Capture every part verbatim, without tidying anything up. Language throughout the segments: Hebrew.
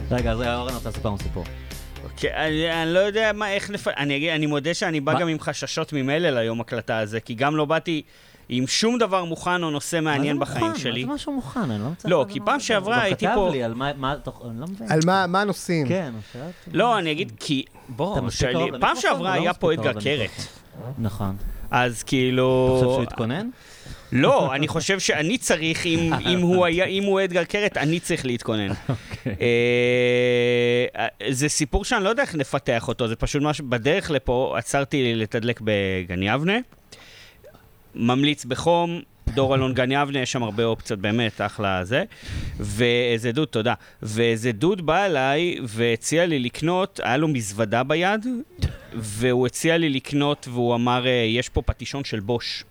רגע, אז אורן רוצה לספר לנו סיפור. אני לא יודע מה, איך נפ... אני מודה שאני בא גם עם חששות ממילא ליום הקלטה הזה, כי גם לא באתי עם שום דבר מוכן או נושא מעניין בחיים שלי. מה זה משהו מוכן? אני לא מצליח... לא, כי פעם שעברה הייתי פה... הוא כתב לי על מה... אני לא מבין. על מה הנושאים? כן. לא, אני אגיד, כי... בוא, פעם שעברה היה פה אדגר קרת. נכון. אז כאילו... אתה חושב שהוא התכונן? לא, אני חושב שאני צריך, אם הוא היה, אם הוא אדגר קרת, אני צריך להתכונן. זה סיפור שאני לא יודע איך נפתח אותו, זה פשוט משהו, בדרך לפה עצרתי לתדלק בגן יבנה, ממליץ בחום, דור אלון גן יבנה, יש שם הרבה אופציות, באמת, אחלה זה, ואיזה דוד, תודה, ואיזה דוד בא אליי והציע לי לקנות, היה לו מזוודה ביד, והוא הציע לי לקנות, והוא אמר, יש פה פטישון של בוש.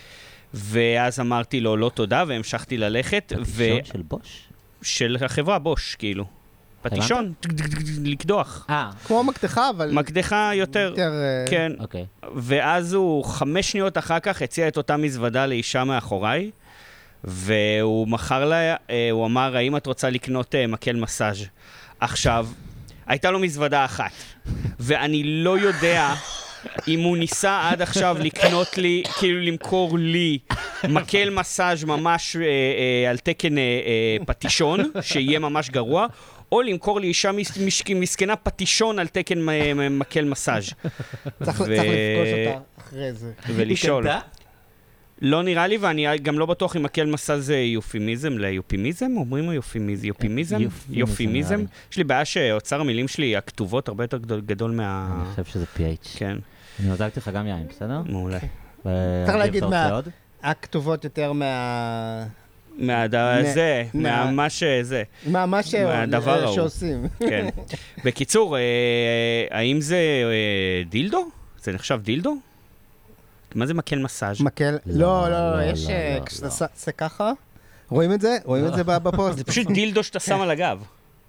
ואז אמרתי לו, לא תודה, והמשכתי ללכת. פטישון של בוש? של החברה בוש, כאילו. פטישון, לקדוח. אה. כמו מקדחה, אבל... מקדחה יותר, כן. אוקיי. ואז הוא חמש שניות אחר כך הציע את אותה מזוודה לאישה מאחוריי, והוא מכר לה, הוא אמר, האם את רוצה לקנות מקל מסאז'? עכשיו, הייתה לו מזוודה אחת, ואני לא יודע... אם הוא ניסה עד עכשיו לקנות לי, כאילו למכור לי מקל מסאז' ממש אה, אה, על תקן אה, אה, פטישון, שיהיה ממש גרוע, או למכור לי אישה מש, מסכנה פטישון על תקן אה, מקל מסאז'. צריך, ו... צריך לפגוש אותה אחרי זה. ולשאול. לא נראה לי, ואני גם לא בטוח אם מקל מסאז' זה יופימיזם ליופימיזם, אומרים או יופימיזם? יופימיזם? יופימיזם. יש לי בעיה שאוצר המילים שלי, הכתובות הרבה יותר גדול מה... אני חושב שזה פי אייץ'. כן. אני עוזרתי לך גם יין, בסדר? מעולה. צריך להגיד מה... הכתובות יותר מה... מהזה, מה שזה. מה שעושים. כן. בקיצור, האם זה דילדו? זה נחשב דילדו? מה זה מקל מסאז'? מקל? לא, לא, יש... כשאתה עושה ככה, רואים את זה? רואים את זה בפוסט? זה פשוט דילדו שאתה שם על הגב.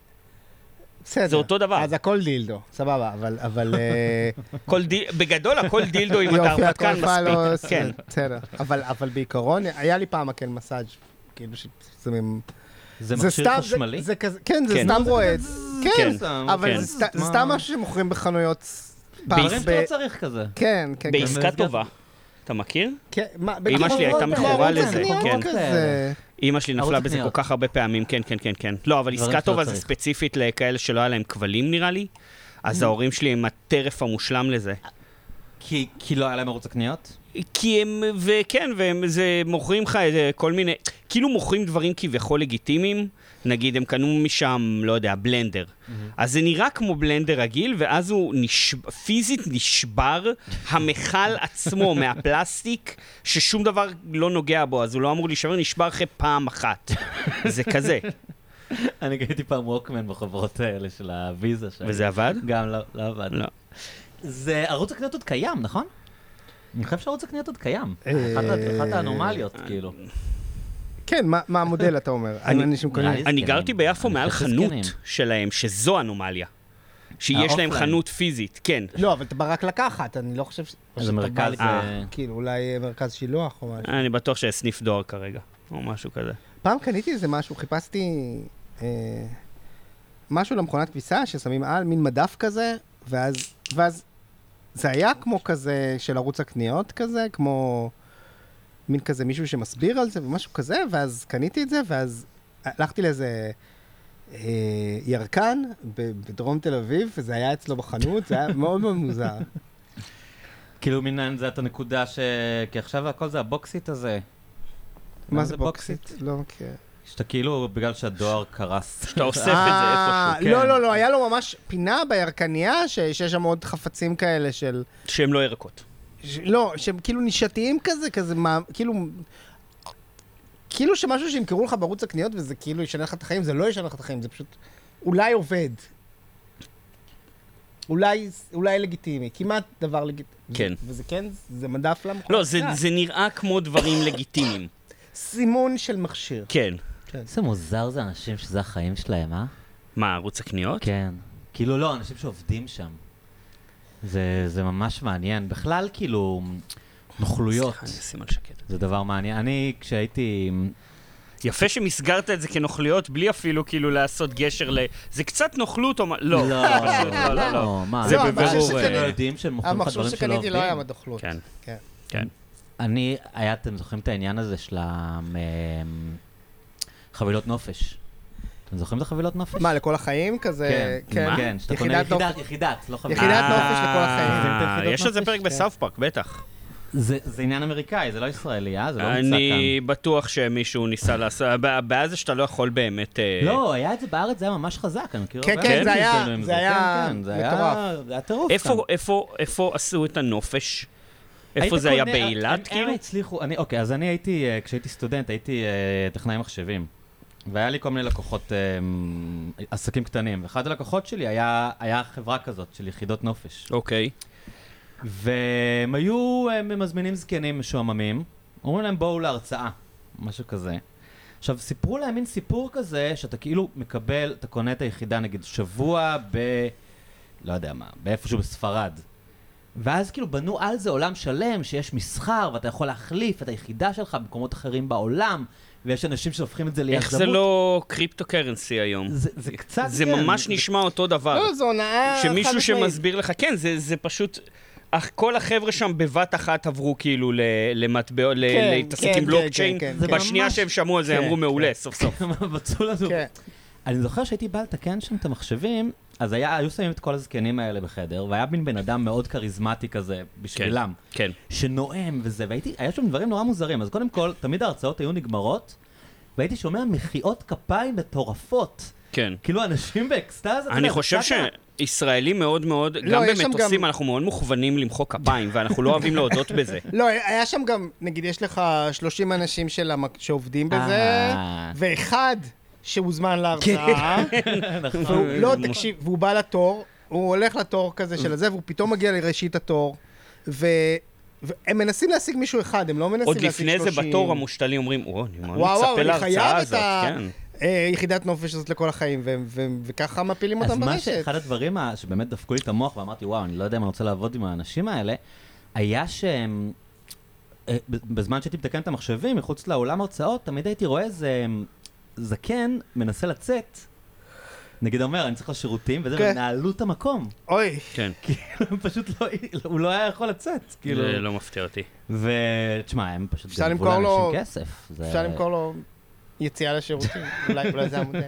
בסדר. זה אותו דבר. אז הכל דילדו, סבבה, אבל... בגדול הכל דילדו אם אתה הרפתקן מספיק. כן. בסדר. אבל בעיקרון, היה לי פעם מקל מסאז' כאילו ששמים... זה מכשיר חשמלי? כן, זה סתם רועד. כן, אבל זה סתם משהו שמוכרים בחנויות... דברים שאתה צריך כזה. כן, כן. בעסקה טובה. אתה מכיר? כן. אמא שלי הייתה מכורה לזה, כן. כזה. אמא שלי נפלה בזה כל כך הרבה פעמים, כן, כן, כן, כן. לא, אבל עסקה טובה זה ספציפית לכאלה שלא היה להם כבלים נראה לי, אז ההורים שלי הם הטרף המושלם לזה. כי לא היה להם ערוץ הקניות? כי הם, וכן, והם מוכרים לך כל מיני, כאילו מוכרים דברים כביכול לגיטימיים, נגיד הם קנו משם, לא יודע, בלנדר. אז זה נראה כמו בלנדר רגיל, ואז הוא פיזית נשבר, המכל עצמו מהפלסטיק, ששום דבר לא נוגע בו, אז הוא לא אמור להישבר, נשבר אחרי פעם אחת. זה כזה. אני קראתי פעם ווקמן בחברות האלה של הוויזה. וזה עבד? גם לא, לא עבד. לא. זה ערוץ הקניות עוד קיים, נכון? אני חושב שערוץ הקניות עוד קיים. אחת האנומליות, כאילו. כן, מה המודל אתה אומר? אני גרתי ביפו מעל חנות שלהם, שזו אנומליה. שיש להם חנות פיזית, כן. לא, אבל אתה בא רק לקחת, אני לא חושב ש... זה מרכז... כאילו, אולי מרכז שילוח או משהו. אני בטוח שסניף דואר כרגע, או משהו כזה. פעם קניתי איזה משהו, חיפשתי משהו למכונת כביסה, ששמים על מין מדף כזה, ואז זה היה כמו כזה של ערוץ הקניות כזה, כמו... מין כזה מישהו שמסביר על זה ומשהו כזה, ואז קניתי את זה, ואז הלכתי לאיזה אה, ירקן בדרום תל אביב, וזה היה אצלו בחנות, זה היה מאוד מאוד מוזר. כאילו מינן זה את הנקודה ש... כי עכשיו הכל זה הבוקסיט הזה. מה זה בוקסיט? לא מכיר. שאתה כאילו, בגלל שהדואר קרס. שאתה אוסף את זה איפשהו. לא, לא, לא, היה לו ממש פינה בירקניה, שיש שם עוד חפצים כאלה של... שהם לא ירקות. לא, שהם כאילו נישתיים כזה, כזה, כאילו, כאילו שמשהו שימכרו לך בערוץ הקניות, וזה כאילו ישנה לך את החיים, זה לא ישנה לך את החיים, זה פשוט אולי עובד. אולי, אולי לגיטימי, כמעט דבר לגיטימי. כן. וזה כן, זה מדף למכונה. לא, זה, זה נראה כמו דברים לגיטימיים. סימון של מכשיר. כן. זה מוזר, זה אנשים שזה החיים שלהם, אה? מה, ערוץ הקניות? כן. כאילו לא, אנשים שעובדים שם. זה, זה ממש מעניין. בכלל, כאילו, נוכלויות. סליחה, אני אשים על שקט. זה דבר מעניין. אני, כשהייתי... יפה שמסגרת את זה כנוכליות, בלי אפילו כאילו לעשות גשר ל... זה קצת נוכלות או מה? לא. פשוט, לא, לא, לא. מה? זה לא, בבירור, מה, אה, יודעים שהם מוכרים לך המכשיר דברים שלא שקניתי עובדים? לא היה מדוכלות. כן, כן. כן. אני, היה, אתם זוכרים את העניין הזה של החבילות נופש? אתם זוכרים את החבילות נופש? מה, לכל החיים כזה? כן, כן, שאתה קונה יחידת יחידת, נופש. יחידת, לא חבילות. יחידת אה, נופש לכל החיים. יחידות יש על זה נופש? פרק בסאוף פארק, בטח. זה, זה עניין אמריקאי, זה לא ישראלי, אה? זה לא נמצא כאן. אני בטוח שמישהו ניסה לעשות, הבעיה זה שאתה לא יכול באמת... אה, לא, היה את זה בארץ, זה היה ממש חזק, אני מכיר כן, הרבה כן, אנשים זה היה- שהזדמנו עם זה היה כן, כן, זה היה- מטורף. זה היה טירוף כאן. איפה, איפה, איפה עשו את הנופש? איפה היית זה היה קונה- באילת, הם- כאילו? הם הצליחו, אני, אוקיי, אז אני הייתי, אה, כשהייתי סטודנט, הייתי אה, טכנאי מחשבים. והיה לי כל מיני לקוחות, אה, עסקים קטנים. ואחד הלקוחות שלי היה, היה חברה כזאת של יחידות נופש. אוקיי. והם היו אה, מזמינים זקנים משועממים, אומרים להם בואו להרצאה, משהו כזה. עכשיו, סיפרו להם מין סיפור כזה, שאתה כאילו מקבל, אתה קונה את היחידה, נגיד, שבוע ב... לא יודע מה, באיפשהו בספרד. ואז כאילו בנו על זה עולם שלם, שיש מסחר, ואתה יכול להחליף את היחידה שלך במקומות אחרים בעולם, ויש אנשים שהופכים את זה ליזמות. איך זה לא קריפטו קרנסי היום? זה, זה קצת... זה כן, ממש נשמע אותו דבר. לא, זו הונאה חד שמישהו משמעית. שמסביר לך, כן, זה, זה פשוט, אך כל החבר'ה שם בבת אחת עברו כאילו ל- למטבע, ל- כן, להתעסק כן, עם כן, בלוקצ'יין, כן, כן. בשנייה ממש- שהם שמעו על זה, כן, אמרו כן. מעולה, סוף סוף. מצאו לנו. כן. אני זוכר שהייתי בא לתקן שם את המחשבים, אז היה, היו שמים את כל הזקנים האלה בחדר, והיה מין בן אדם מאוד כריזמטי כזה, בשבילם, כן. שנואם וזה, והייתי, היה שם דברים נורא מוזרים, אז קודם כל, תמיד ההרצאות היו נגמרות, והייתי שומע מחיאות כפיים מטורפות, כן. כאילו אנשים באקסטאז, אתה אני יודע, חושב קצת ה- שישראלים מאוד מאוד, לא, גם יש שם במטוסים גם- אנחנו מאוד מוכוונים למחוא כפיים, ואנחנו לא אוהבים להודות בזה. לא, היה שם גם, נגיד, יש לך שלושים אנשים של המק- שעובדים בזה, אה. ואחד שהוזמן להרצאה, נכון. והוא, לא, תקשיב, והוא בא לתור, הוא הולך לתור כזה של הזה, והוא פתאום מגיע לראשית התור, ו... והם מנסים להשיג מישהו אחד, הם לא מנסים עוד להשיג לפני שלושים. זה בתור המושתלים אומרים, וואו, אני מאוד וואו, וואו, מצפה אני להרצאה חייב את הזאת, כן. היחידת נופש הזאת לכל החיים, ו- ו- וככה מפילים אז אותם מה ברשת. שאחד הדברים ה- שבאמת דפקו לי את המוח, ואמרתי, וואו, אני לא יודע אם אני רוצה לעבוד עם האנשים האלה, היה שהם, אה, ב- בזמן שהייתי מתקן את המחשבים, מחוץ לאולם הרצאות, תמיד הייתי רואה איזה זקן מנסה לצאת, נגיד אומר, אני צריך לשירותים, וזה, כן. ונעלו את המקום. אוי, כן, כאילו, הם פשוט לא, הוא לא היה יכול לצאת, כאילו. זה לא מפתיע אותי. ותשמע, הם פשוט אפשר גנבו למכור לו- לאנשים כסף. זה- אפשר למכור לו יציאה לשירותים, אולי אולי זה המודל.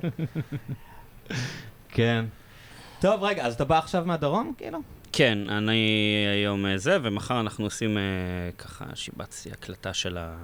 כן. טוב, רגע, אז אתה בא עכשיו מהדרום, כאילו? כן, אני היום אה, זה, ומחר אנחנו עושים אה, ככה שיבצתי הקלטה של ה...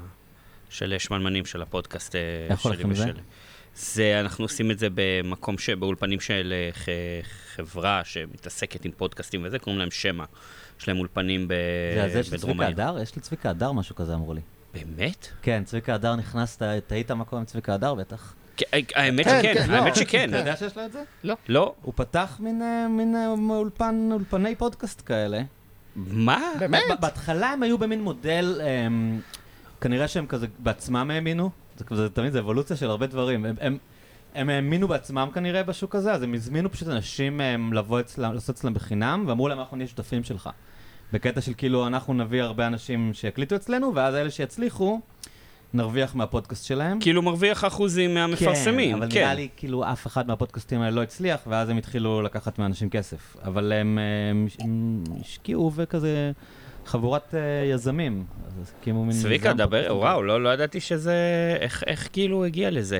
של שמנמנים של הפודקאסט אה, איך הולך שלי עם זה? ושלי. זה, אנחנו עושים את זה במקום ש... באולפנים של אה, ח... חברה שמתעסקת עם פודקאסטים וזה, קוראים להם שמע. יש להם אולפנים ב... זה הזה של בדרום צביקה העיר. הדר? יש לצביקה הדר משהו כזה, אמרו לי. באמת? כן, צביקה הדר נכנס, ת- תהית מקום עם צביקה הדר בטח. כן, האמת כן, שכן, כן, האמת לא. שכן. אתה יודע שיש לו את זה? לא. הוא פתח מין, אה, מין אה, אולפן, אולפני פודקאסט כאלה. מה? באמת? ב- בהתחלה הם היו במין מודל, הם, כנראה שהם כזה בעצמם האמינו, זה, זה תמיד זה אבולוציה של הרבה דברים. הם, הם, הם האמינו בעצמם כנראה בשוק הזה, אז הם הזמינו פשוט אנשים הם, לבוא אצלם, לעשות אצלם בחינם, ואמרו להם אנחנו נהיה שותפים שלך. בקטע של כאילו אנחנו נביא הרבה אנשים שיקליטו אצלנו, ואז אלה שיצליחו, נרוויח מהפודקאסט שלהם. כאילו מרוויח אחוזים מהמפרסמים, כן, אבל כן. נראה לי כאילו אף אחד מהפודקאסטים האלה לא הצליח, ואז הם התחילו לקחת מאנשים כסף. אבל הם, הם, הם השקיעו וכזה חבורת uh, יזמים. אז הקימו מין צביקה, מיזם דבר, פודקאסטים. וואו, לא, לא ידעתי שזה, איך, איך כאילו הוא הגיע לזה?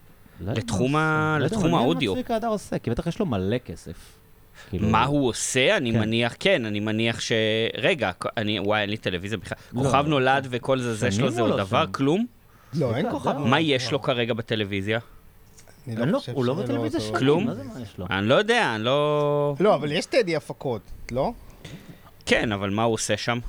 לא יודע לתחום מה ה- עושה. לא יודע, לתחום מעניין האודיו. מה צביקה הדר עושה, כי בטח יש לו מלא כסף. כאילו- מה הוא עושה? אני כן. מניח, כן, אני מניח ש... רגע, אני, וואי, אין לי טלוויזיה בכלל. לא, כוכב לא. נולד וכל זה, זה יש לו שנים זה הוא עוד לא דבר? שם. כלום? לא, אין צביקה כוכב. הדר. מה יש לו כרגע בטלוויזיה? אני אין לו- חושב הוא לא שזה בטלוויזיה אותו. שנים, כלום? מה זה מה יש לו? אני לא יודע, אני לא... לא, אבל יש טדי הפקות, לא? כן, אבל מה הוא עושה שם?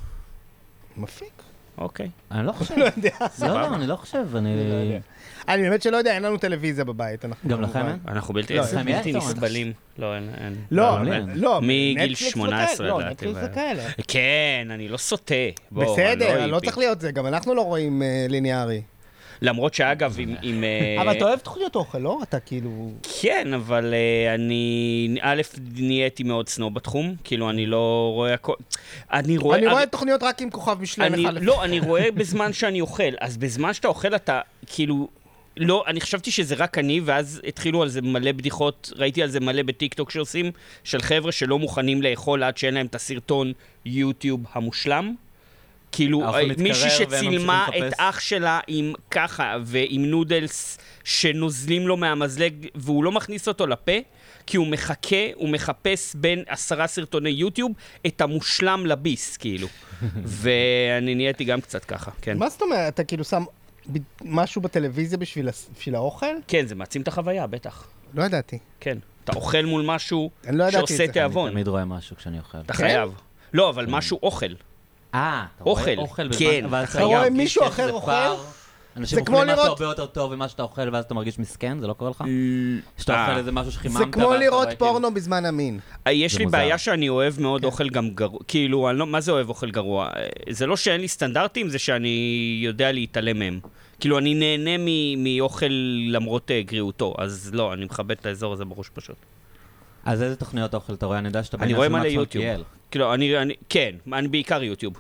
מפיק. אוקיי. אני לא חושב. לא יודע. לא, לא, אני לא חושב, אני... אני לא יודע. אני באמת שלא יודע, אין לנו טלוויזיה בבית. אנחנו גם כמובן- לכם אין? אנחנו בלתי לא, איזה לכם בלתי יש, אתה אומר. נסבלים. לא, אין... אין. לא, לא, אבל- לא. לא, מגיל נטפליקס שמונה עשרה, וכאלה, לא, לדעתי, נטפליקס ו- וכאלה. כן, אני לא סוטה. בוא, אני בסדר, לא היפי. צריך להיות זה, גם אנחנו לא רואים אה, ליניארי. למרות שאגב, עם... עם, אה, אבל אתה אוהב תוכניות אוכל, לא? אתה כאילו... כן, אבל uh, אני, א', נהייתי מאוד סנוב בתחום, כאילו אני לא רואה הכל, אני רואה... אני רואה תוכניות רק עם כוכב משלם אני, אחד. לא, אני רואה בזמן שאני אוכל, אז בזמן שאתה אוכל אתה כאילו לא, אני חשבתי שזה רק אני, ואז התחילו על זה מלא בדיחות, ראיתי על זה מלא בטיקטוק שעושים, של חבר'ה שלא מוכנים לאכול עד שאין להם את הסרטון יוטיוב המושלם. כאילו, מישהי שצילמה את אח שלה עם ככה, ועם נודלס שנוזלים לו מהמזלג, והוא לא מכניס אותו לפה, כי הוא מחכה, הוא מחפש בין עשרה סרטוני יוטיוב את המושלם לביס, כאילו. ואני נהייתי גם קצת ככה, כן. מה זאת אומרת? אתה כאילו שם משהו בטלוויזיה בשביל, בשביל האוכל? כן, זה מעצים את החוויה, בטח. לא ידעתי. כן. אתה אוכל מול משהו לא שעושה תיאבון. אני תמיד רואה משהו כשאני אוכל. אתה חייב. לא, אבל משהו אוכל. אה, אתה אוכל. רואה אוכל בזמן, כן, אבל אתה רואה מישהו אחר אוכל? אנשים אוכלים משהו הרבה יותר טוב ממה שאתה אוכל, ואז אתה מרגיש מסכן, זה לא קורה לך? שאתה אוכל איזה משהו שחיממת, זה כמו לראות פורנו בזמן המין. יש לי בעיה שאני אוהב מאוד אוכל גם גרוע, כאילו, מה זה אוהב אוכל גרוע? זה לא שאין לי סטנדרטים, זה שאני יודע להתעלם מהם. כאילו, אני נהנה מאוכל למרות גריעותו, אז לא, אני מכבד את האזור הזה בראש פשוט. אז איזה תוכניות אוכל אתה רואה? אני יודע שאתה אני רואה מלא יוטיוב. כאילו, אני, כן, אני בעיקר יוטיוב.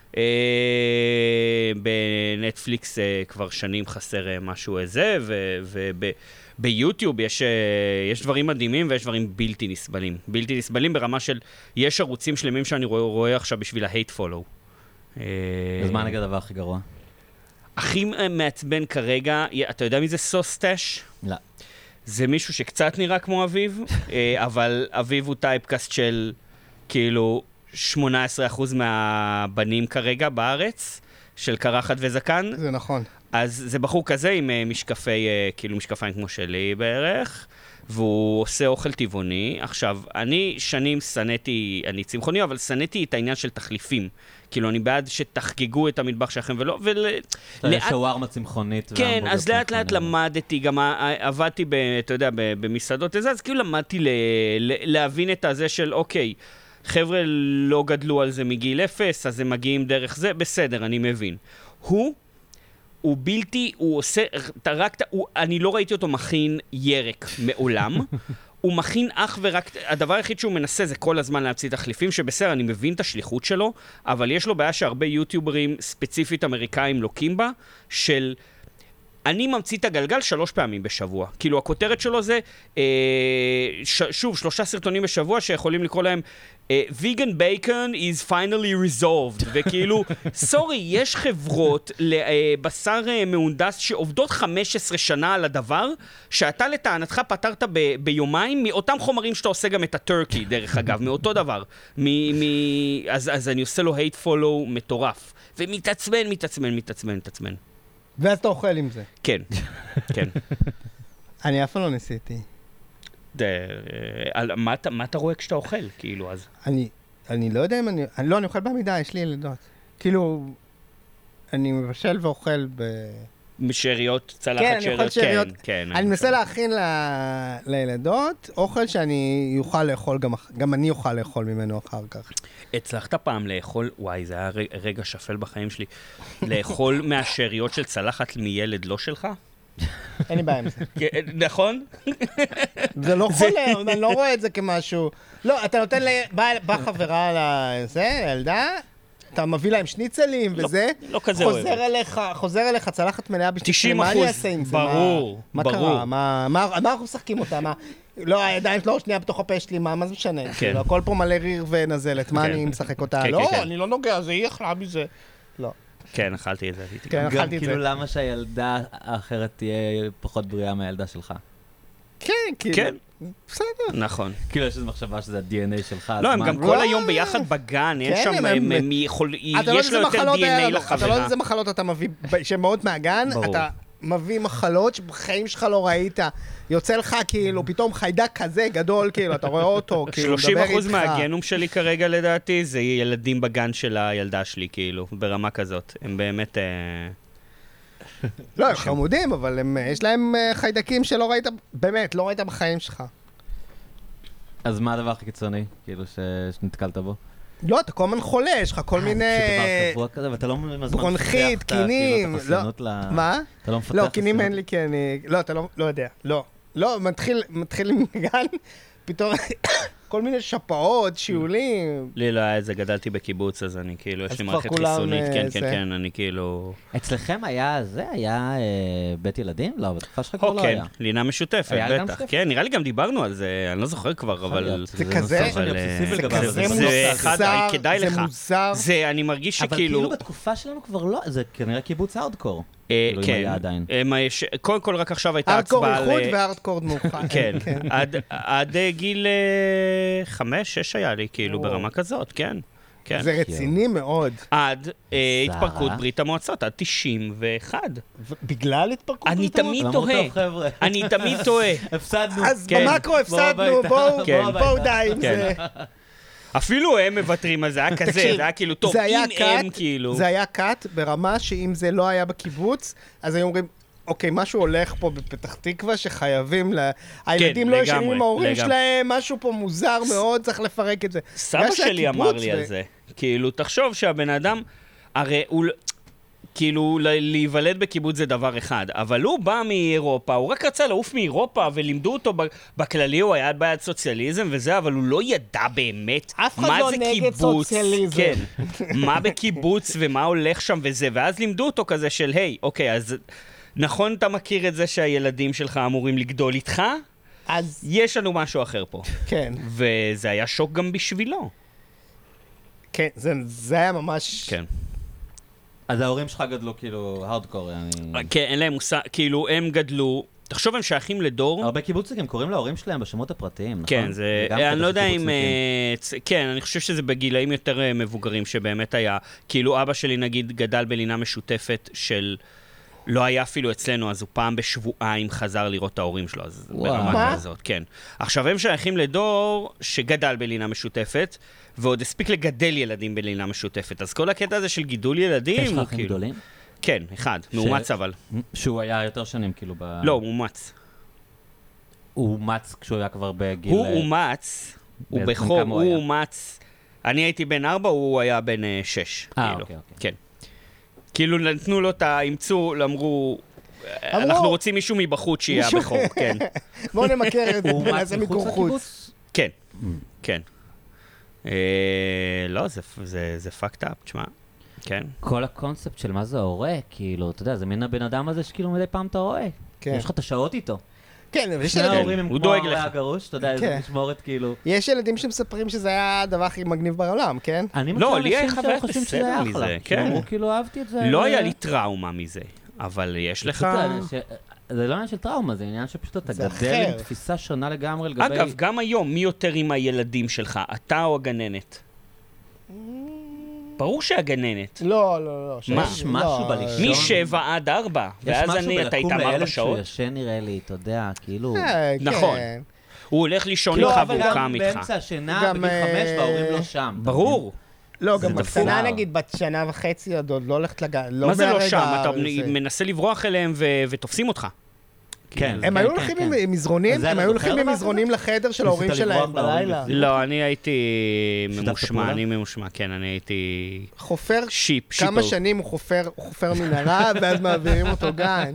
בנטפליקס כבר שנים חסר משהו איזה, וביוטיוב יש דברים מדהימים ויש דברים בלתי נסבלים. בלתי נסבלים ברמה של, יש ערוצים שלמים שאני רואה עכשיו בשביל ה-hate follow. אז מה נגד הדבר הכי גרוע? הכי מעצבן כרגע, אתה יודע מי זה סוסטש? לא. זה מישהו שקצת נראה כמו אביב, אבל אביב הוא טייפקאסט של, כאילו, שמונה עשרה אחוז מהבנים כרגע בארץ, של קרחת וזקן. זה נכון. אז זה בחור כזה עם משקפי, כאילו משקפיים כמו שלי בערך, והוא עושה אוכל טבעוני. עכשיו, אני שנים סניתי, אני צמחוני, אבל סניתי את העניין של תחליפים. כאילו, אני בעד שתחגגו את המטבח שלכם ולא... יש שווארמה צמחונית. כן, אז לאט לאט למדתי, גם עבדתי, אתה יודע, במסעדות וזה, אז כאילו למדתי להבין את הזה של, אוקיי, חבר'ה לא גדלו על זה מגיל אפס, אז הם מגיעים דרך זה, בסדר, אני מבין. הוא, הוא בלתי, הוא עושה, רק, הוא, אני לא ראיתי אותו מכין ירק מעולם, הוא מכין אך ורק, הדבר היחיד שהוא מנסה זה כל הזמן להמציא תחליפים, שבסדר, אני מבין את השליחות שלו, אבל יש לו בעיה שהרבה יוטיוברים ספציפית אמריקאים לוקים בה, של... אני ממציא את הגלגל שלוש פעמים בשבוע. כאילו, הכותרת שלו זה, אה, ש, שוב, שלושה סרטונים בשבוע שיכולים לקרוא להם, אה, vegan bacon is finally resolved. וכאילו, סורי, יש חברות לבשר אה, מהונדס שעובדות חמש עשרה שנה על הדבר, שאתה לטענתך פתרת ב, ביומיים, מאותם חומרים שאתה עושה גם את הטורקי, דרך אגב, מאותו דבר. מ, מ, אז, אז אני עושה לו hate follow מטורף. ומתעצבן, מתעצבן, מתעצבן, מתעצבן. ואז אתה אוכל עם זה. כן, כן. אני אף פעם לא ניסיתי. מה אתה רואה כשאתה אוכל, כאילו, אז? אני לא יודע אם אני... לא, אני אוכל בעמידה, יש לי ילדות. כאילו, אני מבשל ואוכל ב... משאריות, צלחת שאריות. כן, אני אוכל שאריות. אני מנסה להכין לילדות אוכל שאני אוכל לאכול, גם אני אוכל לאכול ממנו אחר כך. הצלחת פעם לאכול, וואי, זה היה רגע שפל בחיים שלי, לאכול מהשאריות של צלחת מילד לא שלך? אין לי בעיה עם זה. נכון? זה לא חולה, אני לא רואה את זה כמשהו. לא, אתה נותן ל... באה חברה לזה, לילדה, אתה מביא להם שניצלים וזה, לא כזה אוהב. חוזר אליך צלחת מלאה בשניצלים, תשעים אחוז, מה אני אעשה עם זה? ברור, מה קרה? מה אנחנו משחקים אותה? לא, הידיים שלו שנייה בתוך הפה שלי, מה זה משנה? הכל פה מלא ריר ונזלת, מה אני משחק אותה? לא, אני לא נוגע, זה היא אכלה מזה. לא. כן, אכלתי את זה. כן, אכלתי את זה. כאילו, למה שהילדה האחרת תהיה פחות בריאה מהילדה שלך? כן, כאילו. כן. בסדר. נכון. כאילו, יש איזו מחשבה שזה ה-די אן איי שלך. לא, הם גם כל היום ביחד בגן, יש שם, יש לו יותר די אן איי לחברה. אתה לא יודע איזה מחלות אתה מביא, שהן מאוד מהגן, אתה מביא מחלות שבחיים שלך לא ראית. יוצא לך כאילו, פתאום חיידק כזה גדול, כאילו, אתה רואה אותו, כאילו, מדבר איתך. שלושים אחוז מהגנום שלי כרגע, לדעתי, זה ילדים בגן של הילדה שלי, כאילו, ברמה כזאת. הם באמת... לא, הם חמודים, אבל יש להם חיידקים שלא ראית, באמת, לא ראית בחיים שלך. אז מה הדבר הכי קיצוני, כאילו, שנתקלת בו? לא, אתה כל הזמן חולה, יש לך כל מיני... שדבר קבוע כזה, ואתה לא מזמן ברונכית, קינים, מה? אתה לא מפתח... לא, קינים אין לי כי אני... לא, אתה לא יודע, לא. לא, מתחיל עם גן, פתאום כל מיני שפעות, שיעולים. לי לא היה את זה, גדלתי בקיבוץ, אז אני כאילו, יש אז לי כבר מערכת כולם, חיסונית, אה, כן, זה. כן, כן, אני כאילו... אצלכם היה זה? היה אה, בית ילדים? לא, בתקופה שלך כבר או, לא כן, היה. לינה משותפת, היה לינה בטח. משותפת? כן, נראה לי גם דיברנו על זה, אני לא זוכר כבר, אבל... להיות. זה נושא כזה- שאני אבל, אובססיבי אה, לגביו, זה אבל זה לא אחד, מוזר, כדאי לך. זה מוזר. זה, אני מרגיש אבל שכאילו... כאילו בתקופה שלנו כבר לא, זה כנראה קיבוץ הארדקור. אה, כאילו, אם כן, היה עדיין. הם, אה, ש- קודם כל רק עכשיו הייתה הארדקור הצבעה על... איכות והארדקור מאוחר. כן, עד- עד אה, גיל אה, חמש, שש היה לי, כאילו, וואו. ברמה כזאת, כן. כן. זה רציני מאוד. עד אה, זרה. התפרקות ברית המועצות, עד תשעים ואחת. ו- בגלל התפרקות? אני ברית תמיד המועצות? אמרו, תוהה. טוב, חבר'ה. אני תמיד טועה. הפסדנו. אז כן. במקרו בואו הפסדנו, הביתה. בואו כן. בואו- בואו די עם כן. זה. אפילו הם מוותרים על זה, היה כזה, תקשיב, זה היה כאילו, טוב, זה היה אם הם קאט, כאילו... זה היה קאט ברמה שאם זה לא היה בקיבוץ, אז היו אומרים, אוקיי, משהו הולך פה בפתח תקווה שחייבים ל... הילדים לא ישנים לגמרי, עם ההורים לגמרי. שלהם, משהו פה מוזר מאוד, צריך לפרק את זה. סבא בגלל שלי שהקיבוץ אמר לי ו- על זה. כאילו, תחשוב שהבן אדם, הרי הוא... לא- כאילו, ל- להיוולד בקיבוץ זה דבר אחד, אבל הוא בא מאירופה, הוא רק רצה לעוף מאירופה, ולימדו אותו ב- בכללי, הוא היה בעד סוציאליזם וזה, אבל הוא לא ידע באמת אף אחד מה לא זה נגד קיבוץ. סוציאליזם. כן, מה בקיבוץ ומה הולך שם וזה, ואז לימדו אותו כזה של, היי, אוקיי, אז נכון אתה מכיר את זה שהילדים שלך אמורים לגדול איתך? אז יש לנו משהו אחר פה. כן, וזה היה שוק גם בשבילו. כן, זה- זה היה ממש... כן. אז ההורים שלך גדלו כאילו הארדקור, אני... כן, אין להם מושג, כאילו, הם גדלו, תחשוב, הם שייכים לדור, הרבה קיבוצניקים קוראים להורים שלהם בשמות הפרטיים, נכון? כן, זה, גם קטע אני לא של יודע אם, קיבוצניקים. אה, צ- כן, אני חושב שזה בגילאים יותר אה, מבוגרים, שבאמת היה, כאילו, אבא שלי, נגיד, גדל בלינה משותפת של, לא היה אפילו אצלנו, אז הוא פעם בשבועיים חזר לראות את ההורים שלו, אז וואו. ברמה מה? כזאת, כן. עכשיו, הם שייכים לדור שגדל בלינה משותפת, ועוד הספיק לגדל ילדים בלינה משותפת, אז כל הקטע הזה של גידול ילדים, יש לך הוא אחים כאילו... גדולים? כן, אחד, מאומץ אבל. שהוא היה יותר שנים כאילו ב... לא, מאומץ. הוא אומץ כשהוא היה כבר בגיל... הוא אה, אומץ, הוא באיזה בכור, כמה הוא הוא היה? אומץ. אני הייתי בן ארבע, הוא היה בן אה, שש. אה, כאילו. אוקיי, אוקיי. כן. כאילו נתנו לו את האימצו, אמרו, אמרו- אנחנו רוצים מישהו מבחוץ שיהיה מישהו- הבכור, כן. בואו נמכר את זה הוא אומץ ונעשה מחוץ מיקור חוץ. לקיבוץ? כן, כן. אה, לא, זה- זה זה fucked up, תשמע. כן. כל הקונספט של מה זה הורה, כאילו, אתה יודע, זה מין הבן אדם הזה שכאילו מדי פעם אתה רואה. כן. יש לך את השעות איתו. כן, אבל יש שני ילדים- ההורים הם הוא כמו דואג ההורה לך. הגרוש, אתה יודע, איזה כן. משמורת כאילו. יש ילדים שמספרים שזה היה הדבר הכי מגניב בעולם, כן? אני לא, מכיר לי היה אנשים חוויה שחושבים שזה בסדר היה מזה, אחלה. כן. שאמרו, כאילו, אהבתי את זה. לא היה לי טראומה מזה, אבל יש לך... אתה יודע, ש- זה לא עניין של טראומה, זה עניין שפשוט אתה זה גדל אחר. עם תפיסה שונה לגמרי לגבי... אגב, גם היום, מי יותר עם הילדים שלך, אתה או הגננת? ברור שהגננת. לא, לא, לא. מה? שיש- יש משהו לא, בלישון. משבע עד ארבע, יש ואז משהו אני, אתה איתם בלקום ארבע לילד שהוא שעות. ישן נראה לי, אתה יודע, כאילו... אה, נכון. כן. הוא הולך לישון לא, איתך אבל והוא גם קם איתך. באמצע השינה, גם, בגיל חמש, אה, וההורים לא שם. אתה ברור. לא, זה גם דפוק. בקטנה נגיד, בת שנה וחצי עוד עוד לא הולכת לגן. מה זה לא מהרגע שם? אתה הזה. מנסה לברוח אליהם ו- ותופסים אותך. כן. הם כן, היו כן, הולכים כן. עם מזרונים? זה הם אתה היו זוכר הולכים עם דבר מזרונים לחדר של ההורים ניסית לברוח שלהם מההורים בלילה. והחזיק? לא, אני הייתי שיתפת ממושמע, פעולה? אני ממושמע, כן, אני הייתי... חופר שיפ, כמה שיפר. שנים הוא חופר, הוא חופר מנהרה, ואז מעבירים אותו גן.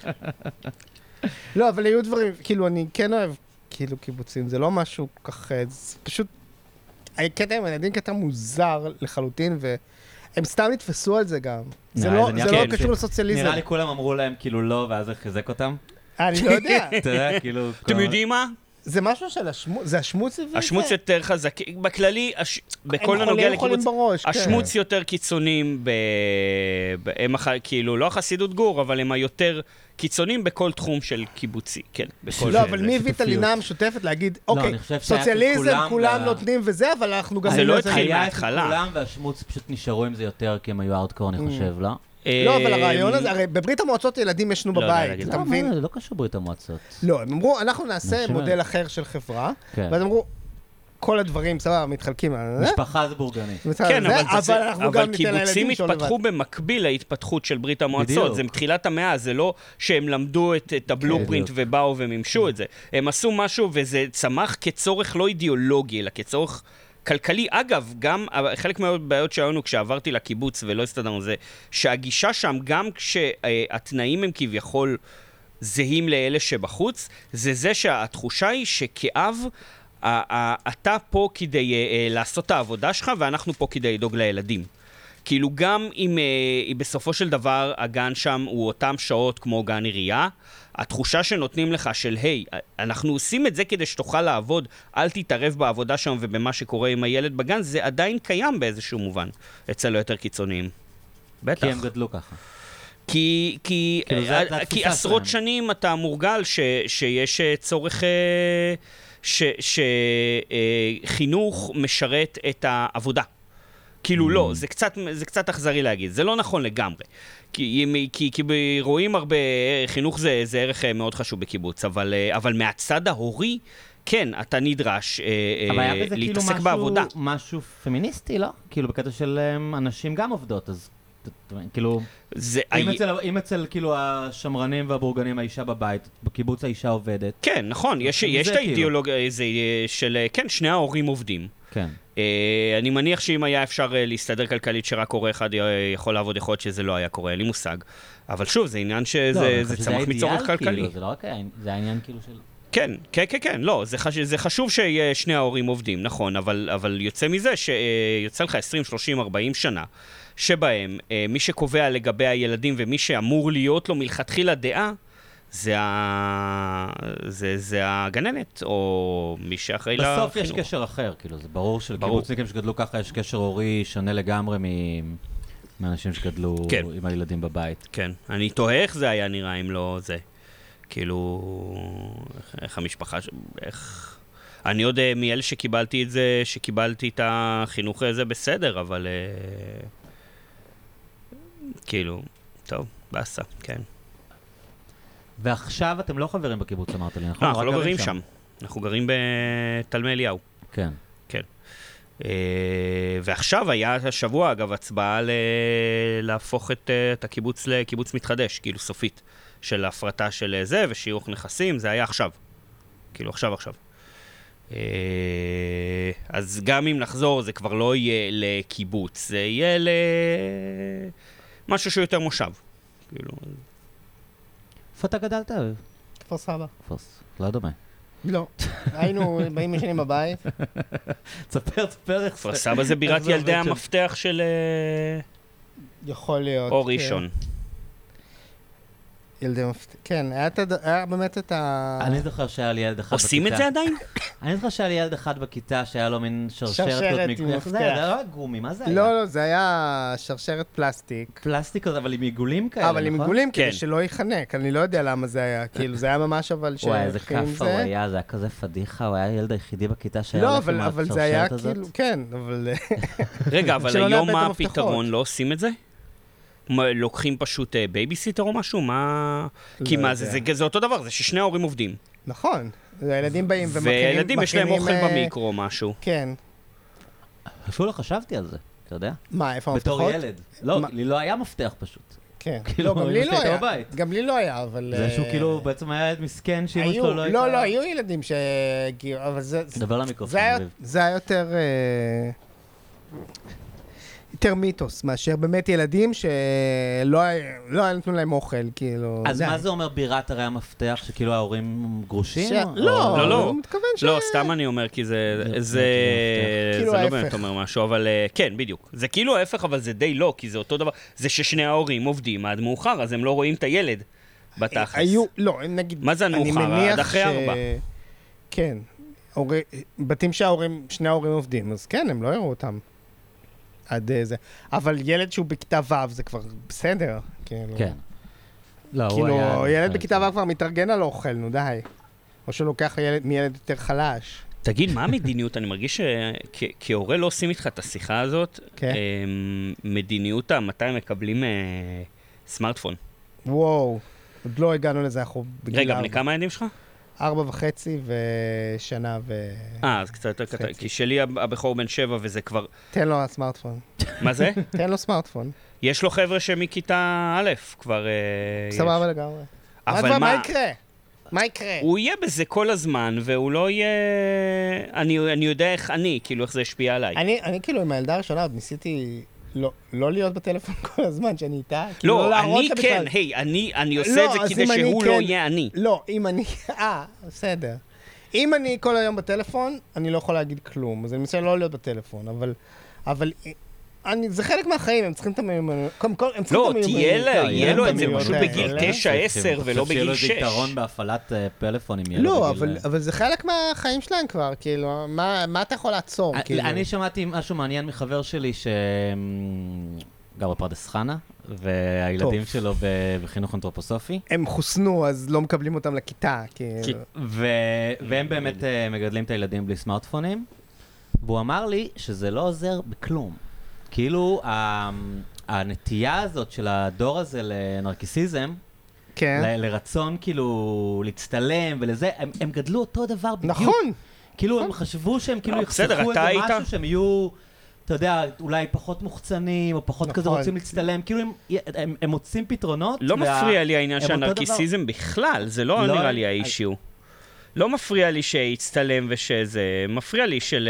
לא, אבל היו דברים, כאילו, אני כן אוהב, כאילו, קיבוצים, זה לא משהו כל כך, אה, זה פשוט, הקטע עם הילדים קטע מוזר לחלוטין, והם סתם נתפסו על זה גם. זה נראה לא לי, זה זה נראה לא לי קשור ש- לסוציאליזם. נראה לי כולם אמרו להם כאילו לא, ואז זה חיזק אותם. אני לא יודע. אתה יודע, כאילו... אתם כל- יודעים מה? זה משהו של השמוץ, זה השמוץ הביא את זה? השמוץ יותר חזק, בכללי, הש- בכל הם הנוגע חולים חולים לקיבוץ, בראש, כן. השמוץ יותר קיצוניים, ב... ב... הם הח... כאילו, לא החסידות גור, אבל הם היותר קיצוניים בכל תחום של קיבוצי, כן. בכל לא, זה- אבל זה- מי הביא את שיתופיות. הלינה המשותפת להגיד, אוקיי, אני חושב שהיה סוציאליזם, כולם כולם ב- נותנים וזה, אבל אנחנו גם... זה לא נעשה- התחיל היה את מההתחלה. כולם, והשמוץ פשוט נשארו עם זה יותר, כי הם היו ארדקור, אני חושב, לא? לא, אבל אה, הרעיון הזה, הרי בברית המועצות ילדים ישנו לא יודע בבית, להגיד. אתה לא, מבין? מה, זה לא קשור ברית המועצות. לא, הם אמרו, אנחנו נעשה אנשים מודל האלה. אחר של חברה, כן. ואז אמרו, כל הדברים, סבבה, מתחלקים על זה, משפחה זה בורגני. מצד כן, זה, אבל, זה, אנחנו גם אבל ניתן קיבוצים לילדים לישון התפתחו לבד. במקביל להתפתחות של ברית המועצות. בדיוק. זה מתחילת המאה, זה לא שהם למדו את, את הבלופרינט בדיוק. ובאו ומימשו את זה. הם עשו משהו וזה צמח כצורך לא אידיאולוגי, אלא כצורך כלכלי. אגב, גם חלק מהבעיות שהיו לנו כשעברתי לקיבוץ ולא הסתדרנו זה, שהגישה שם, גם כשהתנאים הם כביכול זהים לאלה שבחוץ, זה זה שהתחושה היא שכאב, אתה פה כדי לעשות את העבודה שלך, ואנחנו פה כדי לדאוג לילדים. כאילו גם אם בסופו של דבר הגן שם הוא אותם שעות כמו גן עירייה, התחושה שנותנים לך של, היי, אנחנו עושים את זה כדי שתוכל לעבוד, אל תתערב בעבודה שם ובמה שקורה עם הילד בגן, זה עדיין קיים באיזשהו מובן, אצל היותר קיצוניים. בטח. כי הם גדלו ככה. כי, כי, כאילו זה, זה כי עשרות שלהם. שנים אתה מורגל ש, שיש צורך שחינוך משרת את העבודה. כאילו לא, זה קצת, זה קצת אכזרי להגיד, זה לא נכון לגמרי. כי, כי, כי רואים הרבה, חינוך זה, זה ערך מאוד חשוב בקיבוץ, אבל, אבל מהצד ההורי, כן, אתה נדרש אבל היה בזה להתעסק כאילו בעבודה. משהו, משהו פמיניסטי, לא? כאילו בקטע של אנשים גם עובדות, אז כאילו, זה אם, הי... אצל, אם אצל כאילו השמרנים והבורגנים האישה בבית, בקיבוץ האישה עובדת. כן, נכון, יש, יש את כאילו. האידיאולוגיה של, כן, שני ההורים עובדים. כן. Uh, אני מניח שאם היה אפשר uh, להסתדר כלכלית שרק הורה אחד יכול לעבוד, יכול להיות שזה לא היה קורה, אין לי מושג. אבל שוב, זה עניין שזה לא, צמח מצורך כלכלי. כאילו, זה לא רק העניין, זה העניין כאילו של... כן, כן, כן, כן, לא, זה, חש... זה חשוב שיהיה שני ההורים עובדים, נכון, אבל, אבל יוצא מזה שיוצא לך עשרים, שלושים, ארבעים שנה, שבהם uh, מי שקובע לגבי הילדים ומי שאמור להיות לו מלכתחילה דעה, זה, ה... זה, זה הגננת, או מי שאחראי לחינוך. בסוף יש קשר אחר, כאילו, זה ברור שלקיבוצניקים שגדלו ככה יש קשר הורי שונה לגמרי מ... מאנשים שגדלו כן. עם הילדים בבית. כן, אני תוהה איך זה היה נראה אם לא זה. כאילו, איך, איך המשפחה, ש... איך... אני עוד מאלה שקיבלתי את זה, שקיבלתי את החינוך הזה בסדר, אבל... כאילו, טוב, בסה, כן. ועכשיו אתם לא חברים בקיבוץ, אמרת לי, נכון? לא, אנחנו לא גרים שם. אנחנו גרים בתלמי אליהו. כן. כן. ועכשיו היה השבוע, אגב, הצבעה להפוך את הקיבוץ לקיבוץ מתחדש, כאילו סופית, של ההפרטה של זה ושיוך נכסים, זה היה עכשיו. כאילו עכשיו, עכשיו. אז גם אם נחזור, זה כבר לא יהיה לקיבוץ, זה יהיה למשהו שהוא יותר מושב. כאילו... איפה אתה גדלת? כפר סבא. כפר לא דומה. לא. היינו באים ישנים בבית. תספר, תספר איך... כפר סבא זה בירת ילדי המפתח של... יכול להיות. או ראשון. ילדי מפתח. כן, היה באמת את ה... אני זוכר שהיה לי ילד אחד בכיתה. עושים את זה עדיין? אני זוכר שהיה לי ילד אחד בכיתה שהיה לו מין שרשרת עם מפתח. זה היה לא גומי, מה זה היה? לא, לא, זה היה שרשרת פלסטיק. פלסטיק הזה, אבל עם עיגולים כאלה, נכון? אבל עם עיגולים כדי שלא ייחנק, אני לא יודע למה זה היה, כאילו זה היה ממש אבל וואי, איזה כאפה הוא היה, זה היה כזה פדיחה, הוא היה הילד היחידי בכיתה שהיה הולך עם השרשרת הזאת. כן, אבל... רגע, אבל היום מה הפתרון? לא עושים את זה? לוקחים פשוט בייביסיטר או משהו? מה... כי מה זה? זה אותו דבר, זה ששני ההורים עובדים. נכון. הילדים באים ומכינים... וילדים יש להם אוכל במיקרו או משהו. כן. אפילו לא חשבתי על זה, אתה יודע? מה, איפה המפתחות? בתור ילד. לא, לי לא היה מפתח פשוט. כן. לא, גם לי לא היה. גם לי לא היה, אבל... זה שהוא כאילו בעצם היה ילד מסכן שאמא שלו לא הייתה... לא, לא, היו ילדים שהגיעו, אבל זה... דבר למיקרופון. זה היה יותר... יותר מיתוס, מאשר באמת ילדים שלא היה נתנו להם אוכל, כאילו... אז מה זה אומר בירת הרי המפתח, שכאילו ההורים גרושים? לא, לא, לא. הוא מתכוון ש... לא, סתם אני אומר, כי זה... זה לא באמת אומר משהו, אבל כן, בדיוק. זה כאילו ההפך, אבל זה די לא, כי זה אותו דבר. זה ששני ההורים עובדים עד מאוחר, אז הם לא רואים את הילד בתכלס. היו, לא, נגיד... מה זה מאוחר? עד אחרי ארבע. כן. בתים שההורים, שני ההורים עובדים, אז כן, הם לא יראו אותם. עד זה. אבל ילד שהוא בכיתה ו' זה כבר בסדר. כן. לא, הוא כאילו, היה... ילד בכיתה ו' כבר מתארגן על אוכל, נו די. או שלוקח מילד יותר חלש. תגיד, מה המדיניות? אני מרגיש שכהורה לא עושים איתך את השיחה הזאת. מדיניות מתי הם מקבלים סמארטפון. וואו, עוד לא הגענו לזה, אנחנו בגיל... רגע, בני כמה ילדים שלך? ארבע וחצי ושנה ו... אה, אז קצת יותר קטן. כי שלי הבכור בן שבע וזה כבר... תן לו סמארטפון. מה זה? תן לו סמארטפון. יש לו חבר'ה שמכיתה א' כבר יש. סבבה לגמרי. אבל מה... מה יקרה? מה יקרה? הוא יהיה בזה כל הזמן, והוא לא יהיה... אני, אני יודע איך אני, כאילו איך זה השפיע עליי. אני, אני כאילו עם הילדה הראשונה עוד ניסיתי... לא, לא להיות בטלפון כל הזמן שאני איתה. לא, לא אני כן, היי, אני, אני עושה לא, את זה כדי שהוא כן, לא יהיה אני. לא, אם אני... אה, בסדר. אם אני כל היום בטלפון, אני לא יכול להגיד כלום, אז אני מנסה לא להיות בטלפון, אבל, אבל, אני, זה חלק מהחיים, הם צריכים את המיומנויות, קודם כל, הם צריכים לא, את המיומנויות. תהיה לו את זה פשוט בגיל תשע עשר ולא בגיל שש. שיהיה לו יתרון בהפעלת פלאפון, אם יהיה לו לא, בגיל... אבל זה חלק מהחיים שלהם כבר, כאילו, מה אתה יכול לעצור? אני שמעתי משהו מעניין מחבר שלי שגר בפרדס חנה, והילדים שלו בחינוך אנתרופוסופי. הם חוסנו, אז לא מקבלים אותם לכיתה. והם באמת מגדלים את הילדים בלי סמארטפונים, והוא אמר לי שזה לא עוזר בכלום. כאילו, הנטייה הזאת של הדור הזה לנרקיסיזם, לרצון כאילו להצטלם ולזה, הם גדלו אותו דבר בדיוק. נכון. כאילו, הם חשבו שהם כאילו יחסכו איזה משהו שהם יהיו... אתה יודע, אולי פחות מוחצנים, או פחות כזה רוצים להצטלם, כאילו הם מוצאים פתרונות. לא מפריע לי העניין של הנרקיסיזם בכלל, זה לא נראה לי האישיו. לא מפריע לי שיצטלם ושזה, מפריע לי של...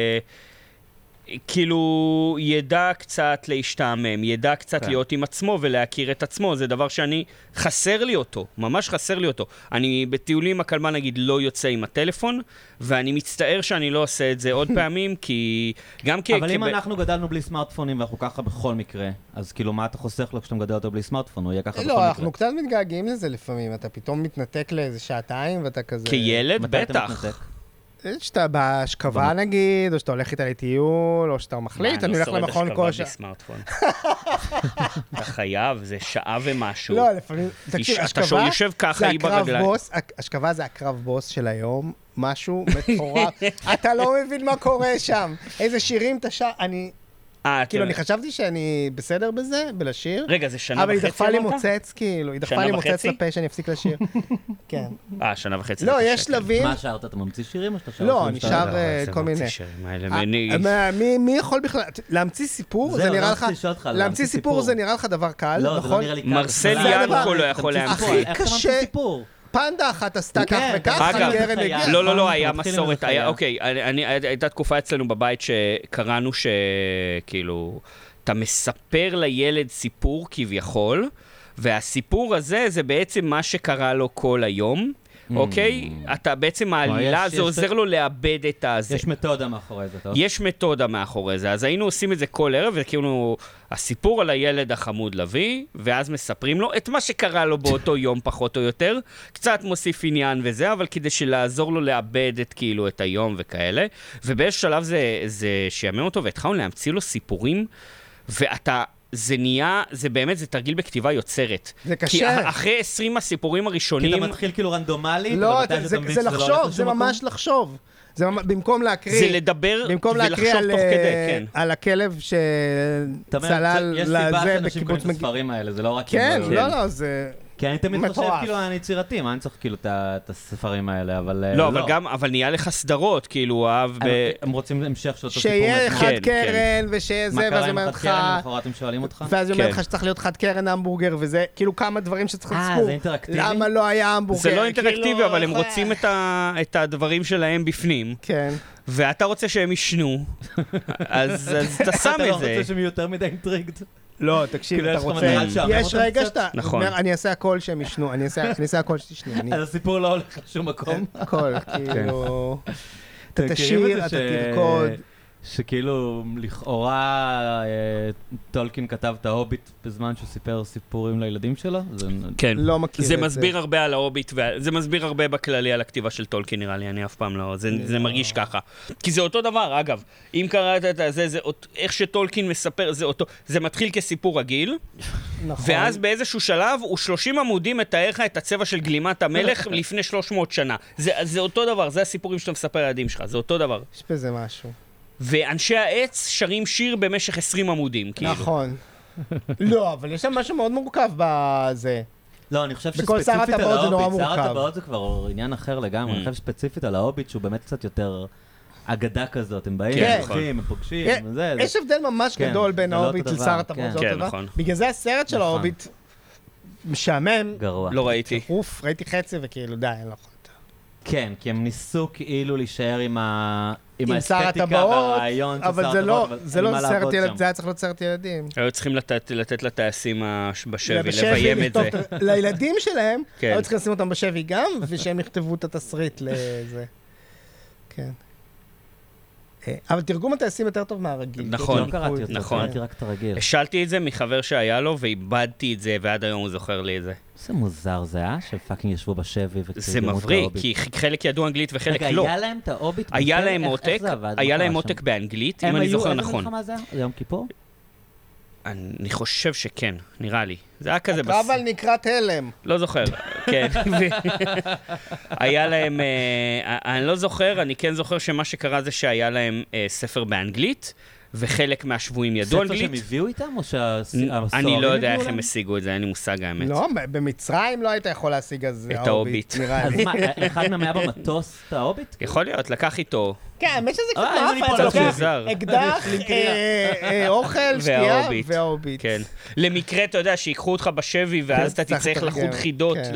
כאילו, ידע קצת להשתעמם, ידע קצת להיות עם עצמו ולהכיר את עצמו, זה דבר שאני, חסר לי אותו, ממש חסר לי אותו. אני בטיולים הקלמה נגיד לא יוצא עם הטלפון, ואני מצטער שאני לא עושה את זה עוד פעמים, כי גם כ... אבל אם אנחנו גדלנו בלי סמארטפונים ואנחנו ככה בכל מקרה, אז כאילו מה אתה חוסך לו כשאתה מגדל אותו בלי סמארטפון? הוא יהיה ככה בכל מקרה. לא, אנחנו קצת מתגעגעים לזה לפעמים, אתה פתאום מתנתק לאיזה שעתיים ואתה כזה... כילד, בטח. שאתה בהשכבה נגיד, או שאתה הולך איתה לטיול, או שאתה מחליט, אני הולך למכון כושר. אתה חייב, זה שעה ומשהו. לא, לפעמים, תקשיב, השכבה יושב ככה, היא ברגליים. השכבה זה הקרב בוס של היום, משהו מטורף. אתה לא מבין מה קורה שם. איזה שירים אתה שר, אני... כאילו, אני חשבתי שאני בסדר בזה, בלשיר. רגע, זה שנה וחצי אבל היא דחפה לי מוצץ, כאילו, היא דחפה לי מוצץ לפה שאני אפסיק לשיר. כן. אה, שנה וחצי. לא, יש שלבים. מה שרת? אתה ממציא שירים או שאתה שר? לא, אני שר כל מיני. מי יכול בכלל... להמציא סיפור, זה נראה לך... להמציא סיפור זה נראה לך דבר קל, נכון? לא, זה לא נראה לי קל. מרסל ינקו לא יכול להמציא. הכי קשה... פנדה אחת עשתה כך וכך, אגב, לא, לא, לא, היה מסורת, אוקיי, הייתה תקופה אצלנו בבית שקראנו שכאילו, אתה מספר לילד סיפור כביכול, והסיפור הזה זה בעצם מה שקרה לו כל היום, אוקיי? אתה בעצם העלילה, זה עוזר לו לאבד את הזה. יש מתודה מאחורי זה, טוב? יש מתודה מאחורי זה, אז היינו עושים את זה כל ערב, וכאילו, הסיפור על הילד החמוד לוי, ואז מספרים לו את מה שקרה לו באותו יום פחות או יותר, קצת מוסיף עניין וזה, אבל כדי שלעזור לו לאבד את כאילו את היום וכאלה, ובאיזשהו שלב זה, זה שיאמן אותו, והתחלנו להמציא לו סיפורים, ואתה... זה נהיה, זה באמת, זה תרגיל בכתיבה יוצרת. זה קשה. כי אחרי עשרים הסיפורים הראשונים... כי אתה מתחיל כאילו רנדומלית, לא, זה לחשוב, זה ממש לחשוב. זה במקום להקריא... זה לדבר ולחשוב תוך כדי, כן. על הכלב שצלל לזה בקיבוץ... יש סיבה שאנשים קוראים את הספרים האלה, זה לא רק... כן, לא, לא, זה... כי אני תמיד חושב כאילו אני יצירתי, מה אני צריך כאילו את הספרים האלה, אבל לא. אבל גם, אבל נהיה לך סדרות, כאילו, אהב ב... הם רוצים המשך של אותו סיפור. שיהיה חד קרן ושזה, ואז אומר לך... מה קרה עם חד קרן, אתם שואלים אותך? ואז אומר לך שצריך להיות חד קרן המבורגר, וזה כאילו כמה דברים שצריך לספור. אה, זה אינטראקטיבי? למה לא היה המבורגר? זה לא אינטראקטיבי, אבל הם רוצים את הדברים שלהם בפנים. כן. ואתה רוצה שהם ישנו, אז אתה שם את זה. אתה לא רוצה שהם יותר מדי אינטריגד. לא, תקשיב, אתה רוצה... יש רגע שאתה... נכון. אני אעשה הכל שהם ישנו, אני אעשה הכל שתשנו. אז הסיפור לא הולך לשום מקום. הכל, כאילו... אתה תשאיר, אתה תרקוד. שכאילו, לכאורה, טולקין כתב את ההוביט בזמן שהוא סיפר סיפורים לילדים שלו? כן. לא מכיר את זה זה. מסביר הרבה על ההוביט, זה מסביר הרבה בכללי על הכתיבה של טולקין, נראה לי, אני אף פעם לא... זה מרגיש ככה. כי זה אותו דבר, אגב. אם קראת את זה, זה איך שטולקין מספר, זה אותו... זה מתחיל כסיפור רגיל, ואז באיזשהו שלב, הוא שלושים עמודים מתאר לך את הצבע של גלימת המלך לפני שלוש מאות שנה. זה אותו דבר, זה הסיפורים שאתה מספר לילדים שלך, זה אותו דבר. יש בזה משהו. ואנשי העץ שרים שיר במשך עשרים עמודים, כאילו. נכון. לא, אבל יש שם משהו מאוד מורכב בזה. לא, אני חושב שספציפית על ההוביט, שר הטבעות זה כבר עניין אחר לגמרי. אני חושב שספציפית על ההוביט, שהוא באמת קצת יותר אגדה כזאת. הם באים, הם הולכים, הם פוגשים, זה... יש הבדל ממש גדול בין ההוביט לשר הטבעות, זה אותו דבר. בגלל זה הסרט של ההוביט משעמם. גרוע. לא ראיתי. אוף, ראיתי חצי וכאילו, די, אני לא יכול. כן, כי הם ניסו כאילו להישאר עם ה... עם האסתטיקה והרעיון של שר הטבעות, אבל זה לא סרט ילד, זה היה צריך להיות סרט ילדים. היו צריכים לתת לטייסים בשבי, לביים את זה. לילדים שלהם, היו צריכים לשים אותם בשבי גם, ושהם יכתבו את התסריט לזה. כן. אה, אבל תרגום הטייסים יותר טוב מהרגיל. נכון, לא קראתי אותו, נכון. קראתי רק את הרגיל. השלתי את זה מחבר שהיה לו, ואיבדתי את זה, ועד היום הוא זוכר לי את זה. איזה מוזר זה, אה? שפאקינג ישבו בשבי ותרגמו את זה מבריק, ההוביט. כי חלק ידעו אנגלית וחלק רגע, לא. היה להם את ההוביט? היה בסרט? להם איך- עותק, איך זה עבד? היה מה להם קרה עותק שם? באנגלית, הם אם אני היו- זוכר איזה נכון. מלחמה זה היה? יום כיפור? אני חושב שכן, נראה לי. זה היה כזה... הקרב בס- על נקרת הלם. לא זוכר, כן. היה להם, אה, אני לא זוכר, אני כן זוכר שמה שקרה זה שהיה להם אה, ספר באנגלית, וחלק מהשבויים ידעו ספר אנגלית. שהם הביאו איתם, או שהסוהרים אני לא יודע איך הם השיגו את זה, אין לי מושג האמת. לא, ב- במצרים לא היית יכול להשיג אז את ההוביט. נראה אז לי. מה, אחד מהם היה במטוס את ההוביט? יכול להיות, לקח איתו. כן, האמת שזה קצת אה, אם אני מאפה, פה אתה לא לוקח מוזר. אקדח, אה, אה, אוכל, שתייה וההוביט. וההוביט. כן. למקרה, אתה יודע, שיקחו אותך בשבי, ואז אתה צריך תצטרך לתרגם, לחוד חידות כן.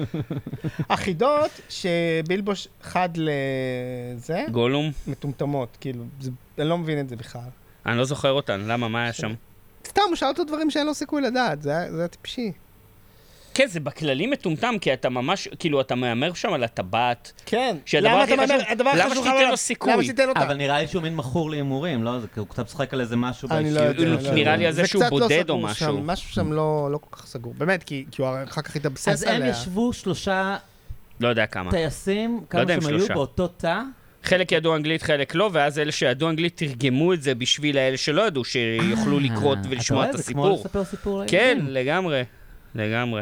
לגולום. החידות שבילבו ש- חד לזה, מטומטמות, כאילו, זה- אני לא מבין את זה בכלל. אני לא זוכר אותן, למה, מה היה שם? סתם, הוא שאל אותו דברים שאין לו סיכוי לדעת, זה היה זה היה טיפשי. כן, זה בכללי מטומטם, כי אתה ממש, כאילו, אתה מהמר שם על הטבעת. כן. שהדבר למה הכי אתה חשוב- אומר- הדבר למה החשוב שתיתן לך לו עליו? סיכוי? למה שתיתן אותה? אבל נראה לי שהוא מין מכור להימורים, לא? זה- הוא קצת משחק על איזה משהו אני לא באישיות יודע. שלו. לא נראה יודע. לי על זה שהוא קצת לא בודד או סגור משהו. שם, משהו שם לא לא כל כך סגור. באמת, כי כי הוא אחר כך התאבסס אז עליה. הם ישבו שלושה לא יודע כמה. טייסים, לא יודע כמה אם שהם היו שלושה. באותו תא. חלק ידעו אנגלית, חלק לא, ואז אלה שידעו אנגלית תרגמו את זה בשביל האלה שלא ידעו, שיוכלו לקרות אה, ולשמוע את אתה רואה? זה כמו הסיפור. לספר סיפור כן, לילדים. לגמרי. לגמרי.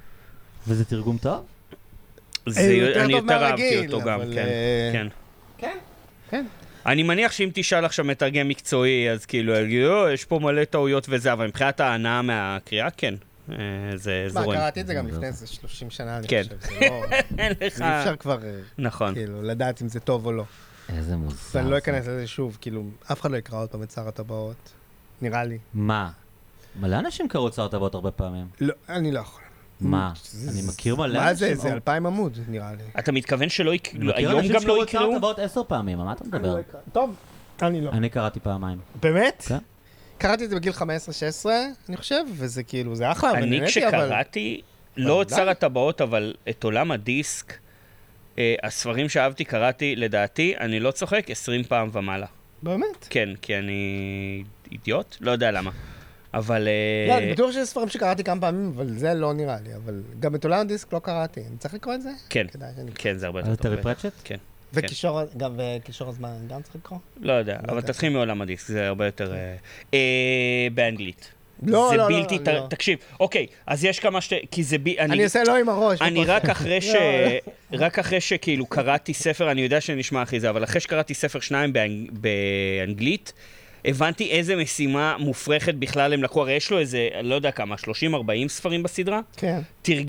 וזה תרגום טוב? זה, אה, יותר אני טוב יותר מהרגיל, אהבתי אותו גם, אבל, כן. אה, כן. כן, כן. אני מניח שאם תשאל עכשיו מתרגם מקצועי, אז כאילו, יגידו, "אה, יש פה מלא טעויות וזה, אבל מבחינת ההנאה מהקריאה, כן. אה, זה מה, זורם. קראתי את זה גם לפני איזה שלושים שנה, אני כן. חושב. זה לא... אין לך... זה אי אפשר כבר, אה, נכון. כאילו, לדעת אם זה טוב או לא. איזה מוזר. ואני לא זה. אכנס לזה שוב, כאילו, אף אחד לא יקרא עוד פעם את שר הטבעות. נראה לי. מה? מלא אנשים קראו את שר הטבעות הרבה פעמים. לא, אני לא יכול. מה? זה- אני מכיר מלא מה אנשים. זה? זה או- אלפיים עמוד, נראה לי. אתה מתכוון שלא יקראו, מכיר היום אנשים גם לא שקראו את שר יקראו? הטבעות עשר פעמים, על מה אתה מדבר? טוב, אני לא. אני קראתי פעמיים. באמת? כן. קראתי את זה בגיל חמש עשרה שש עשרה, אני חושב, וזה כאילו, זה אחלה, אני ונהניתי, אבל... כשקראתי, לא את די. שר הטבעות, אבל את עולם הדיסק, אה, הספרים שאהבתי קראתי, לדעתי, אני לא צוחק, עשרים פעם ומעלה. באמת? כן, כי אני אידיוט? לא יודע למה. אבל... אה, לא, אני בטוח שיש ספרים שקראתי כמה פעמים, אבל זה לא נראה לי, אבל גם את עולם הדיסק לא קראתי. אני צריך לקרוא את זה? כן, כדאי שאני... כן, זה הרבה יותר על טוב. טרי פרצ'ט? כן. וקישור, גם וקישור הזמן, אני גם צריך לקרוא? לא יודע, לא אבל יודע. תתחיל מעולם הדיסק, זה הרבה יותר... אה, אה, באנגלית. לא, זה לא, לא, בלתי... לא, ת- לא. תקשיב, אוקיי, אז יש כמה ש... כי זה ב... אני עושה לא עם הראש. אני לא רק פה. אחרי ש... לא. רק אחרי שכאילו קראתי ספר, אני יודע שנשמע הכי זה, אבל אחרי שקראתי ספר שניים באנג... באנגלית, הבנתי איזה משימה מופרכת בכלל הם לקחו, הרי יש לו איזה, לא יודע כמה, שלושים ארבעים ספרים בסדרה, כן.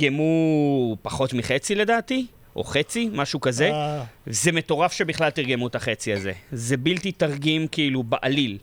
תרגמו פחות מחצי לדעתי, או חצי, משהו כזה. אה, זה מטורף שבכלל תרגמו את החצי הזה. זה בלתי תרגיל כאילו בעליל.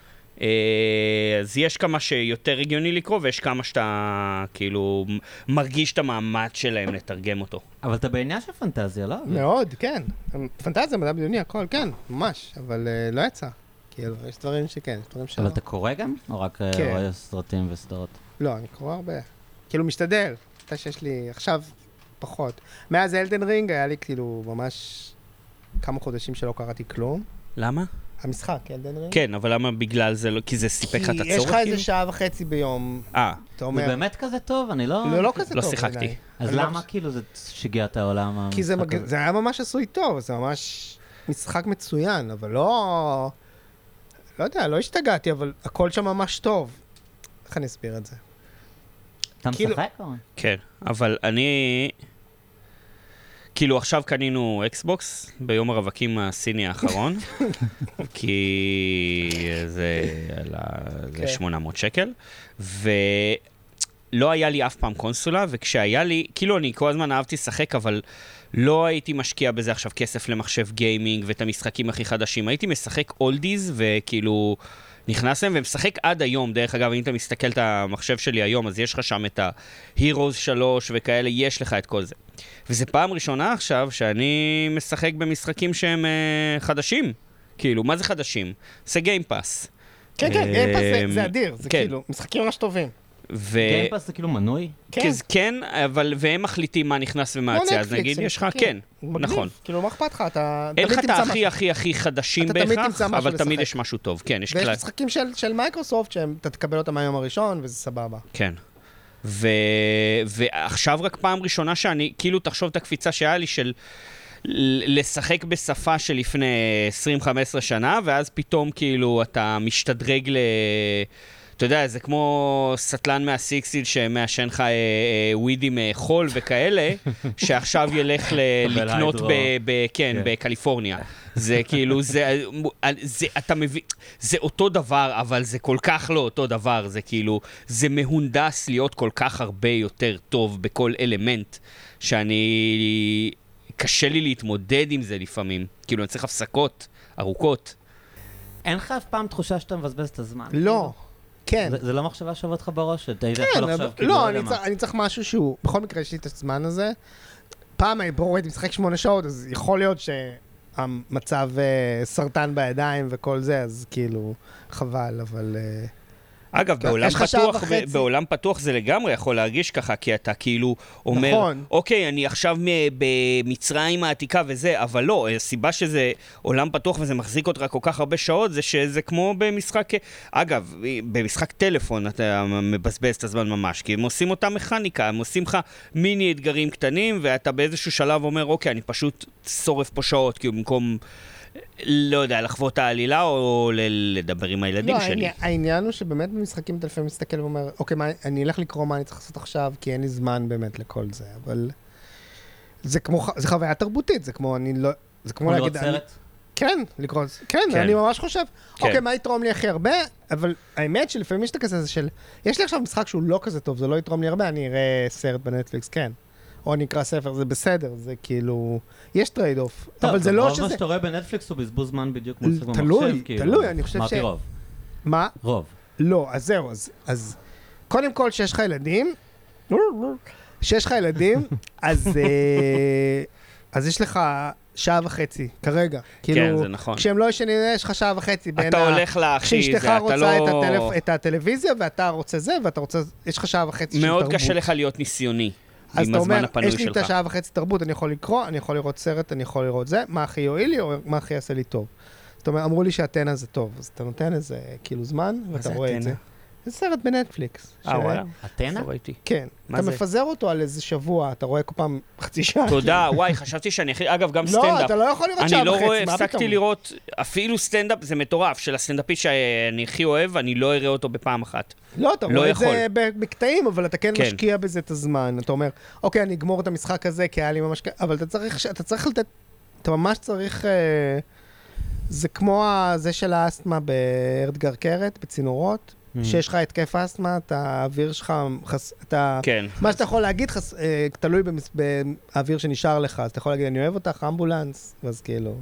אה, אז יש כמה שיותר הגיוני לקרוא, ויש כמה שאתה כאילו מרגיש את המאמץ שלהם לתרגם אותו. אבל אתה בעניין של פנטזיה, לא? מאוד, כן. פנטזיה, מדע בדיוני, הכל, כן, ממש. אבל אה, לא יצא. כאילו, יש דברים שכן, יש דברים שלא. אבל אתה קורא גם? או רק אה, כן. רואה סרטים וסדרות? לא, אני קורא הרבה. כאילו, משתדל. אתה שיש לי, עכשיו, פחות. מאז אלדן רינג היה לי כאילו ממש כמה חודשים שלא קראתי כלום. למה? המשחק, אלדן רינג. כן, אבל למה בגלל זה לא? כי זה סיפק לך את כי הצורך? יש לך כאילו? איזה שעה וחצי ביום, אה, אתה זה אומר... באמת כזה טוב? אני לא... לא, לא כזה לא טוב שיחקתי. בעיניי. אז אני לא למה חושב- כאילו זה שיגע את העולם? כי זה, המשחק מג... הזה? זה היה ממש עשוי טוב, זה ממש משחק מצוין, אבל לא... לא יודע, לא השתגעתי, אבל הכל שם ממש טוב. איך אני אסביר את זה? אתה כאילו- משחק או? כן, אבל אני... כאילו עכשיו קנינו אקסבוקס ביום הרווקים הסיני האחרון, כי זה עלה זה כן. שמונה מאות שקל, ולא היה לי אף פעם קונסולה, וכשהיה לי, כאילו אני כל הזמן אהבתי לשחק, אבל לא הייתי משקיע בזה עכשיו כסף למחשב גיימינג ואת המשחקים הכי חדשים, הייתי משחק אולדיז וכאילו... נכנס להם ומשחק עד היום, דרך אגב, אם אתה מסתכל את המחשב שלי היום, אז יש לך שם את ה-Heroes שלוש וכאלה, יש לך את כל זה. וזה פעם ראשונה עכשיו שאני משחק במשחקים שהם uh, חדשים. כאילו, מה זה חדשים? זה גיימפאס. כן, כן, אמ, גיימפאס זה- זה אדיר, זה כן. כאילו, משחקים ממש טובים. ו... גיימפאס זה כאילו מנוי? כן. כן, אבל והם מחליטים מה נכנס ומה יוצא, אז נגיד יש לך, כן, נכון. כאילו, מה אכפת לך? אתה אין לך את הכי הכי הכי חדשים בהכרח, אבל תמיד יש משהו טוב. כן, יש ויש משחקים של מייקרוסופט שאתה תקבל אותם מהיום הראשון, וזה סבבה. כן. ועכשיו רק פעם ראשונה שאני, כאילו תחשוב את הקפיצה שהיה לי של לשחק בשפה של לפני עשרים חמש עשרה שנה, ואז פתאום כאילו אתה משתדרג ל... אתה יודע, זה כמו סטלן מהסיקסיד שמאשן לך ווידים חול וכאלה, שעכשיו ילך לקנות כן, בקליפורניה. זה כאילו, זה, זה, אתה מבין, זה אותו דבר, אבל זה כל כך לא אותו דבר. זה כאילו, זה מהונדס להיות כל כך הרבה יותר טוב בכל אלמנט, שאני, קשה לי להתמודד עם זה לפעמים. כאילו, אני צריך הפסקות ארוכות. אין לך אף פעם תחושה שאתה מבזבז את הזמן? לא. כן. זה, זה לא מחשבה שעובדת לך בראש? אתה היית כן, יכול עכשיו, כאילו, לא, אני צריך, אני צריך משהו שהוא, בכל מקרה יש לי את הזמן הזה. פעם בואו הייתי משחק שמונה שעות, אז יכול להיות שהמצב uh, סרטן בידיים וכל זה, אז כאילו, חבל, אבל... Uh, אגב, בעולם פתוח, בעולם פתוח זה לגמרי יכול להרגיש ככה, כי אתה כאילו אומר, נכון. אוקיי, אני עכשיו במצרים העתיקה וזה, אבל לא, הסיבה שזה עולם פתוח וזה מחזיק אותך כל כך הרבה שעות, זה שזה כמו במשחק, אגב, במשחק טלפון אתה מבזבז את הזמן ממש, כי הם עושים אותה מכניקה, הם עושים לך מיני אתגרים קטנים, ואתה באיזשהו שלב אומר, אוקיי, אני פשוט שורף פה שעות, כי במקום... לא יודע, לחוות העלילה או לדבר עם הילדים שלי. לא, העניין הוא שבאמת במשחקים אתה לפעמים מסתכל ואומר, אוקיי, אני אלך לקרוא מה אני צריך לעשות עכשיו, כי אין לי זמן באמת לכל זה, אבל זה כמו, זה חוויה תרבותית, זה כמו, אני לא, זה כמו להגיד... לראות סרט? כן, לקרוא, כן, אני ממש חושב, אוקיי, מה יתרום לי הכי הרבה, אבל האמת שלפעמים יש את הכזה של, יש לי עכשיו משחק שהוא לא כזה טוב, זה לא יתרום לי הרבה, אני אראה סרט בנטפליקס, כן. או אני אקרא ספר, זה בסדר, זה כאילו... יש טרייד אוף, אבל זה לא שזה... רוב מה שאתה רואה בנטפליקס הוא בזבוז זמן בדיוק כמו סוג תלוי, במחשב, כאילו... תלוי, אני חושב ש... אמרתי רוב. מה? רוב. לא, אז זהו, אז... אז קודם כל, שיש לך ילדים, שיש לך ילדים, אז... אז יש לך שעה וחצי, כרגע. כן, זה נכון. כשהם לא ישנים, יש לך שעה וחצי בין ה... אתה הולך להכי, כשאשתך רוצה את הטלוויזיה, ואתה רוצה זה, ואתה רוצה... יש לך שעה וחצי של תרבות. מאוד קשה לך להיות ניסיוני. אז אתה אומר, יש לי את השעה וחצי תרבות, אני יכול לקרוא, אני יכול לראות סרט, אני יכול לראות זה, מה הכי יועיל לי או מה הכי יעשה לי טוב. זאת אומרת, אמרו לי שהטנה זה טוב, אז אתה נותן איזה כאילו זמן, ואתה רואה את זה. זה סרט בנטפליקס. אה, וואלה. הטנה? כן. אתה מפזר אותו על איזה שבוע, אתה רואה כל פעם חצי שעה. תודה, וואי, חשבתי שאני הכי... אגב, גם סטנדאפ. לא, אתה לא יכול לראות שעה וחצי, מה פתאום? אני לא רואה, הפסקתי לראות, אפילו סטנדאפ, זה מטורף, של הסטנדאפיסט שאני הכי אוהב, אני לא אראה אותו בפעם אחת. לא, אתה רואה את זה בקטעים, אבל אתה כן משקיע בזה את הזמן. אתה אומר, אוקיי, אני אגמור את המשחק הזה, כי היה לי ממש... אבל אתה צריך לתת... אתה ממש צריך... זה כמו זה של האסתמה בארד גרקרת, בצינורות. שיש לך התקף אסתמה, אתה האוויר שלך, אתה... כן. מה שאתה יכול להגיד, תלוי באוויר שנשאר לך, אז אתה יכול להגיד, אני אוהב אותך, אמבולנס, ואז כאילו...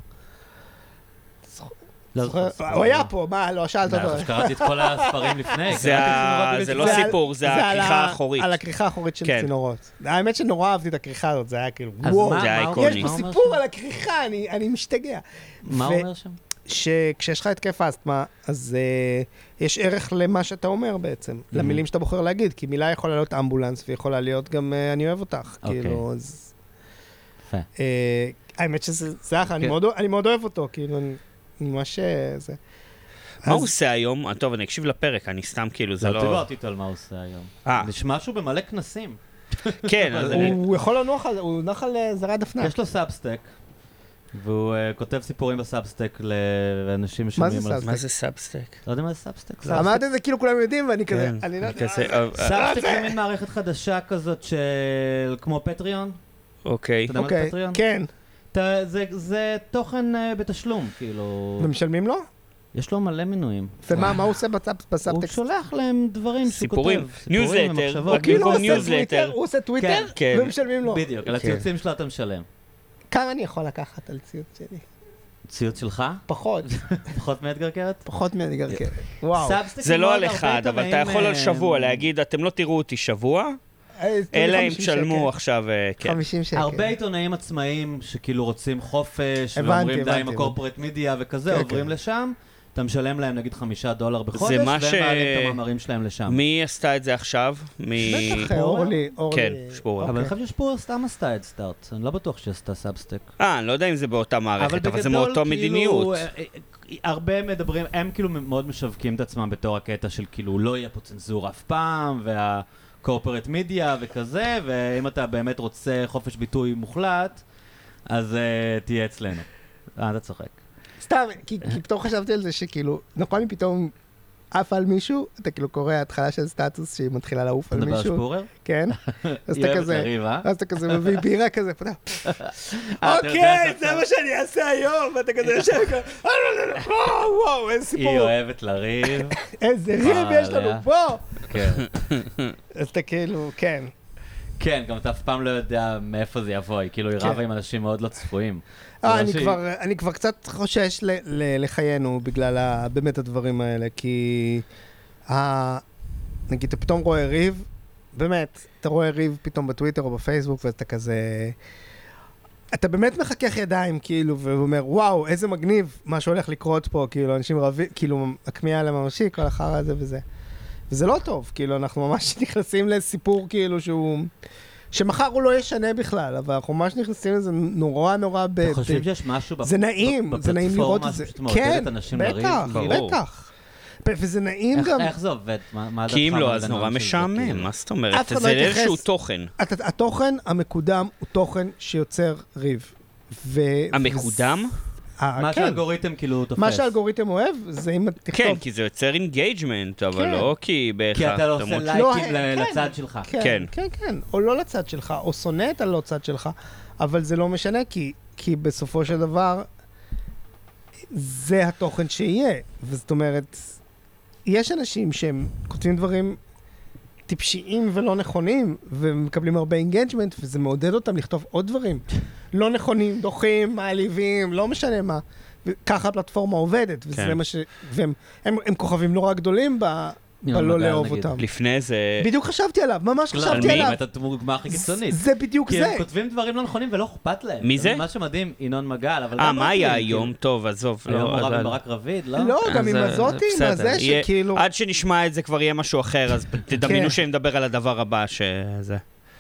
הוא היה פה, מה, לא, שאלת אותו. שקראתי את כל הספרים לפני. זה לא סיפור, זה הכריכה האחורית. על הכריכה האחורית של צינורות. האמת שנורא אהבתי את הכריכה הזאת, זה היה כאילו, וואו, זה היה איקוני. יש פה סיפור על הכריכה, אני משתגע. מה הוא אומר שם? שכשיש לך התקף אסתמה, אז uh, יש ערך למה שאתה אומר בעצם, mm-hmm. למילים שאתה בוחר להגיד, כי מילה יכולה להיות אמבולנס, ויכולה להיות גם uh, אני אוהב אותך, okay. כאילו, אז... יפה. Uh, האמת שזה, זה אחלה, okay. אני, מאוד, אני מאוד אוהב אותו, כאילו, אני ממש... זה... מה הוא עושה היום? טוב, אני אקשיב לפרק, אני סתם כאילו, זה לא... לא דיברתי איתו על מה הוא עושה היום. נשמע שהוא במלא כנסים. כן, אז אני... הוא יכול לנוח על, הוא נח על זרי הדפנה. יש לו סאבסטק. והוא uh, כותב סיפורים בסאבסטק לאנשים משלמים על זה. מה זה סאבסטק? לא יודע מה זה סאבסטק? אמרתי את זה כאילו כולם יודעים ואני כזה... סאבסטק זה מין מערכת חדשה כזאת של... כמו פטריון. אוקיי. אתה יודע מה זה פטריון? כן. זה תוכן בתשלום, כאילו... ומשלמים לו? יש לו מלא מינויים. ומה הוא עושה בסאבטקסט? הוא שולח להם דברים שהוא כותב. סיפורים. ניוזלטר. הוא עושה טוויטר ומשלמים לו. בדיוק, על הציוצים שלו אתה משלם. כמה אני יכול לקחת על ציוץ שלי? ציוץ שלך? פחות. פחות מאתגר קרת? פחות מאתגר קרת. וואו. זה לא על אחד, אבל אתה יכול על שבוע להגיד, אתם לא תראו אותי שבוע, אלא אם תשלמו עכשיו, כן. חמישים שקל. הרבה עיתונאים עצמאיים שכאילו רוצים חופש, ואומרים די עם הקורפורט מידיה וכזה, עוברים לשם, אתה משלם להם נגיד חמישה דולר בחודש, זה והם מה ש- מעלים את המאמרים שלהם לשם. מי עשתה את זה עכשיו? מ... בטח, אורלי, אורלי. כן, שפורה. אבל אני אוקיי. חושב ששפורה סתם עשתה את סטארט, אני לא בטוח שעשתה סאבסטק. אה, אני לא יודע אם זה באותה מערכת, אבל זה מאותו מדיניות. אה, אה, הרבה מדברים, הם כאילו מאוד משווקים את עצמם בתור הקטע של כאילו לא יהיה פה צנזורה אף פעם, והקורפרט מידיה וכזה, ואם אתה באמת רוצה חופש ביטוי מוחלט, אז uh, תהיה אצלנו. אה, אתה צוחק. סתם, כי כי פתאום חשבתי על זה שכאילו, נכון אם פתאום עף על מישהו, אתה כאילו קורא התחלה של סטטוס שהיא מתחילה לעוף אתה על מדבר על מישהו. שפורר? כן. אז היא אתה אוהבת כזה, לריב, אה? אז אתה כזה מביא בירה כזה, פתאום. אה, אתה יודע אוקיי, שאתה- זה מה שאני אעשה היום, ואתה כזה יושב כזה, וואו, וואו, איזה היא סיפור, אוהבת לריב. איזה ריב יש לנו עליה. פה. כן. אז אתה כאילו, כן. כן, גם אתה אף פעם לא יודע מאיפה זה יבוא, היא כאילו היא כן. רבה עם אנשים מאוד לא צפויים. אה, זה לא אני שהיא- כבר, אני כבר קצת חושש ל- ל- לחיינו בגלל ה- באמת הדברים האלה, כי ה- נגיד, אתה פתאום רואה ריב, באמת, אתה רואה ריב פתאום בטוויטר או בפייסבוק, ואתה כזה... אתה באמת מחכך ידיים, כאילו, ואומר, וואו, איזה מגניב מה שהולך לקרות פה, כאילו, אנשים רבים, כאילו, הכמיהה האלה ממשי, כל החרא הזה וזה. וזה לא טוב, כאילו, אנחנו ממש נכנסים לסיפור, כאילו, שהוא... שמחר הוא לא ישנה בכלל, אבל אנחנו ממש נכנסים לזה נורא נורא ב... אתם חושבים ב- שיש משהו בפ- זה נעים, בפ- זה נעים לראות את זה. בפלטפורמה שפשוט מעודדת אנשים לריב? בטח, ברור. בטח. ב- וזה נעים איך- גם... איך זה עובד? מה מה דעתך כי אם על לא, אז המנגנון נורא של זה, משעמם, כאילו? מה זאת אומרת? אף אחד זה לא יתייחס. איזשהו תוכן. הת- התוכן המקודם הוא תוכן שיוצר ריב. ו- המקודם? וזה- ה- מה כן. שהאלגוריתם כאילו תופס. מה שהאלגוריתם אוהב, זה אם תכתוב... כן, כי זה יוצר אינגייג'מנט, אבל כן. לא כי בהכרח... כי אתה לא עושה תמות- לא, לייקים כן. ל- לצד שלך. כן, כן. כן, כן, או לא לצד שלך, או שונא את הלא צד שלך, אבל זה לא משנה, כי, כי בסופו של דבר, זה התוכן שיהיה. וזאת אומרת, יש אנשים שהם כותבים דברים טיפשיים ולא נכונים, ומקבלים הרבה אינגייג'מנט, וזה מעודד אותם לכתוב עוד דברים. לא נכונים, דוחים, מעליבים, לא משנה מה. וככה הפלטפורמה עובדת, וזה כן. מה ש... והם הם, הם כוכבים נורא גדולים ב... ינון בלא מגל, לאהוב נגיד. אותם. לפני זה... בדיוק חשבתי עליו, ממש לא, חשבתי אני עליו. את הדוגמה הכי קיצונית. זה בדיוק כי זה. הם כותבים דברים לא נכונים ולא אכפת להם. מי זה? מה שמדהים, ינון מגל, אבל אה, גם מה היה אותי, היום? כאילו. טוב, עזוב. היום לא, הוא רב אבל- עם ברק רביד, לא? לא, גם אז, עם אה, הזאתי, עם בסדר. הזה יהיה- שכאילו... עד שנשמע את זה כבר יהיה משהו אחר, אז תדמיינו כן. שנדבר על הדבר הבא שזה...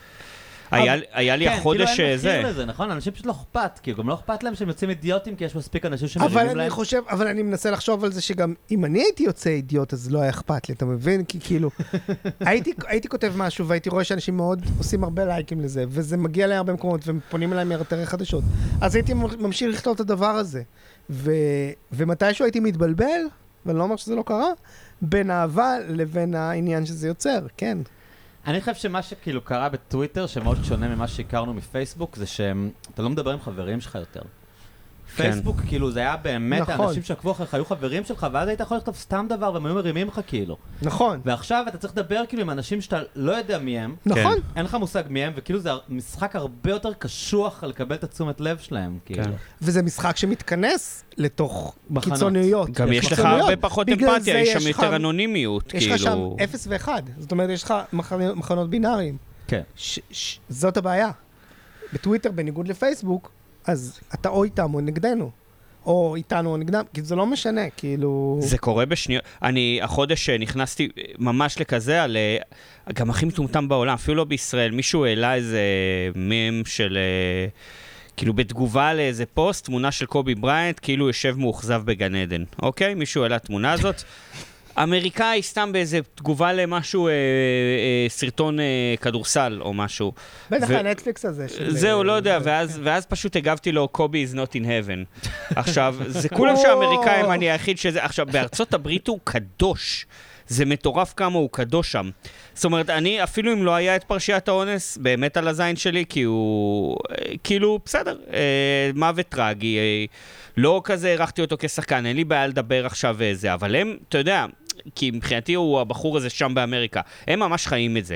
היה היה לי כן, החודש כאילו אין זה... מחיר לזה, נכון? אנשים פשוט לא אכפת, כאילו גם לא אכפת להם שהם יוצאים אידיוטים, כי יש מספיק אנשים אבל שמרימים אני להם. חושב, אבל אני מנסה לחשוב על זה שגם אם אני הייתי יוצא אידיוט, אז לא היה אכפת לי, אתה מבין? כי כאילו, הייתי, הייתי כותב משהו והייתי רואה שאנשים מאוד עושים הרבה לייקים לזה, וזה מגיע להרבה מקומות, והם פונים אליי מאתרי חדשות. אז הייתי ממשיך לכתוב את הדבר הזה. ו, ומתישהו הייתי מתבלבל, ואני לא אומר שזה לא קרה, בין אהבה לבין העניין שזה יוצר, כן. אני חושב שמה שכאילו קרה בטוויטר, שמאוד שונה ממה שהכרנו מפייסבוק, זה שאתה לא מדבר עם חברים שלך יותר. פייסבוק, כאילו, זה היה באמת, נכון. האנשים שעקבו אחריך היו חברים שלך, ואז היית יכול לכתוב סתם דבר, והם היו מרימים לך כאילו. נכון, ועכשיו אתה צריך לדבר כאילו עם אנשים שאתה לא יודע מי הם, נכון. אין לך מושג מי הם, וכאילו זה משחק הרבה יותר קשוח לקבל את התשומת לב שלהם, כאילו. כן. וזה משחק שמתכנס לתוך מחנות. קיצוניות. גם יש לך קיצוניות. הרבה פחות בגלל אמפתיה, זה יש שם לך- יותר אנונימיות, יש לך שם כאילו... אפס ואחד, זאת אומרת, יש לך מחנות, מחנות בינאריים. כן. ש, ש, זאת הבעיה. בטוויטר, בניגוד לפייסבוק, אז אתה או איתם או נגדנו. או איתנו או נגדם, כי זה לא משנה, כאילו... זה קורה בשניות. אני, החודש נכנסתי ממש לכזה על... אה, גם הכי מטומטם בעולם, אפילו לא בישראל. מישהו העלה איזה מים של... אה, כאילו בתגובה לאיזה פוסט, תמונה של קובי בריינט, כאילו יושב מאוכזב בגן עדן. אוקיי? מישהו העלה תמונה הזאת. אמריקאי סתם באיזה תגובה למשהו, אה, אה, סרטון אה, כדורסל או משהו. בטח ו- הנטפליקס הזה. של- זהו, לא יודע, זה- ואז, ואז פשוט הגבתי לו, קובי is not in heaven. עכשיו, זה כולם שהאמריקאים, אני היחיד שזה... עכשיו, בארצות הברית הוא קדוש. זה מטורף כמה הוא קדוש שם. זאת אומרת, אני, אפילו אם לא היה את פרשיית האונס, באמת על הזין שלי, כי הוא... אה, כאילו, בסדר, אה, מוות טרגי, אה, לא כזה הערכתי אותו כשחקן, אין לי בעיה לדבר עכשיו וזה, אבל הם, אתה יודע, כי מבחינתי הוא הבחור הזה שם באמריקה, הם ממש חיים את זה.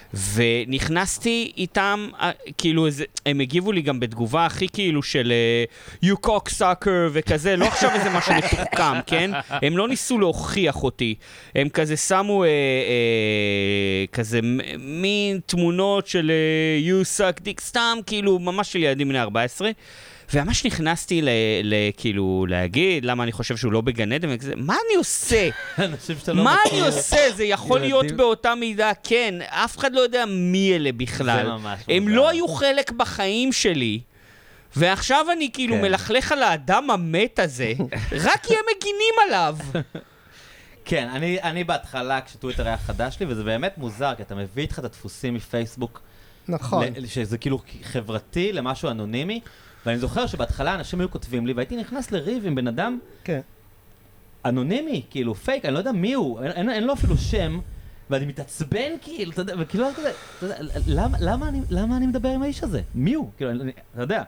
ונכנסתי איתם, כאילו, איזה, הם הגיבו לי גם בתגובה הכי כאילו של uh, you cocksucker וכזה, לא עכשיו איזה משהו מתוחכם, כן? הם לא ניסו להוכיח אותי, הם כזה שמו uh, uh, כזה מין תמונות של uh, you suck dick, סתם כאילו ממש של ילדים בני ארבע עשרה, וממש נכנסתי ל, ל, כאילו להגיד למה אני חושב שהוא לא בגן עדן, וכזה, מה אני עושה? אנשים שאתה לא מה מכיר. אני עושה? זה יכול להיות ילדים. באותה מידה, כן, אף אחד לא יודע מי אלה בכלל. זה ממש הם מוזר. לא היו חלק בחיים שלי. ועכשיו אני כאילו כן. מלכלך על האדם המת הזה, רק כי הם מגינים עליו. כן, אני, אני בהתחלה, כשטוויטר היה חדש לי, וזה באמת מוזר, כי אתה מביא איתך את הדפוסים מפייסבוק, נכון. ל- שזה כאילו חברתי למשהו אנונימי, ואני זוכר שבהתחלה אנשים היו כותבים לי, והייתי נכנס לריב עם בן אדם כן. אנונימי, כאילו פייק, אני לא יודע מי הוא, אין, אין, אין לו אפילו שם, ואני מתעצבן כאילו, אתה יודע, וכאילו, אתה יודע, אתה יודע, למה, למה, אני, למה אני מדבר עם האיש הזה? מי הוא? כאילו, אני, אתה יודע.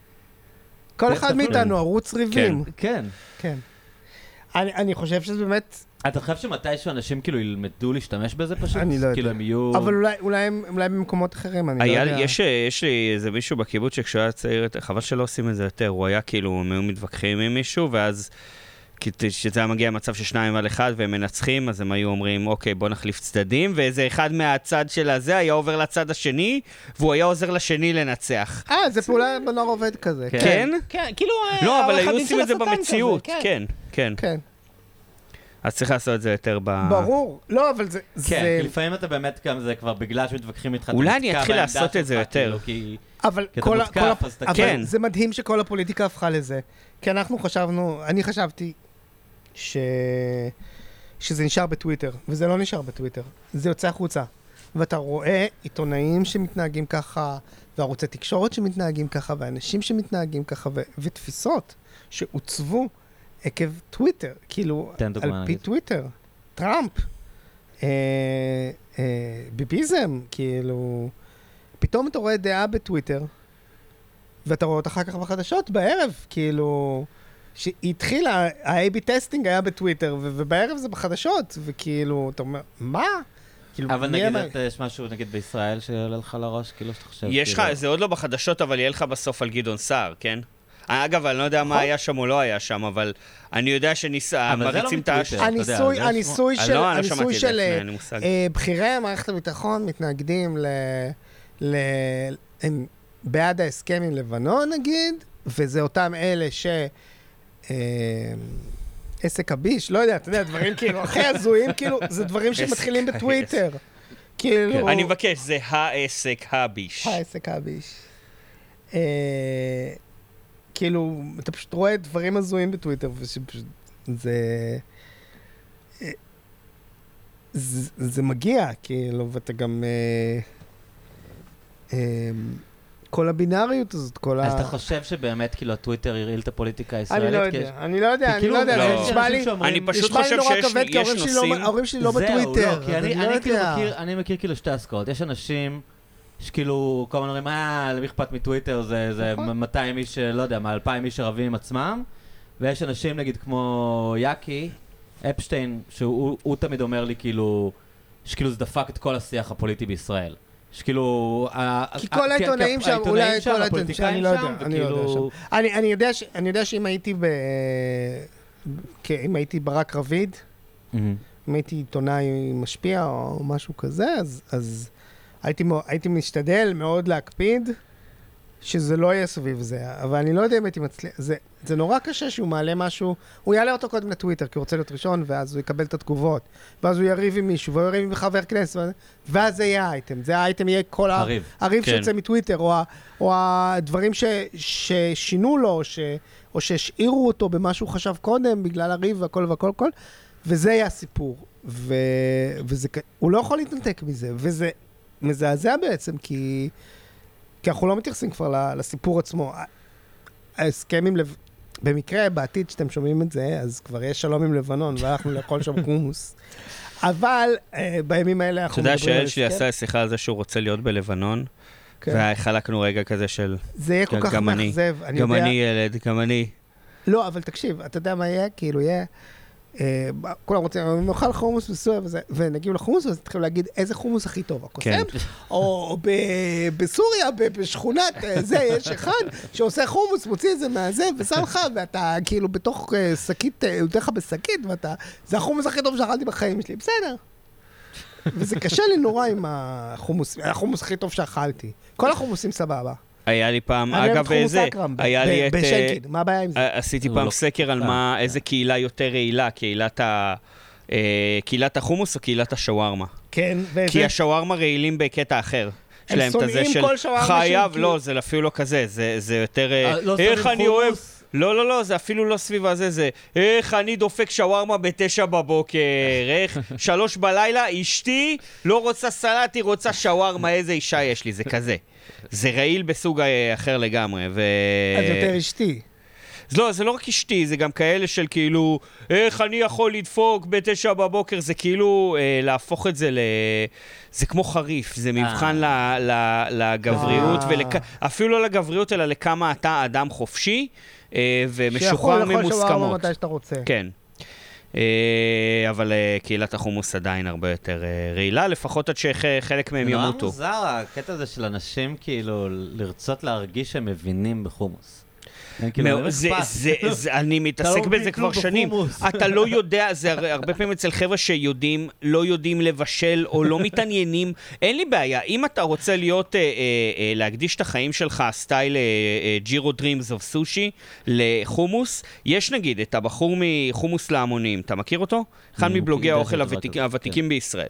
כל זה- אחד זה- מאיתנו ערוץ ריבים. כן. כן. אני אני חושב שזה באמת... אתה חושב שמתישהו אנשים כאילו ילמדו להשתמש בזה פשוט? אני לא יודע. כאילו הם יהיו... אבל אולי, אולי, הם- אולי במקומות אחרים, אני לא היה, יודע. יש, יש לי איזה מישהו בקיבוץ שכשהוא היה צעיר, חבל שלא עושים את זה יותר, הוא היה כאילו, הם היו מתווכחים עם מישהו, ואז כשזה היה מגיע למצב ששניים על אחד והם מנצחים, אז הם היו אומרים, אוקיי, בוא נחליף צדדים, ואיזה אחד מהצד של הזה היה עובר לצד השני, והוא היה עוזר לשני לנצח. אה, זה פעולה בנוער עובד כזה. כן. כן? כן, כאילו... לא, אבל העורך היו הדין עושים של את זה השטן במציאות, כזה, כן, כן. כן. אז צריך לעשות את זה יותר ב... ברור. לא, אבל זה... כן, זה- כי לפעמים אתה באמת גם זה כבר בגלל שמתווכחים איתך, אתה אולי אני נתקע אתחיל בעמדה לעשות את זה שלך, יותר. כאילו, כי... אבל כי אתה כל ה- מותקף, כל ה- אז אתה אבל כן. זה מדהים שכל הפוליטיקה הפכה לזה. כי אנחנו חשבנו, אני חשבתי ש... שזה נשאר בטוויטר, וזה לא נשאר בטוויטר, זה יוצא החוצה. ואתה רואה עיתונאים שמתנהגים ככה, וערוצי תקשורת שמתנהגים ככה, ואנשים שמתנהגים ככה, ו... ותפיסות שעוצבו עקב טוויטר, כאילו, תן דוגמה, על פי נגיד. טוויטר, טראמפ, אה, אה, ביביזם, כאילו, פתאום אתה רואה דעה בטוויטר, ואתה רואה אותה אחר כך בחדשות בערב, כאילו, שהתחילה, ה-איי בי טסטינג היה בטוויטר, ו- ובערב זה בחדשות, וכאילו, אתה אומר, מה? כאילו, אבל מי נגיד, אמר- את- יש משהו נגיד בישראל שעולה לך לראש, כאילו שאתה חושב... יש לך, כאילו- זה עוד לא בחדשות, אבל יהיה לך בסוף על גדעון סער, כן? אגב, אני לא יודע מה היה שם או לא היה שם, אבל אני יודע שניסה, אבל זה לא מריצים את הש... מטוויטר. אתה יודע, הניסוי, זה הניסוי אה, של, לא, אני לא הניסוי שמעתי את של זה, אה, אין לי מושג. אה, בכירי מערכת הביטחון מתנגדים ל... ל... הם בעד ההסכם עם לבנון, נגיד, וזה אותם אלה ש... אה, עסק הביש, לא יודע, אתה יודע, דברים כאילו, הכי הזויים, כאילו, זה דברים שמתחילים עסק בטוויטר. כאילו... אני מבקש, זה העסק הביש. העסק הביש. אה, כאילו, אתה פשוט רואה דברים הזויים בטוויטר, ושפשוט, זה... אה, זה, זה מגיע, כאילו, ואתה גם... אה, אה, כל הבינאריות הזאת, כל ה... אז אתה חושב שבאמת כאילו הטוויטר הרעיל את הפוליטיקה אני הישראלית? לא כי יודע, יש- אני לא יודע, כי אני כאילו, לא יודע, לא. זה נשמע לי... אנשים שאומרים- אני פשוט נשמע לי חושב נורא שיש כבד, כי יש ההורים שלי לא- נושאים... ההורים שלי לא זהו, בטוויטר, לא, כי אז אני, אני לא אני, כאילו יודע. מכיר, אני מכיר כאילו שתי עסקאות. יש אנשים שכאילו כל הזמן אומרים, אה, למי אכפת מטוויטר, זה, זה נכון. מאתיים איש, לא יודע, מה אלפיים איש שרבים עם עצמם. ויש אנשים, נגיד, כמו יאקי, אפשטיין, שהוא הוא, הוא תמיד אומר לי כאילו, שכאילו זה דפק את כל השיח הפוליטי בישראל. שכאילו... ה- כי ה- כל העיתונאים שם, אולי העיתונאים כל העיתונאים, הפוליטיקאים אני לא יודע, שם, אני לא יודע וכאילו... שם. אני, אני יודע ש, אני יודע שאם הייתי ב... כ- אם הייתי ברק רביד, מהמם. אם הייתי עיתונאי משפיע או משהו כזה, אז, אז הייתי, מו- הייתי משתדל מאוד להקפיד שזה לא יהיה סביב זה, אבל אני לא יודע אם הייתי מצליח, זה, זה נורא קשה שהוא מעלה משהו, הוא יעלה אותו קודם לטוויטר, כי הוא רוצה להיות ראשון, ואז הוא יקבל את התגובות, ואז הוא יריב עם מישהו, והוא יריב עם חבר כנסת, ואז- ואז זה יהיה האייטם, זה האייטם יהיה כל ה- הריב. הריב כן. שיוצא מטוויטר, או, ה, או הדברים ש, ששינו לו, או, ש, או שהשאירו אותו במה שהוא חשב קודם, בגלל הריב והכל והכל והכל, וזה היה הסיפור. ו, וזה, כ- הוא לא יכול להתנתק מזה, וזה מזעזע בעצם, כי, כי אנחנו לא מתייחסים כבר ל- לסיפור עצמו. ה- ההסכם עם לב... במקרה, בעתיד שאתם שומעים את זה, אז כבר יש שלום עם לבנון, והלכנו לאכול שם חומוס. אבל אה, בימים האלה אתה אנחנו יודע מדברים על שהילד שלי הסכם. עשה שיחה על זה שהוא רוצה להיות בלבנון, כן. וחלקנו רגע כזה של... זה יהיה כל כך גם אני, מאכזב. אני גם יודע- אני ילד, גם אני. לא, אבל תקשיב, אתה יודע מה יהיה? כאילו יהיה... אה, כולם רוצים, נאכל חומוס בסוריה וזה, ונגיעו לחומוס, אז תתחילו להגיד איזה חומוס הכי טוב, הקוסם? כן. או ב- בסוריה, ב- בשכונת אה, זה, יש אחד שעושה חומוס, מוציא את זה מהזה, ושם לך, ואתה כאילו בתוך אה, שקית, אה, הוא נותן לך בשקית, ואתה, זה החומוס הכי טוב שאכלתי בחיים שלי, בסדר. וזה קשה לי נורא עם החומוס, החומוס הכי טוב שאכלתי. כל החומוסים סבבה. היה לי פעם, אני אוהב את אגב, חומוס זה, אכרם, ב- היה ב- לי את... בשנקין, מה הבעיה עם זה? אה, עשיתי הוא פעם לא- סקר על אה, מה, אה. איזה קהילה יותר רעילה, קהילת ה... אה, קהילת החומוס או קהילת השווארמה? כן, כי וזה... השווארמה רעילים בקטע אחר. יש הם להם את הזה שונאים של כל שווארמה חייב, של לא, כאילו- זה אפילו לא כזה, זה זה יותר... אה, אה, לא איך שמים אני אוהב... חומוס? לא, לא, לא, זה אפילו לא סביב הזה, זה איך אני דופק שווארמה בתשע בבוקר, איך שלוש בלילה, אשתי לא רוצה סלט, היא רוצה שווארמה, איזה אישה יש לי, זה כזה. זה רעיל בסוג אה, אחר לגמרי, ו... אז יותר אשתי. אז לא, זה לא רק אשתי, זה גם כאלה של כאילו, איך אני יכול לדפוק בתשע בבוקר, זה כאילו אה, להפוך את זה ל... זה כמו חריף, זה מבחן ל, ל, לגבריות, אה. ולכ... אפילו לא לגבריות, אלא לכמה אתה אדם חופשי אה, ומשוחרר שיכול לאכול שווארמה ממוסכמות. מתי שאתה רוצה. כן. אה, אבל אה, קהילת החומוס עדיין הרבה יותר אה, רעילה, לפחות עד שחלק מהם נורא ימותו. מוזר הקטע הזה של אנשים כאילו לרצות להרגיש שהם מבינים בחומוס. הם כאילו, מאוד, לא זה, אכפת. זה, זה, אני אתה מתעסק לא בזה מבין כבר כלום שנים. בחומוס. אתה לא יודע, זה הר- הרבה פעמים אצל חבר'ה שיודעים, לא יודעים לבשל או לא מתעניינים. אין לי בעיה, אם אתה רוצה להיות, אה, אה, אה, להקדיש את החיים שלך, סטייל ג'ירו דרימס אוף סושי, לחומוס, יש נגיד את הבחור מחומוס להמונים, אתה מכיר אותו? אחד אני מבלוגי יודע האוכל שזה דבר הוותיק, כזה, הוותיקים בישראל.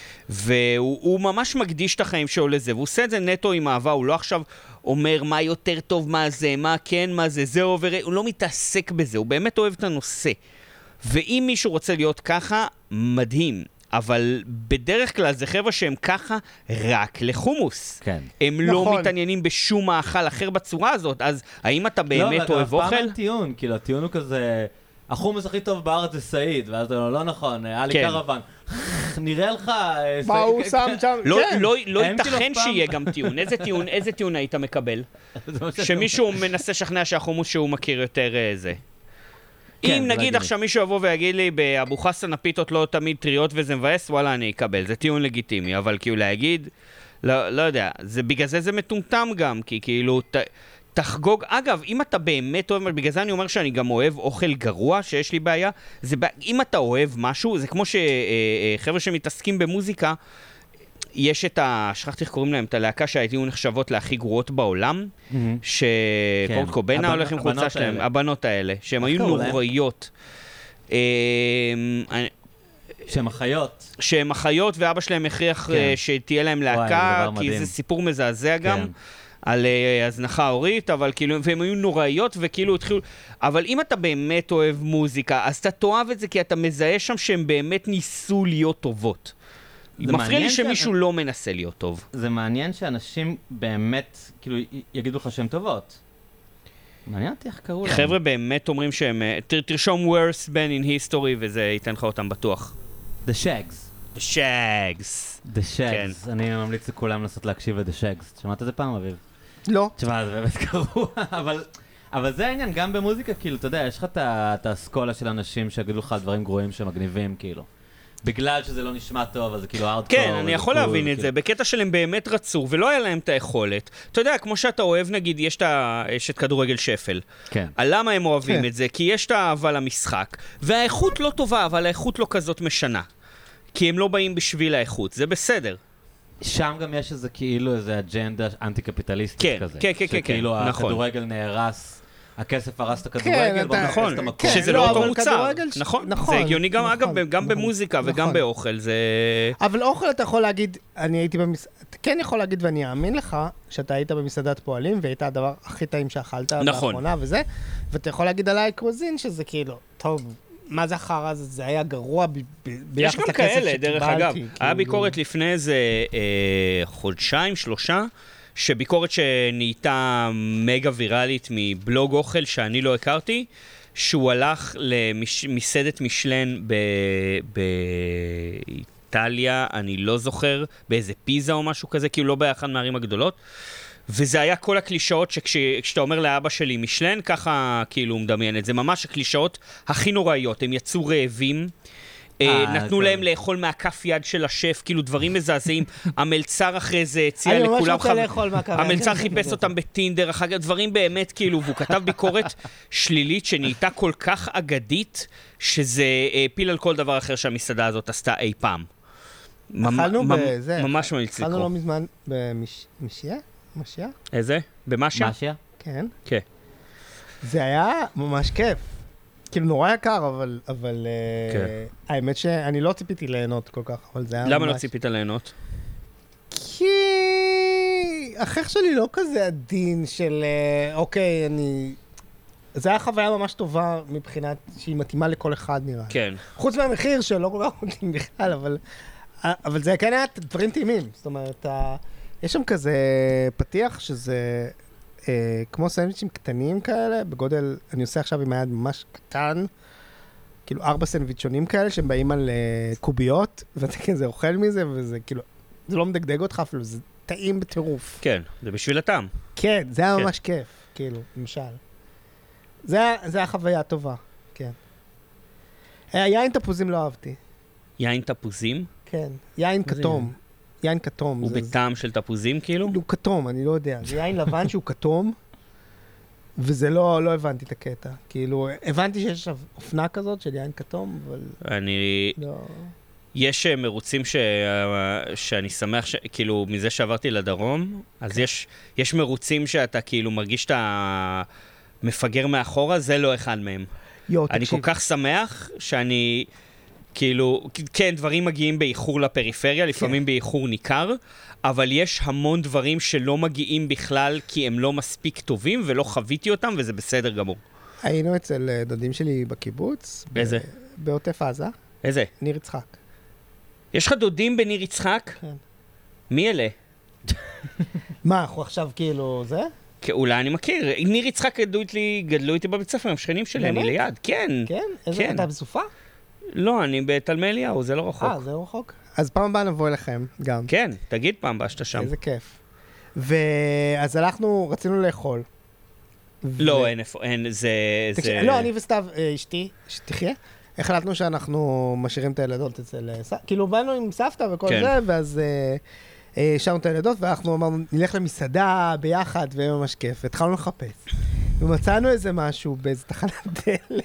והוא הוא ממש מקדיש את החיים שלו לזה, והוא עושה את זה נטו עם אהבה, הוא לא עכשיו אומר מה יותר טוב, מה זה, מה כן, מה זה, זה עובר, הוא לא מתעסק בזה, הוא באמת אוהב את הנושא. ואם מישהו רוצה להיות ככה, מדהים. אבל בדרך כלל זה חבר'ה שהם ככה רק לחומוס. כן. הם לא נכון. מתעניינים בשום מאכל אחר בצורה הזאת, אז האם אתה לא, באמת אבל אוהב אף פעם אוכל? אין טיעון, כאילו הטיעון הוא כזה, החומוס הכי טוב בארץ זה סעיד, ואז אתה אומר, לא נכון, היה לי כן. קרוון. נראה לך... אה, מה הוא סעיד- שם שם? לא, כן. לא, לא הם כאילו ייתכן אף פעם- שיהיה גם טיעון. איזה טיעון, איזה טיעון היית מקבל? זה מה שאני שמישהו מנסה לשכנע שהחומוס שהוא מכיר יותר אה, זה. כן, אם זה נגיד הגיוני. עכשיו מישהו יבוא ויגיד לי, באבו חסן הפיתות לא תמיד טריות וזה מבאס, וואלה, אני אקבל. זה טיעון לגיטימי, אבל כאילו להגיד, לא, לא יודע, זה, בגלל זה זה מטומטם גם, כי כאילו, ת, תחגוג. אגב, אם אתה באמת אוהב, בגלל זה אני אומר שאני גם אוהב אוכל גרוע, שיש לי בעיה, זה, בע- אם אתה אוהב משהו, זה כמו שחבר'ה שמתעסקים במוזיקה, יש את ה... שכחתי איך קוראים להם, את הלהקה שהיו נחשבות להכי גרועות בעולם, מהמם. שקורט כן. קוביינה הבנ- הולך עם חולצה הבנות שלהם, האלה. הבנות האלה, שהן איך היו קראו להם? נוראיות. אמ, אני- שהם אחיות. שהן אחיות, ואבא שלהם הכריח כן. אה, שתהיה להם וואי, להקה, זה דבר כי מדהים. זה סיפור מזעזע גם. כן. על אה, הזנחה הורית, אבל כאילו, והם היו נוראיות, וכאילו התחילו... אבל אם אתה באמת אוהב מוזיקה, אז אתה תאהב את זה, כי אתה מזהה שם שהם באמת ניסו להיות טובות. זה מפריע לי מעניין שמישהו ש- לא מנסה להיות טוב. זה מעניין שאנשים באמת, כאילו, י- יגידו לך שהן טובות. מעניין אותי איך קראו להם. חבר'ה באמת אומרים שהם... אה, ת- תרשום worst band in history, וזה ייתן לך אותם בטוח. The Shags. The Shags. The Shags. אני ממליץ לכולם לנסות להקשיב ל-The Shags. שמעת את זה פעם, אביב? לא. תשמע, זה באמת גרוע, אבל... אבל זה העניין, גם במוזיקה, כאילו, אתה יודע, יש לך את ה- את האסכולה של אנשים שיגידו לך על דברים גרועים שמגניבים, כאילו. בגלל שזה לא נשמע טוב, אז זה כאילו ארדקור. כן, אני וזה יכול קול, להבין את כאילו. זה, בקטע של הם באמת רצו, ולא היה להם את היכולת. אתה יודע, כמו שאתה אוהב, נגיד, יש את ה- יש את כדורגל שפל. כן. למה הם אוהבים כן. את זה? כי יש את האהבה למשחק, והאיכות לא טובה, אבל האיכות לא כזאת משנה. כי הם לא באים בשביל האיכות, זה בסדר. שם גם יש איזה כאילו איזה אג'נדה אנטי-קפיטליסטית כן, כזה. כן, כן, כן, שכאילו כן, נכון. הכדורגל נהרס, הכסף הרס את כן, הכדורגל, אתה- בוא נחפש נכון, את המקום. כן, שזה לא, לא אותו אבל מוצר. כדורגל ש- נכון, נכון, זה הגיוני גם, נכון, אגב, גם נכון, במוזיקה וגם נכון. באוכל, זה... אבל אוכל אתה יכול להגיד, אני הייתי במסעדה, אתה כן יכול להגיד ואני אאמין לך, שאתה היית במסעדת פועלים והיית הדבר הכי טעים שאכלת נכון. באחרונה וזה, ואתה יכול להגיד עליי קרוזין שזה כאילו, טוב, מה זה החרא הזה? זה היה גרוע ב- ב- יש ביחס גם לכסף כאלה, שקיבלתי. דרך אגב. כאילו. היה ביקורת לפני איזה אה, חודשיים, שלושה, שביקורת שנהייתה מגה ויראלית מבלוג אוכל שאני לא הכרתי, שהוא הלך למסעדת משלן ב- באיטליה, אני לא זוכר, באיזה פיזה או משהו כזה, כאילו לא באחת מהערים הגדולות. וזה היה כל הקלישאות שכשאתה אומר לאבא שלי משלן, ככה כאילו הוא מדמיין את זה. ממש הקלישאות הכי נוראיות. הם יצאו רעבים, אה, אה, נתנו טוב. להם לאכול מהכף יד של השף, כאילו דברים מזעזעים. המלצר אחרי זה הציע אני ממש לכולם... רוצה לאכול מהכף יד. המלצר חיפש אותם בטינדר, אחר כך דברים באמת כאילו, והוא כתב ביקורת שלילית שנהייתה כל כך אגדית, שזה הפיל על כל דבר אחר שהמסעדה הזאת עשתה אי פעם. ממ- אכלנו ממ- בזה, ממש ממליץ אכלנו לקרוא. לא מזמן במשייה? משייה? איזה? במשיה? משיה? כן. כן. זה היה ממש כיף. כאילו נורא יקר, אבל, אבל כן. uh, האמת שאני לא ציפיתי ליהנות כל כך, אבל זה היה למה ממש... לא ציפית ליהנות? כי החייך שלי לא כזה עדין של, uh, אוקיי, אני... זה היה חוויה ממש טובה מבחינת שהיא מתאימה לכל אחד נראה. כן. חוץ מהמחיר שלא כל כך מתאים בכלל, אבל, אבל זה כן היה דברים טעימים. זאת אומרת, ה... יש שם כזה פתיח שזה אה, כמו סנדוויצ'ים קטנים כאלה, בגודל, אני עושה עכשיו עם היד ממש קטן, כאילו ארבע סנדוויצ'ונים כאלה שהם באים על אה, קוביות, ואתה כזה אוכל מזה, וזה כאילו, זה לא מדגדג אותך אפילו, זה טעים בטירוף. כן, זה בשביל הטעם. כן, זה היה כן. ממש כיף, כאילו, למשל. זה היה, זה היה חוויה טובה, כן. יין תפוזים לא אהבתי. יין תפוזים? כן, יין מה זה כתום. יין כתום. הוא זה- בטעם של תפוזים כאילו? הוא כתום, אני לא יודע. זה יין לבן שהוא כתום, וזה לא, לא הבנתי את הקטע. כאילו, הבנתי שיש עכשיו אופנה כזאת של יין כתום, אבל אני... לא... יש אה, מרוצים ש... אה, שאני שמח, ש... כאילו, מזה שעברתי לדרום, אז יש, יש מרוצים שאתה כאילו מרגיש שאתה מפגר מאחורה, זה לא אחד מהם. יו, אני כל תקשיב. כך שמח שאני, כאילו, כן, דברים מגיעים באיחור לפריפריה, לפעמים באיחור ניכר, אבל יש המון דברים שלא מגיעים בכלל כי הם לא מספיק טובים ולא חוויתי אותם, וזה בסדר גמור. היינו אצל אה, דודים שלי בקיבוץ. ב- איזה? בעוטף עזה, איזה? ניר יצחק. יש לך דודים בניר יצחק? כן. מי אלה? מה, אנחנו עכשיו כאילו, זה? כי אולי אני מכיר. ניר יצחק גדלו איתי, גדלו איתי בבית ספר, הם שכנים שלי, אני באמת? ליד. כן. כן? איזה, כן. אתה בסופה? לא, אני בתלמי אליהו, זה לא רחוק. אה, זה לא רחוק? אז פעם הבאה נבוא אליכם גם. כן, תגיד פעם הבאה שאתה שם. איזה כיף. ואז הלכנו, רצינו לאכול. לא, ו- אין איפה, אין, זה... תקשיב, זה- לא, אני וסתיו, אה, אשתי, שתחיה, החלטנו שאנחנו משאירים את הילדות אצל אה, סבתא, כאילו באנו עם סבתא וכל כן. זה, ואז אה, אה, השארנו את הילדות, ואנחנו אמרנו, נלך למסעדה ביחד, ויהיה ממש כיף. התחלנו לחפש. ומצאנו איזה משהו באיזה תחנת דלק.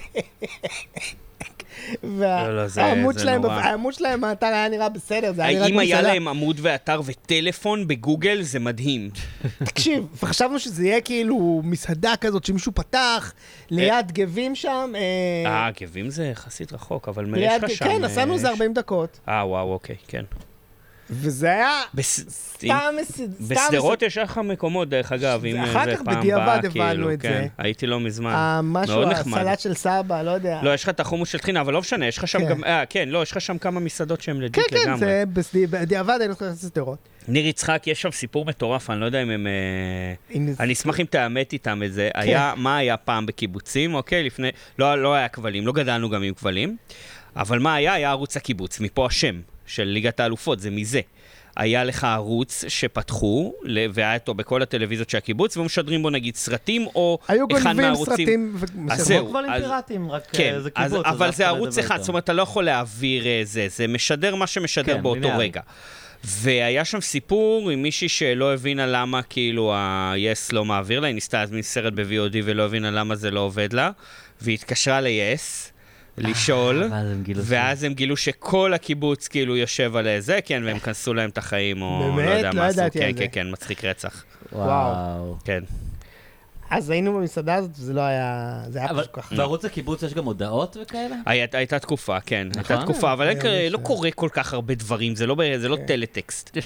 לא, לא, זה- והעמוד זה שלהם, נורא. העמוד שלהם, האתר היה נראה בסדר, זה היה נראה אם כמו היה מסעדה. להם עמוד ואתר וטלפון בגוגל, זה מדהים. תקשיב, וחשבנו שזה יהיה כאילו מסעדה כזאת שמישהו פתח, ליד גבים שם. אה, אה, גבים זה יחסית רחוק, אבל מה, יש ליד, לך שם... כן, אה, נסענו איזה יש- ארבעים דקות. אה, וואו, אוקיי, כן. וזה היה בס- סתם... מס- סתם בשדרות יש לך מקומות, דרך אגב, אם אחר זה כך פעם בדיעבד באה, הבנו כאילו, את כן. זה. הייתי לא מזמן. המשהו, מאוד נחמד. הסלט של סבא, לא יודע. לא, יש לך את החומוס של טחינה, אבל לא משנה, יש לך שם כן. גם... אה, כן, לא, יש לך שם כמה מסעדות שהן כן, לדיק כן, לגמרי. זה בסדי- בדיעבד היינו צריכים לעשות סדרות. ניר יצחק, יש שם סיפור מטורף, אני לא יודע אם הם... אה, הנה, אני אשמח אם תאמת איתם את זה. היה, מה היה פעם בקיבוצים, אוקיי? לפני... לא, לא היה כבלים, לא גדלנו גם עם כבלים, אבל מה היה? היה ערוץ הקיבוץ, מפה השם של ליגת האלופות, זה מזה. היה לך ערוץ שפתחו, ל- והיה אותו בכל הטלוויזיות של הקיבוץ, ומשדרים בו נגיד סרטים, או היו אחד גונבים מהערוצים... סרטים. אז ומסדרות. זהו. כמו כבלים אז- פיראטיים, רק כן, אה, זה אז, קיבוץ. אבל אף זה אחד לא ערוץ ידבר אחד, איתו. זאת אומרת, אתה לא יכול להעביר אה, זה, זה משדר מה שמשדר כן, באותו ליניארי. רגע. והיה שם סיפור עם מישהי שלא הבינה למה כאילו ה-yes לא מעביר לה, היא ניסתה להזמין סרט ב-וי או די ולא הבינה למה זה לא עובד לה, והיא התקשרה ל-yes, לשאול, ואז הם גילו ואז הם גילו שכל הקיבוץ כאילו יושב על זה, כן, והם כנסו להם את החיים, או באמת? לא יודע לא מה עשו, ידעתי כן, על כן, זה. כן, מצחיק רצח, וואו. כן. אז היינו במסעדה הזאת, וזה לא היה... זה היה אבל פשוט ככה. בערוץ הקיבוץ יש גם הודעות וכאלה? היית- הייתה תקופה, כן, הייתה נכון. תקופה, אבל היה אין- לא מישהו. קורה כל כך הרבה דברים, זה לא ב- זה לא כן. טלטקסט.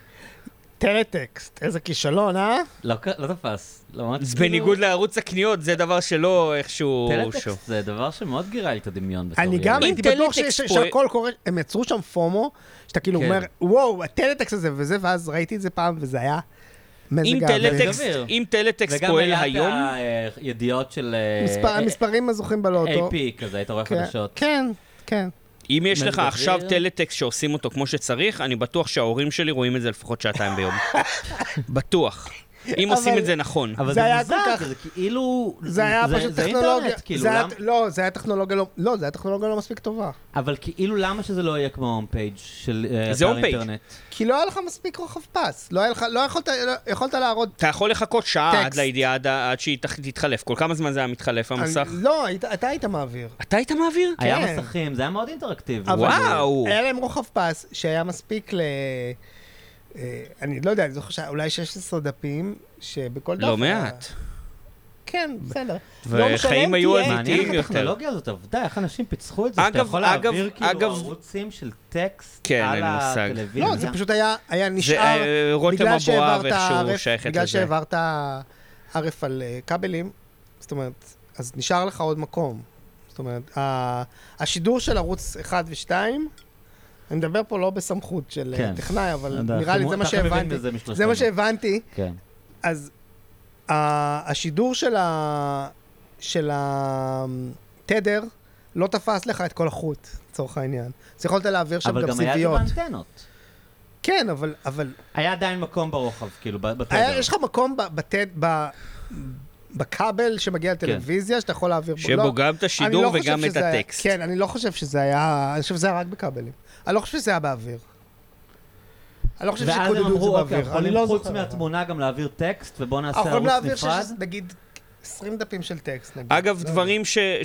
טלטקסט, איזה כישלון, אה? לא ק- לא תפס. לא, ממש אז כאילו- בניגוד לערוץ הקניות, זה דבר שלא איכשהו... שהוא- טלטקסט זה דבר שמאוד גירה לי את הדמיון בתור אני ילד. גם אם הייתי בטוח טלטקסט שיש- פה- שהכל קורה, הם יצרו שם פומו, שאתה כאילו כן. אומר, וואו, הטלטקסט הזה וזה, ואז ראיתי את זה פעם, וזה היה אם מזג האוויר. טלטקסט, אוויר. אם טלטקסט וגם פועל היה היום, את הידיעות של מספר- המספרים הזוכים בלוטו. איי פי כזה, היית רואה כן, חדשות. כן, כן. אם יש לך מזג עכשיו אוויר. טלטקסט שעושים אותו כמו שצריך, אני בטוח שההורים שלי רואים את זה לפחות שעתיים ביום. בטוח. אם עושים אבל- את זה נכון. אבל זה זה היה מוזר, כל כך- כי זה כאילו... זה היה פשוט זה טכנולוגיה. אינטרנט, כאילו, זה היה- למה- לא, זה היה טכנולוגיה לא... לא, זה היה טכנולוגיה לא מספיק טובה. אבל כאילו למה שזה לא יהיה כמו הום פייג' של אה, זה אתר home page. אינטרנט? כי לא היה לך מספיק רוחב פס. לא היה לך... לא יכולת... לא יכולת להראות... אתה יכול לחכות שעה טקסט. עד לידיעה, עד- עד שהיא תח- תתחלף. כל כמה זמן זה היה מתחלף, המסך? אני- לא, היית- אתה היית מעביר. אתה היית מעביר? היה כן. מסכים, זה היה מאוד אינטראקטיבי. אבל- וואו. היה להם רוחב פס שהיה מספיק ל... אה, אני לא יודע, אני זוכר שאולי שש עשרה דפים שבכל דף... לא מעט. כן, בסדר. לא משנה, וחיים היו תהיה- מעניין אמיתיים איך יותר. הטכנולוגיה הזאת עבדה, איך אנשים פיצחו את זה, שאתה אגב, יכול אגב, להעביר כאילו אגב- ערוצים של טקסט כן, על אין לי מושג. הטלוויזיה. לא, זה פשוט היה, היה זה נשאר, אה, רותם בגלל אבואב שהעברת איכשהו ערף, שייכת בגלל לזה. שהעברת ערף על אה, כבלים, זאת אומרת, אז נשאר לך עוד מקום. זאת אומרת, ה- השידור של ערוץ אחד ושתיים, אני מדבר פה לא בסמכות של אה, כן. טכנאי, אבל אתה נראה לי הכי- זה מה אתה הכי מבין שהבנתי. בזה משלושתנו. זה מה שהבנתי, כן. אז ה- השידור של ה... של התדר לא תפס לך את כל החוט, לצורך העניין. אז יכולת להעביר שם אבל גם גם היה את זה סיביות. באנטנות. כן, אבל, אבל היה עדיין מקום ברוחב, כאילו, ב- בתדר. היה, יש לך מקום ב, בתד, ב, בכבל שמגיע לטלוויזיה, שאתה יכול להעביר בו. שיהיה בו גם את אני השידור לא חושב וגם את שזה היה- הטקסט. כן, אני לא חושב שזה היה, אני חושב שזה היה רק בכבלים. אני לא חושב שזה היה באוויר. אני לא חושב ואז הם שקודדו את זה אמרו, אוקיי, באוויר. אני יכולים לא חוץ זוכר. מהתמונה גם להעביר טקסט, ובואו נעשה אנחנו יכולים ערוץ להעביר נפרד. שיש, נגיד, עשרים דפים של טקסט, נגיד. אגב, לא דברים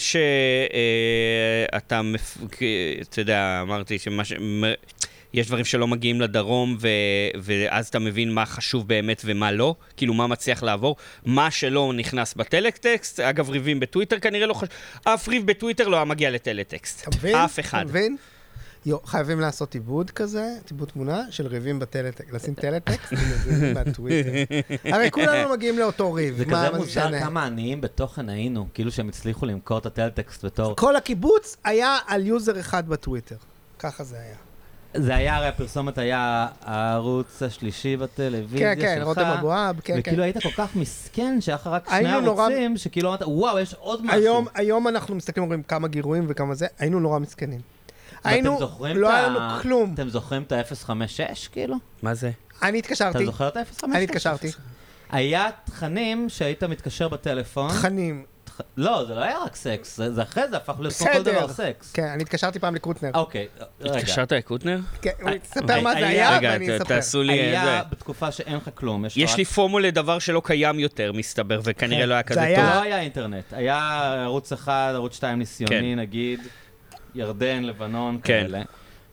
שאתה, אתה יודע, אמרתי שמה ש... מ- יש דברים שלא מגיעים לדרום, ו... ואז אתה מבין מה חשוב באמת ומה לא, כאילו מה מצליח לעבור. מה שלא נכנס בטלטקסט, אגב, ריבים בטוויטר כנראה לא חשוב, אף ריב בטוויטר לא היה מגיע לטלטקסט. אתה מבין? אף אחד. אתה מבין? יו, חייבים לעשות עיבוד כזה, עיבוד תמונה של ריבים בטלטקסט, לשים טלטקסט וריבים בטוויטר. הרי כולנו מגיעים לאותו ריב, זה מה כזה מה מוזר משנה? כמה עניים בתוכן היינו, כאילו שהם הצליחו למכור את הטלטקסט בתור... כל הקיבוץ היה על יוזר אחד בטוויטר. ככה זה היה. זה היה, הרי הפרסומת היה הערוץ השלישי בטלוויזיה כן, שלך. כן, רותם אבואב, כן, כן. וכאילו היית כל כך מסכן, שהיה לך רק שני היינו נורא- ערוצים, שכאילו אמרת, וואו, יש עוד משהו. היום, היום אנחנו מסתכלים ואומרים כמה גירויים וכמה זה, היינו נורא מסכנים. היינו, ואתם זוכרים לא את היה ה- לנו כלום. אתם זוכרים את ה-אפס חמש שש, כאילו? מה זה? אני אתה התקשרתי, זוכר את ה-אפס חמש שש? אני התקשרתי. היה תכנים שהיית מתקשר בטלפון. תכנים. תכ- לא, זה לא היה רק סקס, זה זה אחרי זה הפך להיות כמו כל בסדר. דבר סקס. כן, אני התקשרתי פעם לקוטנר. אוקיי, רגע. התקשרת לקוטנר? כן, הוא אה, יספר מה זה היה- היה, רגע, ואני ת- אספר. תעשו לי... היה זה. בתקופה שאין לך כלום. לך יש רק- לי פומו לדבר שלא קיים יותר, מסתבר, וכנראה כן, לא היה זה כזה היה- טוב. לא היה אינטרנט, היה ערוץ אחד, ערוץ שתיים ניסיוני, כן. נגיד, ירדן, לבנון, כן. כאלה.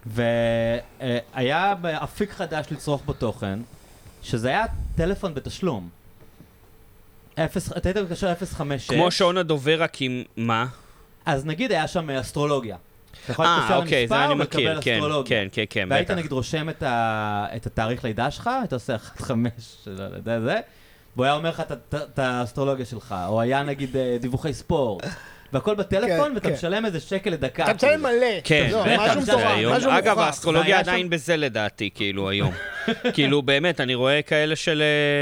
והיה אפיק חדש לצרוך בו תוכן, שזה היה טלפון בתשלום. אפס- אתה היית מתקשר אפס חמש שש. כמו שעון הדובר, רק עם מה? אז נגיד היה שם אה, אסטרולוגיה. אתה יכול אה, להתקשר אוקיי, זה אני למספר מכיר, ולקבל כן, אסטרולוגיה. כן, כן, כן, והיית בטח. נגיד רושם את, ה... את התאריך לידה שלך, היית עושה אחת חמש, לא יודע זה, והוא היה אומר לך את ה- את האסטרולוגיה שלך, או היה נגיד אה, דיווחי ספורט, והכל בטלפון, כן, ואתה כן. משלם איזה שקל לדקה. אתה משלם כאילו. מלא. כן, לא, בטח, משהו זה מטורף, היום. משהו אגב, מוכרח. האסטרולוגיה והיה שם- עדיין בזה לדעתי, כאילו, היום. כאילו, באמת, אני רואה כאלה של...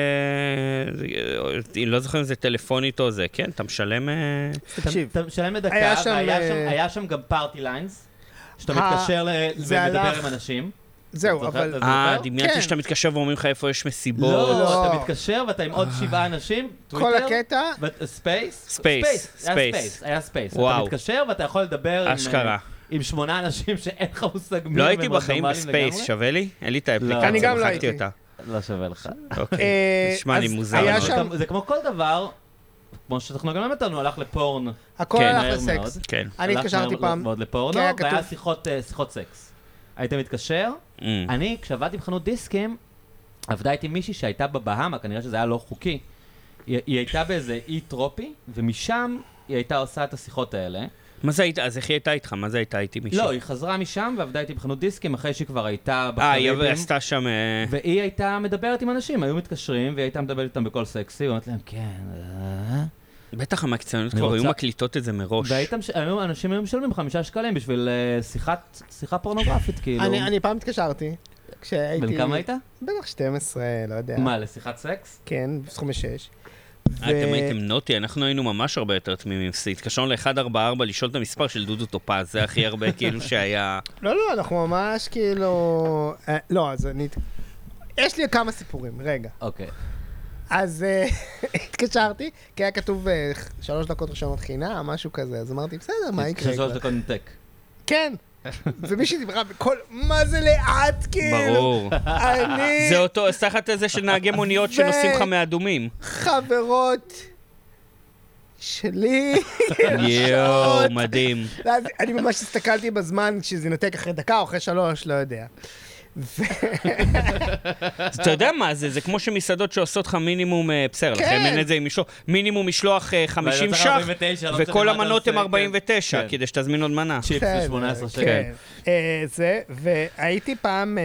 אה, אני לא זוכר אם זה טלפונית או זה, כן, אתה משלם... אה, תקשיב, אתה משלם לדקה, היה שם, והיה אה, שם, היה שם גם פארטי ליינס, שאתה ה- מתקשר ל- זה ומדבר הלך- עם אנשים. זהו, זוכר? אבל... אתה אה, זוכר? דמיינתי כן. שאתה מתקשר ואומרים לך איפה יש מסיבות. לא, לא. אתה מתקשר ואתה עם עוד שבעה אנשים, כל טוויטר, הקטע, ספייס, ספייס, היה ספייס. ספייס, היה ספייס. אתה וואו. מתקשר ואתה יכול לדבר עם, אשכרה. אה, עם שמונה אנשים שאין לך מושג מי לא הם, הייתי הם עוד בחיים נורמליים בספייס, לגמרי. שווה לי? אין לי את לא. האפליקציה, אני גם לא מחקתי הייתי. אותה. לא שווה לך. אוקיי. אה, נשמע לי אז מוזר היה מאוד. שם, זה כמו כל דבר, כמו שהטכנולוגיה מלמדת אותנו, הלך לפורן. הכל כן. הלך מהר לסקס. מאוד. כן. אני הלך התקשרתי מהר פעם, מאוד לפורנו, כי היה והיה כתוב- שיחות, אה, שיחות סקס. היית מתקשר, Mm. אני, כשעבדתי בחנות דיסקים, עבדה איתי מישהי שהייתה בבהמה, כנראה שזה היה לא חוקי. היא, היא הייתה באיזה אי טרופי, ומשם היא הייתה עושה את השיחות האלה. מה זה הייתה? אז איך היא הייתה איתך? מה זה הייתה איתי מישהו? לא, היא חזרה משם ועבדה איתי בחנות דיסקים, אחרי שהיא כבר הייתה אה, היא בקריבים. עשתה שם... אה, והיא הייתה מדברת עם אנשים, היו מתקשרים, והיא הייתה מדברת איתם בקול סקסי, ואומרת להם, כן, אה... בטח המקצוענות אני כבר היו רוצה- מקליטות את זה מראש. והייתם, היו- אנשים היו משלמים חמישה שקלים בשביל אה, שיחת, שיחה פורנוגרפית, כאילו. אני אני פעם התקשרתי, כשהייתי... בן כמה היית? בטח שתים עשרה, לא יודע. מה, לשיחת סקס? כן, סכום שש. אה, אתם הייתם נוטי, אנחנו היינו ממש הרבה יותר תמימים. התקשרנו ל-אחת ארבע ארבע לשאול את המספר של דודו טופז, זה הכי הרבה כאילו שהיה... לא, לא, אנחנו ממש כאילו... אה, לא, אז אני... יש לי כמה סיפורים, רגע. אוקיי. אז אה, התקשרתי, כי היה כתוב אה, שלוש דקות ראשונות חינם, משהו כזה, אז אמרתי, בסדר, מה יקרה? שלוש כבר?" דקות נתק. כן. ומישהי דיברה בקול, מה זה לאט, כאילו? ברור. אני... זה אותו, סחת הזה של נהגי מוניות ו- שנוסעים לך מאדומים. חברות שלי. יואו, מדהים. ואז אני ממש הסתכלתי בזמן שזה נתק אחרי דקה או אחרי שלוש, לא יודע. אתה יודע מה זה? זה כמו שמסעדות שעושות לך מינימום, בסדר, לכם אין את זה עם משלוח, מינימום משלוח חמישים שח, וכל המנות הן ארבעים ותשע, כדי שתזמין עוד מנה. צ'יפס זה שמונה עשרה שקל. זה, והייתי פעם,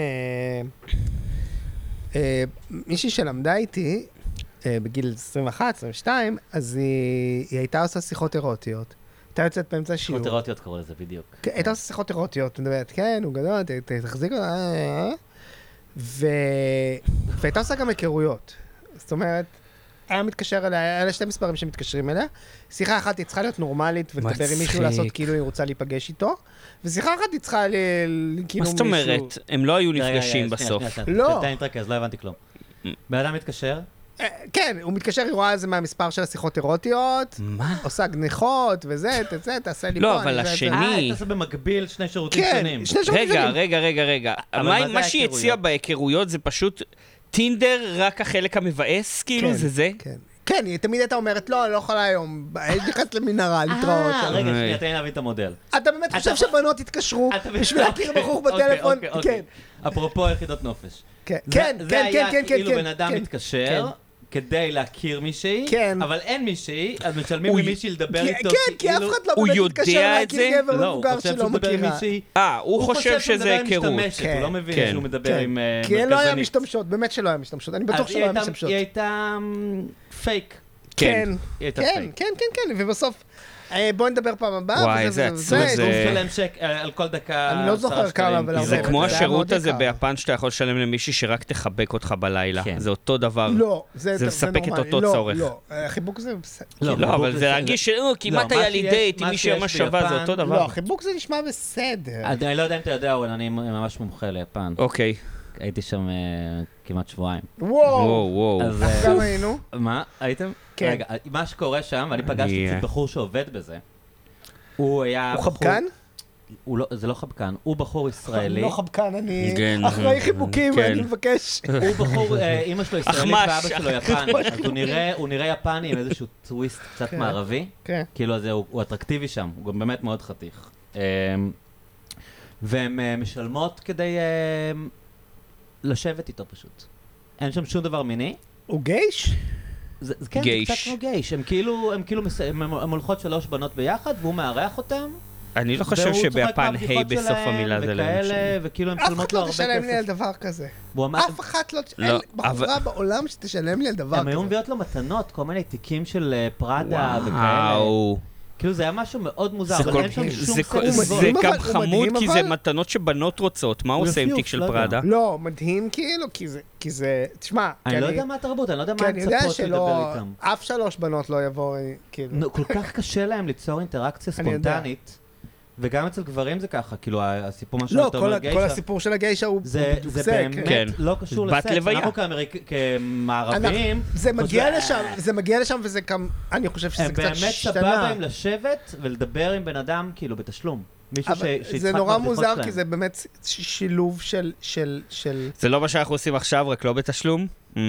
מישהי שלמדה איתי, בגיל עשרים ואחת עשרים ושתיים, אז היא הייתה עושה שיחות אירוטיות. הייתה יוצאת באמצע שיעור. שיחות אירוטיות קראו לזה בדיוק. הייתה עושה שיחות אירוטיות, מדברת, כן, הוא גדול, תחזיק אותה, והייתה עושה גם היכרויות. זאת אומרת, היה מתקשר אליה, אלה שתי מספרים שמתקשרים אליה. שיחה אחת היא צריכה להיות נורמלית, ולדבר עם מישהו לעשות כאילו היא רוצה להיפגש איתו, ושיחה אחת היא צריכה כאילו מישהו... מה זאת אומרת? הם לא היו נפגשים בסוף. לא. אתה מתרכז, לא הבנתי כלום. בן אדם מתקשר? כן, הוא מתקשר, היא רואה איזה מהמספר של השיחות אירוטיות, מה? עושה גניחות וזה, תצא, תעשה לי פה. לא, אבל השני... אה, אתה עושה במקביל שני שירותים שונים. כן, שני שירותים שונים. רגע, רגע, רגע, רגע. מה שהיא הציעה בהיכרויות זה פשוט טינדר, רק החלק המבאס, כאילו, זה זה? כן. כן, היא תמיד הייתה אומרת, לא, אני לא יכולה היום, אני נכנסת למנהרה, להתראות. אה, רגע, שנייה, תן לי להבין את המודל. אתה באמת חושב שבנות יתקשרו בשביל להכיר בחור בטלפון? כן. אפרופו יחידות נופש. כן, כן, כן, כן, כן, כן. זה היה כאילו בן אדם מתקשר, כדי להכיר מישהי, אבל אין מישהי, אז משלמים למישהי לדבר איתו. כן, כי אף אחד לא באמת מתקשר להכיר גבר לא, מבוגר שלא מכירה. אה, הוא חושב שזה היכרות. הוא לא מבין שהוא מדבר עם מרכזנית. כי לא היה משתמשות, באמת שלא היה משתמשות. אני בטוח שלא היה משתמשות. היא הייתה פייק. כן, כן, כן, כן, כן, ובסוף... בואו נדבר פעם הבאה. וואי, זה עצוב, זה... הוא משלם צ'ק על כל דקה. אני לא זוכר כמה, אבל הרבה. זה כמו השירות הזה ביפן שאתה יכול לשלם למישהי שרק תחבק אותך בלילה. זה אותו דבר. לא, זה מספק את אותו צורך. לא, לא, החיבוק זה... לא, אבל זה להרגיש שכמעט היה לי דייט עם מישהי ממש שווה, זה אותו דבר. לא, החיבוק זה נשמע בסדר. אני לא יודע אם אתה יודע, אבל אני ממש מומחה ליפן. אוקיי. הייתי שם כמעט שבועיים. וואו, וואו. כמה היינו? מה? הייתם? כן. רגע, מה שקורה שם, ואני פגשתי קצת בחור שעובד בזה, הוא היה... הוא חבקן? זה לא חבקן, הוא בחור ישראלי. אני לא חבקן, אני אחראי חיבוקים, אני מבקש. הוא בחור, אמא שלו ישראלית ואבא שלו יפני, אז הוא נראה יפני עם איזשהו טוויסט קצת מערבי. כאילו, הוא אטרקטיבי שם, הוא גם באמת מאוד חתיך. והן משלמות כדי לשבת איתו פשוט. אין שם שום דבר מיני. הוא גייש? זה, כן, זה קצת כמו גייש. הם כאילו, הם כאילו, הם הולכות שלוש בנות ביחד, והוא מארח אותם. אני לא חושב שביפן היי בסוף המילה זה למשל. וכאילו, הם משלמות לו הרבה כסף. אף אחד לא תשלם לי על דבר כזה. אף אחת לא, אין בחורה בעולם שתשלם לי על דבר כזה. הם היו מביאות לו מתנות, כל מיני תיקים של פראדה וכאלה. כאילו זה היה משהו מאוד מוזר, אבל אין שם שום סרט. זה גם חמוד, כי זה מתנות שבנות רוצות. מה הוא עושה עם תיק של פראדה? לא, מדהים כאילו, כי זה... תשמע, אני לא יודע מה התרבות, אני לא יודע מה המצפות לדבר איתם. אף שלוש בנות לא יבואו, כאילו... כל כך קשה להם ליצור אינטראקציה ספונטנית, וגם אצל גברים זה ככה, כאילו הסיפור מה שאתה אומר גיישה... לא, כל הסיפור של הגיישה הוא... זה באמת לא קשור לסקס. אנחנו כמערבים... זה מגיע לשם, זה מגיע לשם וזה גם... אני חושב שזה קצת שנה. הם באמת סבבה עם לשבת ולדבר עם בן אדם כאילו בתשלום. מישהו שיצחק זה נורא מוזר כי זה באמת שילוב של... זה לא מה שאנחנו עושים עכשיו, רק לא בתשלום?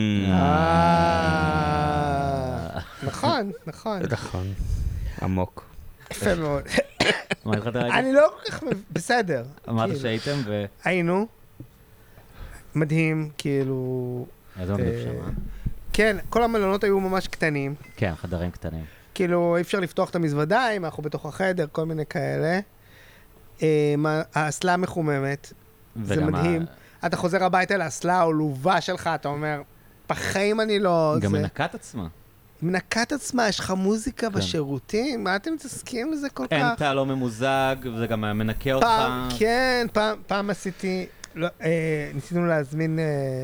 נכון, נכון. נכון. עמוק. יפה מאוד. אני לא כל כך... בסדר. אמרת שהייתם ו... היינו. מדהים, כאילו... איזה מגניב שם, אה? כן, כל המלונות היו ממש קטנים. כן, חדרים קטנים. כאילו, אי אפשר לפתוח את המזוודיים, אנחנו בתוך החדר, כל מיני כאלה. האסלה מחוממת. זה מדהים. אתה חוזר הביתה לאסלה או לובה שלך, אתה אומר, בחיים אני לא... גם מנקת עצמה. מנקת עצמה, יש לך מוזיקה בשירותים? מה אתם מתעסקים לזה כל כך? אין תא לא ממוזג, וזה גם מנקה אותך. כן, פעם עשיתי, ניסינו להזמין,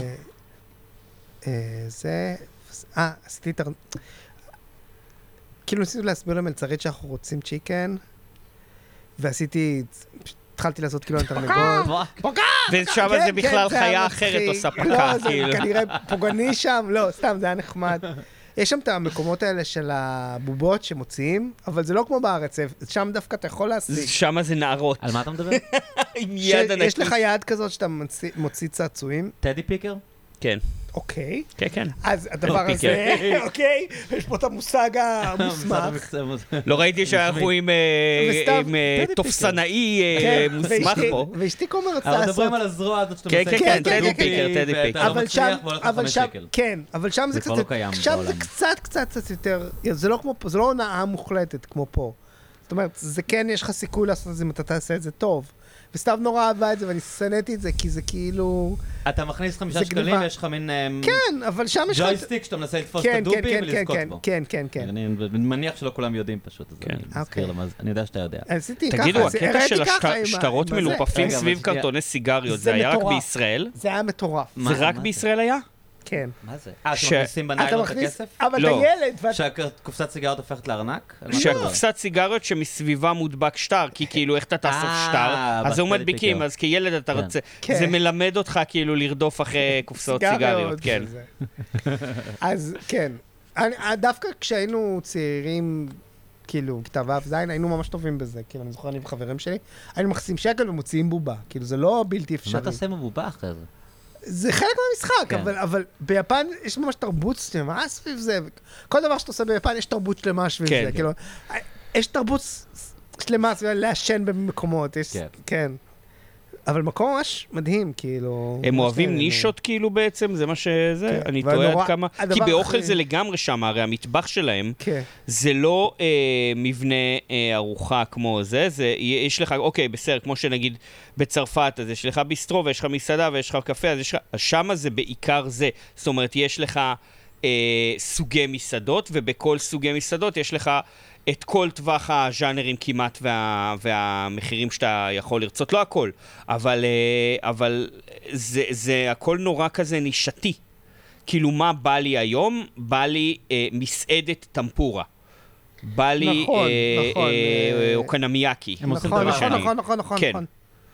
זה, אה, עשיתי את... כאילו ניסינו להסביר למלצרית שאנחנו רוצים צ'יקן, ועשיתי, התחלתי לעשות כאילו תרנגול. פוקה! ושם זה בכלל חיה אחרת עושה פוקה, כאילו. לא, זה כנראה פוגעני שם, לא, סתם, זה היה נחמד. יש שם את המקומות האלה של הבובות שמוציאים, אבל זה לא כמו בארץ, שם דווקא אתה יכול להשיג. שם זה נערות. על מה אתה מדבר? עם יד ענקית. יש לך יד כזאת שאתה מוציא צעצועים. טדי פיקר? כן. אוקיי. כן, כן. אז הדבר הזה, אוקיי, יש פה את המושג המוסמך. לא ראיתי שאנחנו עם אה, וסתם, עם, אה, טדי תופסנאי אה, כן, מוסמך ואשתי- פה. ואשתי קומר רצתה אנחנו לעשות... מדברים על הזרוע הזאת שאתה כן, מסיים כן, את כן, הדובי, כן, טדי פיקר. ואתה לא אבל שם, מצליח והולך לך אבל חמש שם, שקל. כן, אבל שם זה זה קצת, כבר לא קיים שם זה בעולם. קצת קצת קצת יותר, זה לא כמו פה, זה לא הונאה מוחלטת כמו פה. זאת אומרת, זה כן, יש לך סיכוי לעשות את זה אם אתה תעשה את זה טוב. וסתיו נורא אהבה את זה, ואני שנאתי את זה, כי זה כאילו... אתה מכניס חמישה זה שקלים גניבה. ויש לך מין אמ, כן, אבל שם יש לך... ג'ויסטיק שאתה מנסה לתפוס את כן, כן, הדובי כן, כן, ולזכות כן, בו. כן, כן, כן. אני מניח שלא כולם יודעים פשוט, אז כן. אני מזכיר אוקיי. להם, אז אני יודע שאתה יודע. עשיתי ככה, תגידו, זה- הקטע הראיתי של ככה עם ה- השטרות עם הזה. מלופפים רגע, סביב אבל שנייה. קרטוני סיגריות, זה זה היה רק מטורף. בישראל? זה היה מטורף. מה- זה רק מה בישראל היה? כן. מה זה? אה, ש- שמכניסים אתה בניילון את מכניס... הכסף? אבל לא. אתה ילד, ואתה... שהקופסת סיגריות הופכת לארנק? על מה אתה מדבר? שהקופסת סיגריות שמסביבה מודבק שטר, כי כאילו איך אתה תאסוף אה, שטר, אז היו בטדי מדביקים, פיקר. אז כילד אתה כן. רוצה, כן. זה מלמד אותך כאילו לרדוף אחרי קופסאות סיגריות, כן. וזה. אז כן. אני, דווקא כשהיינו צעירים, כאילו, כיתה ו' ז', היינו ממש טובים בזה. כאילו, אני זוכר, אני וחברים שלי, היינו מכניסים שקל ומוציאים בובה. כאילו, זה לא בלתי מה אפשרי. אתה עושה מבובה אחרי זה? זה חלק מהמשחק, כן. אבל, אבל ביפן יש ממש תרבות שלמה סביב זה. כל דבר שאתה עושה ביפן יש תרבות שלמה סביב כן, זה. כן. כאילו, יש תרבות ס- שלמה סביב לעשן במקומות. יש, כן. כן. אבל מקום ממש מדהים, כאילו... הם ממש אוהבים נהנה. נישות כאילו בעצם, זה מה שזה, כן. אני והנורא- תוהה עד כמה, כי הדבר באוכל הכי- זה לגמרי שם, הרי המטבח שלהם, כן. זה לא אה, מבנה אה, ארוחה כמו זה, זה, יש לך, אוקיי, בסדר, כמו שנגיד בצרפת, אז יש לך ביסטרו ויש לך מסעדה ויש לך קפה, אז יש לך, אז שמה זה בעיקר זה, זאת אומרת, יש לך אה, סוגי מסעדות, ובכל סוגי מסעדות יש לך את כל טווח הז'אנרים כמעט וה, והמחירים שאתה יכול לרצות, לא הכל, אבל, אה, אבל זה, זה הכל נורא כזה נישתי. כאילו, מה בא לי היום? בא לי אה, מסעדת טמפורה. בא לי נכון, אה, נכון, אה, אה, אוקנמיאקי. הם עושים נכון, דבר נכון, שני. נכון, נכון, נכון, כן. נכון.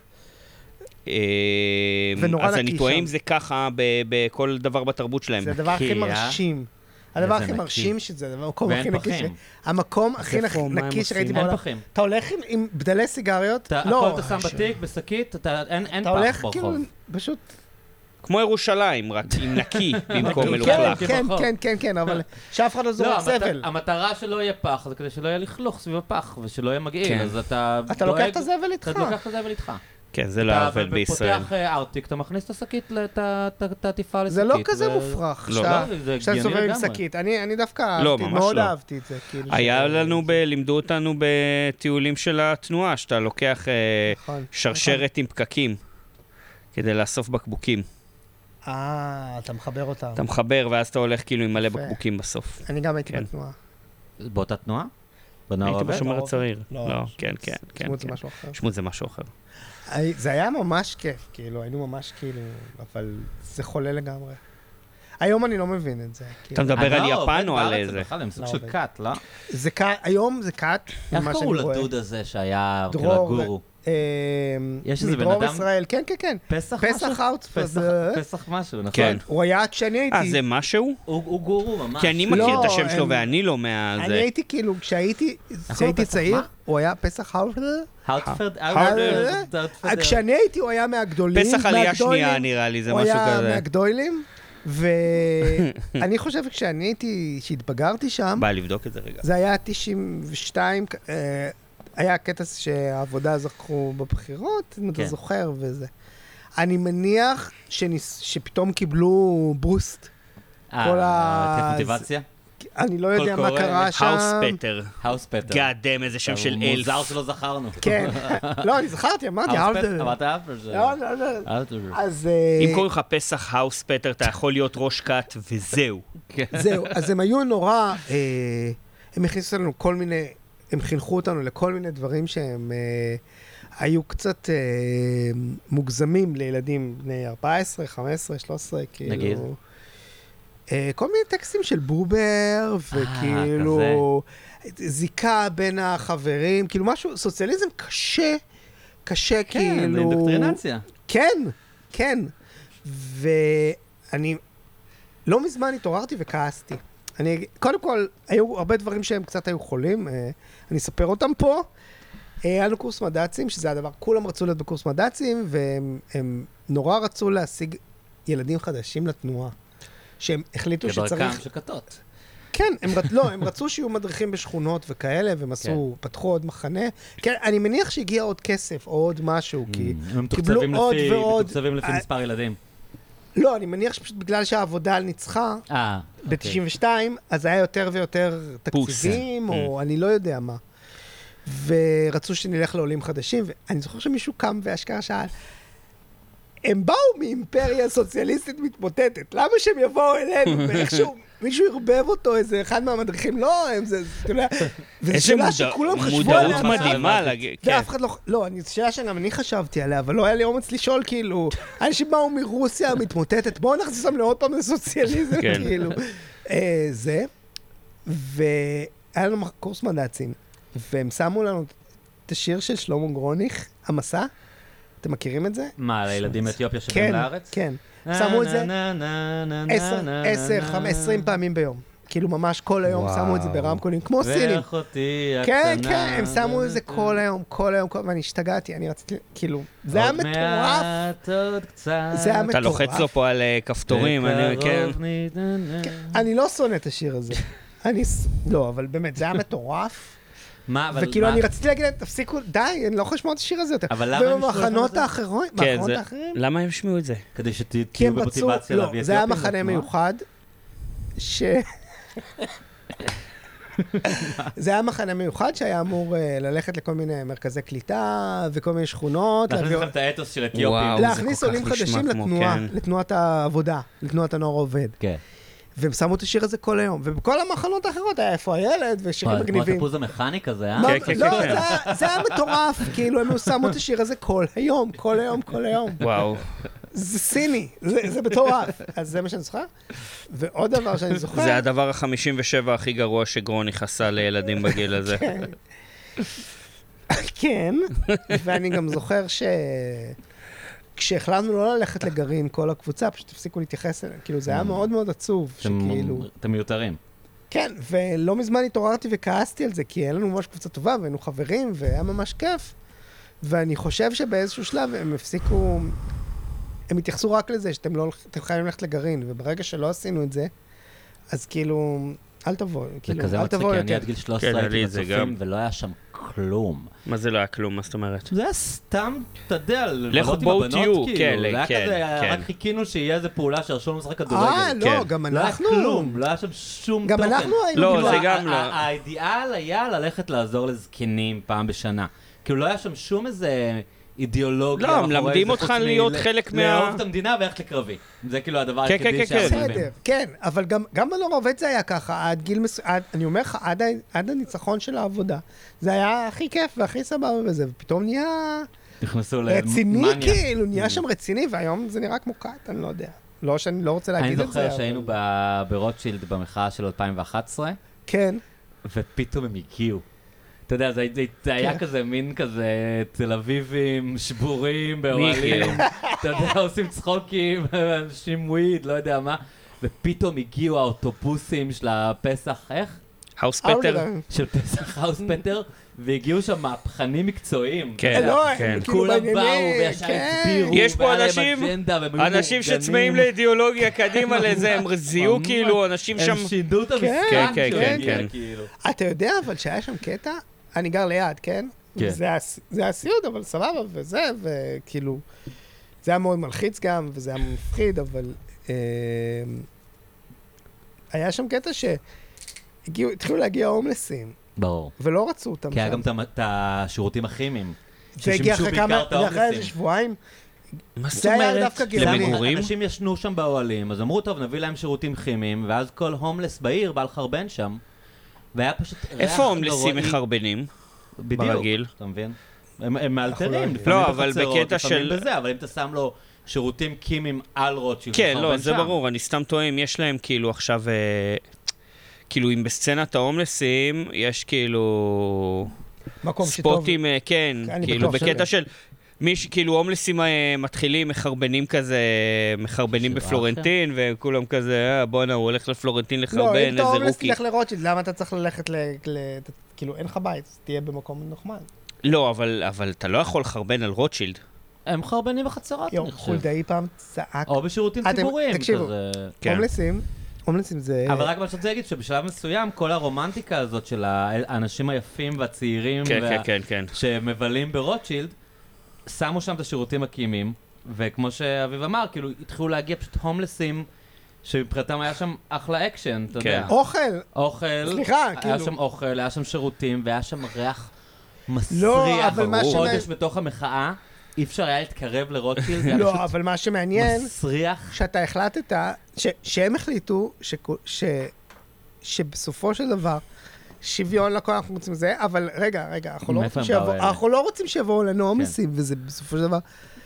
אה, ונורא אז נקי אני טועה שם. אם זה ככה ב- בכל דבר בתרבות שלהם. זה הדבר הכי נקי, אה? מרשים. הדבר איזה הכי נקי. מרשים שזה, המקום ואין הכי נקי ש... פחים. המקום הכי איפה, נק- מה הם נקי שראיתי עושים? אין בעולם. פחים. אתה הולך עם- עם בדלי סיגריות? אתה- לא. הכל אתה שם בתיק, בשקית, אתה- אין אין אתה פח הולך ברחוב. כאילו, פשוט... כמו ירושלים, רק עם נקי במקום כן, מלוכלך. כן. כן, ברחוב. כן, כן, כן, אבל שאף אחד לא לא, זורק המט- זבל. המטרה שלא יהיה פח זה כדי שלא יהיה לכלוך סביב הפח ושלא יהיה מגעיל, כן. אז אתה אתה דואג- לוקח את הזבל איתך. אתה לוקח את הזבל איתך. כן, זה לא אתה עובד ב- בישראל. פותח אה, ארטיק, אתה מכניס את השקית, את ה- את ה- את העטיפה לשקית. זה לא כזה ו- מופרך, לא. שאתה לא, זה שאתה הגיוני סובב עם לגמרי. שקית. אני אני דווקא לא, אהבתי, ממש מאוד לא. אהבתי את זה. כאילו, היה ש- לנו, ב- לימדו אותנו בטיולים של התנועה, שאתה לוקח אה, נכון. שרשרת עם פקקים כדי לאסוף בקבוקים. אה, אתה מחבר אותם. אתה מחבר, ואז אתה הולך כאילו עם מלא יפה. בקבוקים בסוף. אני גם הייתי כן. בתנועה. באותה תנועה? בנוער הייתי עובד? בשומר הצעיר. לא, לא, כן, כן, כן. שמות זה כן. משהו אחר. שמות זה משהו אחר. הי- זה היה ממש כיף, כאילו, היינו ממש כאילו, אבל זה חולה לגמרי. היום אני לא מבין את זה. כאילו. אתה מדבר על הנוער יפן עובד או על בארץ, איזה? זה בכלל, הם סוג לא של עובד. קאט, לא? זה קאט, היום זה קאט, איך ממה קראו שאני רואה. לדוד הזה שהיה כאילו דרור, הגורו? אה, יש איזה בן מדרום אדם? ישראל, כן, כן, כן. פסח משהו? פסח אאוטפורד. פסח- אה, פסח משהו, נכון? כן. הוא היה כשאני הייתי. אה, זה משהו? הוא הוא גורו ממש. כי אני לא, מכיר את השם שלו הם- ואני לא מה... אני זה. הייתי כאילו, כשהייתי כשהייתי פסח צעיר, מה? הוא היה פסח האוטפורד. האוטפרד, האוטפרד. האוטפרד. כשאני הייתי, הוא היה מהגדולים. פסח עלייה מהגדולים. שנייה נראה לי, זה הוא משהו היה כזה. מהגדולים, ואני חושב כשאני הייתי, שהתבגרתי שם, בא לבדוק את זה רגע. זה היה תשעים ושתיים, אה, היה קטע שהעבודה זכו בבחירות, אם אתה כן. זוכר וזה. אני מניח שניס, שפתאום קיבלו בוסט. כל ה- מוטיבציה? אני לא יודע מה קורא קרה שם. האוס פטר. האוס פטר. גאדם, איזה שם של אלף. מוזר שלא זכרנו. כן. לא, אני זכרתי, אמרתי, האוס האוס- פטר, אמרת האוס פטר. לא, לא, לא. האוס פטר. אז אה, אם קוראים לך פסח האוס פטר, אתה יכול להיות ראש כת, וזהו. כן. זהו, אז הם היו נורא, אה, הם הכניסו לנו כל מיני, הם חינכו אותנו לכל מיני דברים שהם אה, היו קצת אה, מוגזמים לילדים בני ארבע עשרה, חמש עשרה, שלוש עשרה, כאילו. נגיד? אה, כל מיני טקסטים של בובר, וכאילו, זיקה בין החברים, כאילו משהו, סוציאליזם קשה, קשה כן, כאילו... זה אינדוקטרינציה. כן, כן. ואני לא מזמן התעוררתי וכעסתי. אני, קודם כל, היו הרבה דברים שהם קצת היו חולים, אה, אני אספר אותם פה. אה, היה לנו קורס מד"צים, שזה הדבר, כולם רצו להיות בקורס מד"צים, והם הם נורא רצו להשיג ילדים חדשים לתנועה. שהם החליטו כדרכם שצריך... של כתות. כן, הם, רצ... לא, הם רצו שיהיו מדריכים בשכונות וכאלה, והם עשו, פתחו עוד מחנה. כן, אני מניח שהגיע עוד כסף, או עוד משהו, כי הם קיבלו מתוקצבים עוד לפי- ועוד... מתוקצבים לפי אה, מספר ילדים. לא, אני מניח שפשוט בגלל שהעבודה ניצחה, אה, ב-תשעים ושתיים, אז היה יותר ויותר תקציבים, או אני לא יודע מה. ורצו שנלך לעולים חדשים, ואני זוכר שמישהו קם ואשכרה שאל, הם באו מאימפריה סוציאליסטית מתמוטטת, למה שהם יבואו אלינו? ואיכשהו מישהו הרבב אותו, איזה אחד מהמדריכים, לא, הם זה, אתה יודע, וזו שאלה שכולם חשבו עליה. מודעות מדהימה, להגיד, כן. ואף אחד לא, לא, זו שאלה שגם אני חשבתי עליה, אבל לא היה לי אומץ לשאול, כאילו, אנשים באו מרוסיה מתמוטטת, בואו נכניס אותם לעוד פעם לסוציאליזם, כאילו. אה, זה, והיה לנו קורס מד"צים, והם שמו לנו את השיר של שלמה גרוניך, המסע, אתם מכירים את זה? מה, לילדים מאתיופיה כן, שבאים לארץ? כן. שמו את זה עשר, חמש, עשרים פעמים ביום. כאילו ממש כל היום שמו את זה ברמקולים, כמו סינים. ואחותי הקטנה. כן, כן, הם שמו את זה כל היום, כל היום, ואני השתגעתי, אני רציתי, כאילו, זה היה מטורף. עוד מעט, עוד קצת. זה היה אתה מטורף. לוחץ לו פה על אה, כפתורים, אני, כן. בקרוב נתננה. אני לא שונא את השיר הזה. אני, ס- לא, אבל באמת, זה היה מטורף. מה, אבל... וכאילו מה- אני רציתי להגיד להם, תפסיקו, די, אני לא יכול לשמוע את השיר הזה יותר. אבל למה הם השמיעו ובמחנות את זה? האחרים, כן, במחנות זה... האחרים, למה הם השמיעו את זה? כדי כי שתהיו הם רצו, במוטיבציה לא, להביא זה היה אתיופים מחנה לתנועה? מיוחד, ש... זה היה מחנה מיוחד שהיה אמור אה, ללכת לכל מיני מרכזי קליטה וכל מיני שכונות. להכניס להביא- לכם את האתוס של אתיופים. וואו. זה להכניס כל כך עולים נשמע חדשים כמו, לתנועה, כן. לתנועת העבודה, לתנועת הנוער העובד. כן. והם שמו את השיר הזה כל היום, ובכל המחנות האחרות היה איפה הילד ושירים כמו מגניבים. התפוז המכני כזה, אה? מה- כן, כן, לא, כן. זה היה- זה היה מטורף, כאילו הם שמו את השיר הזה כל היום, כל היום, כל היום. וואו. זה סיני, זה זה מטורף. אז זה מה שאני זוכר. ועוד דבר שאני זוכר... זה הדבר ה-חמישים ושבע הכי גרוע שגרוניך עשה לילדים בגיל הזה. כן, ואני גם זוכר ש... כשהחלטנו לא ללכת לגרעין כל הקבוצה, פשוט הפסיקו להתייחס אליהם. כאילו, זה היה מאוד מאוד עצוב, אתם- שכאילו... אתם מיותרים. כן, ולא מזמן התעוררתי וכעסתי על זה, כי היה לנו ממש קבוצה טובה, והיינו חברים, והיה ממש כיף. ואני חושב שבאיזשהו שלב הם הפסיקו... הם התייחסו רק לזה שאתם לא... אתם חייבים ללכת לגרעין, וברגע שלא עשינו את זה, אז כאילו... אל תבואו, זה כאילו, כזה אל מצחיק, תבואו כי אני יותר. עד גיל שלוש כן, עשרה הייתי לי זה בצופים, גם. ולא היה שם כלום. מה זה לא היה כלום, מה זאת אומרת? זה היה סתם, אתה יודע, לבלות עם בואו הבנות, תהיו, כאילו. כן, זה היה כן, כזה, כן. רק חיכינו שיהיה איזה פעולה שהרשום לשחק אה, כדורגל. לא, כן. גם לא היה אנחנו... כלום, לא היה שם שום גם תוכן. אנחנו היינו... לא, כאילו, זה ה- גם ה- לא. האידיאל היה ללכת לעזור לזקנים פעם בשנה. כאילו לא היה שם שום איזה אידיאולוגיה. לא, מאחורי מלמדים זה, אותך חוץ מ- להיות ל- חלק מה- לאהוב את המדינה וללכת לקרבי. זה כאילו הדבר כן, היחידי כן, כן, שעשינו. בסדר, כן, אבל גם, גם בנוער העובד זה היה ככה, עד גיל מסוים, אני אומר לך, עד, ה- עד הניצחון של העבודה, זה היה הכי כיף והכי סבבה וזה, ופתאום נהיה נכנסו רציני למאניה. כאילו, נהיה שם רציני, והיום זה נראה כמו קאט, אני לא יודע. לא שאני לא רוצה אני להגיד את זה, זוכר שהיינו ב- ברוטשילד במחאה של אלפיים ואחת עשרה, כן, ופתאום הם הגיעו. אתה יודע, זה, זה, זה היה כן. כזה מין כזה תל אביבים, שבורים, הגיעו? באוהלים, אתה יודע, עושים צחוקים, אנשים וויד, לא יודע מה, ופתאום הגיעו האוטובוסים של הפסח, איך? האוס פטר? אאוטר. של פסח האוס פטר, והגיעו שם מהפכנים מקצועיים. כן. אתה יודע. לא, כן. הם כאילו כולם בעניינים, באו וישר כן. הסבירו, יש פה והיה להם אנשים- אג'נדה, והם היו אנשים מאורגנים. שצמאים לאידיאולוגיה קדימה לזה, הם זיהו ממש. כאילו, אנשים שם... הם שינו את המשחק כן, כן, שהוא כן, הגיע, כן. כאילו. אתה יודע אבל שהיה שם קטע, אני גר ליד, כן? כן. זה היה- זה היה סיוד, אבל סבבה, וזה, וכאילו, זה היה מאוד מלחיץ גם, וזה היה מפחיד, אבל אה, היה שם קטע שהגיעו, התחילו להגיע הומלסים, ברור. ולא רצו אותם כי היה שם. גם את המ- את השירותים הכימיים. זה הגיע ששימשו אחרי כמה, בעיקר את זה אחרי ההומלסים. איזה שבועיים, מה זאת זה היה אומרת? דווקא גזעני. למגורים? אנשים ישנו שם באוהלים, אז אמרו, טוב, נביא להם שירותים כימיים, ואז כל הומלס בעיר בא לחרבן שם, והיה פשוט ריח איפה הומלסים נוראי. מחרבנים? בדיוק, ברגיל? אתה מבין? הם הם לא מאלתרים, יודעים. לפעמים לא, אבל בחצרות, בקטע לפעמים של- בזה, אבל אם אתה שם לו שירותים כימיים על רוטשילד, כן, לחרבן לא, זה שם. ברור, אני סתם טועה אם יש להם כאילו עכשיו... אה, כאילו אם בסצנת ההומלסים יש כאילו... מקום שטוב. ספוטים, אה, כן, אני כאילו בטוח בקטע שלא. של... מי ש... כאילו הומלסים אה, מתחילים, מחרבנים כזה, מחרבנים שבא בפלורנטין, וכולם כזה, אה, בואנה, הוא הולך לפלורנטין לא, לחרבן, אם איזה אתה הומלס, רוקי. תלך לרוטשילד, למה אתה צריך ללכת ל... ל- כאילו, אין לך בית, אז תהיה במקום נחמד. לא, אבל, אבל אתה לא יכול לחרבן על רוטשילד. הם חרבנים בחצרות, יום אני חושב. חולדאי פעם צעק. או בשירותים אתם- ציבוריים. תקשיבו. כזה. כן. הומלסים, הומלסים זה... אבל רק מה שאני רוצה להגיד, שבשלב מסוים, כל הרומנטיקה הזאת של האנשים היפים והצעירים, כן, וה- כן, כן, כן. שמבלים ברוטשילד, שמו שם את השירותים הקימים, וכמו שאביב אמר, כאילו, התחילו להגיע פשוט הומלסים, שמבחינתם היה שם אחלה אקשן, אתה כן. יודע. אוכל. אוכל, סליחה, היה כאילו. שם אוכל, היה שם שירותים, והיה שם ריח מסריח. לא, אבל מה ברור. שמע- חודש בתוך המחאה, אי אפשר היה להתקרב לרוטשילד, זה היה לא, פשוט אבל מה שמעניין, מסריח. שאתה החלטת, ש- שהם החליטו שכו- ש- שבסופו של דבר, שוויון לכל אנחנו רוצים זה, אבל רגע, רגע, אנחנו לא מאיפה רוצים הם באו שיבואו, אלה? אנחנו לא רוצים שיבואו לנו הומלסים, וזה בסופו של דבר...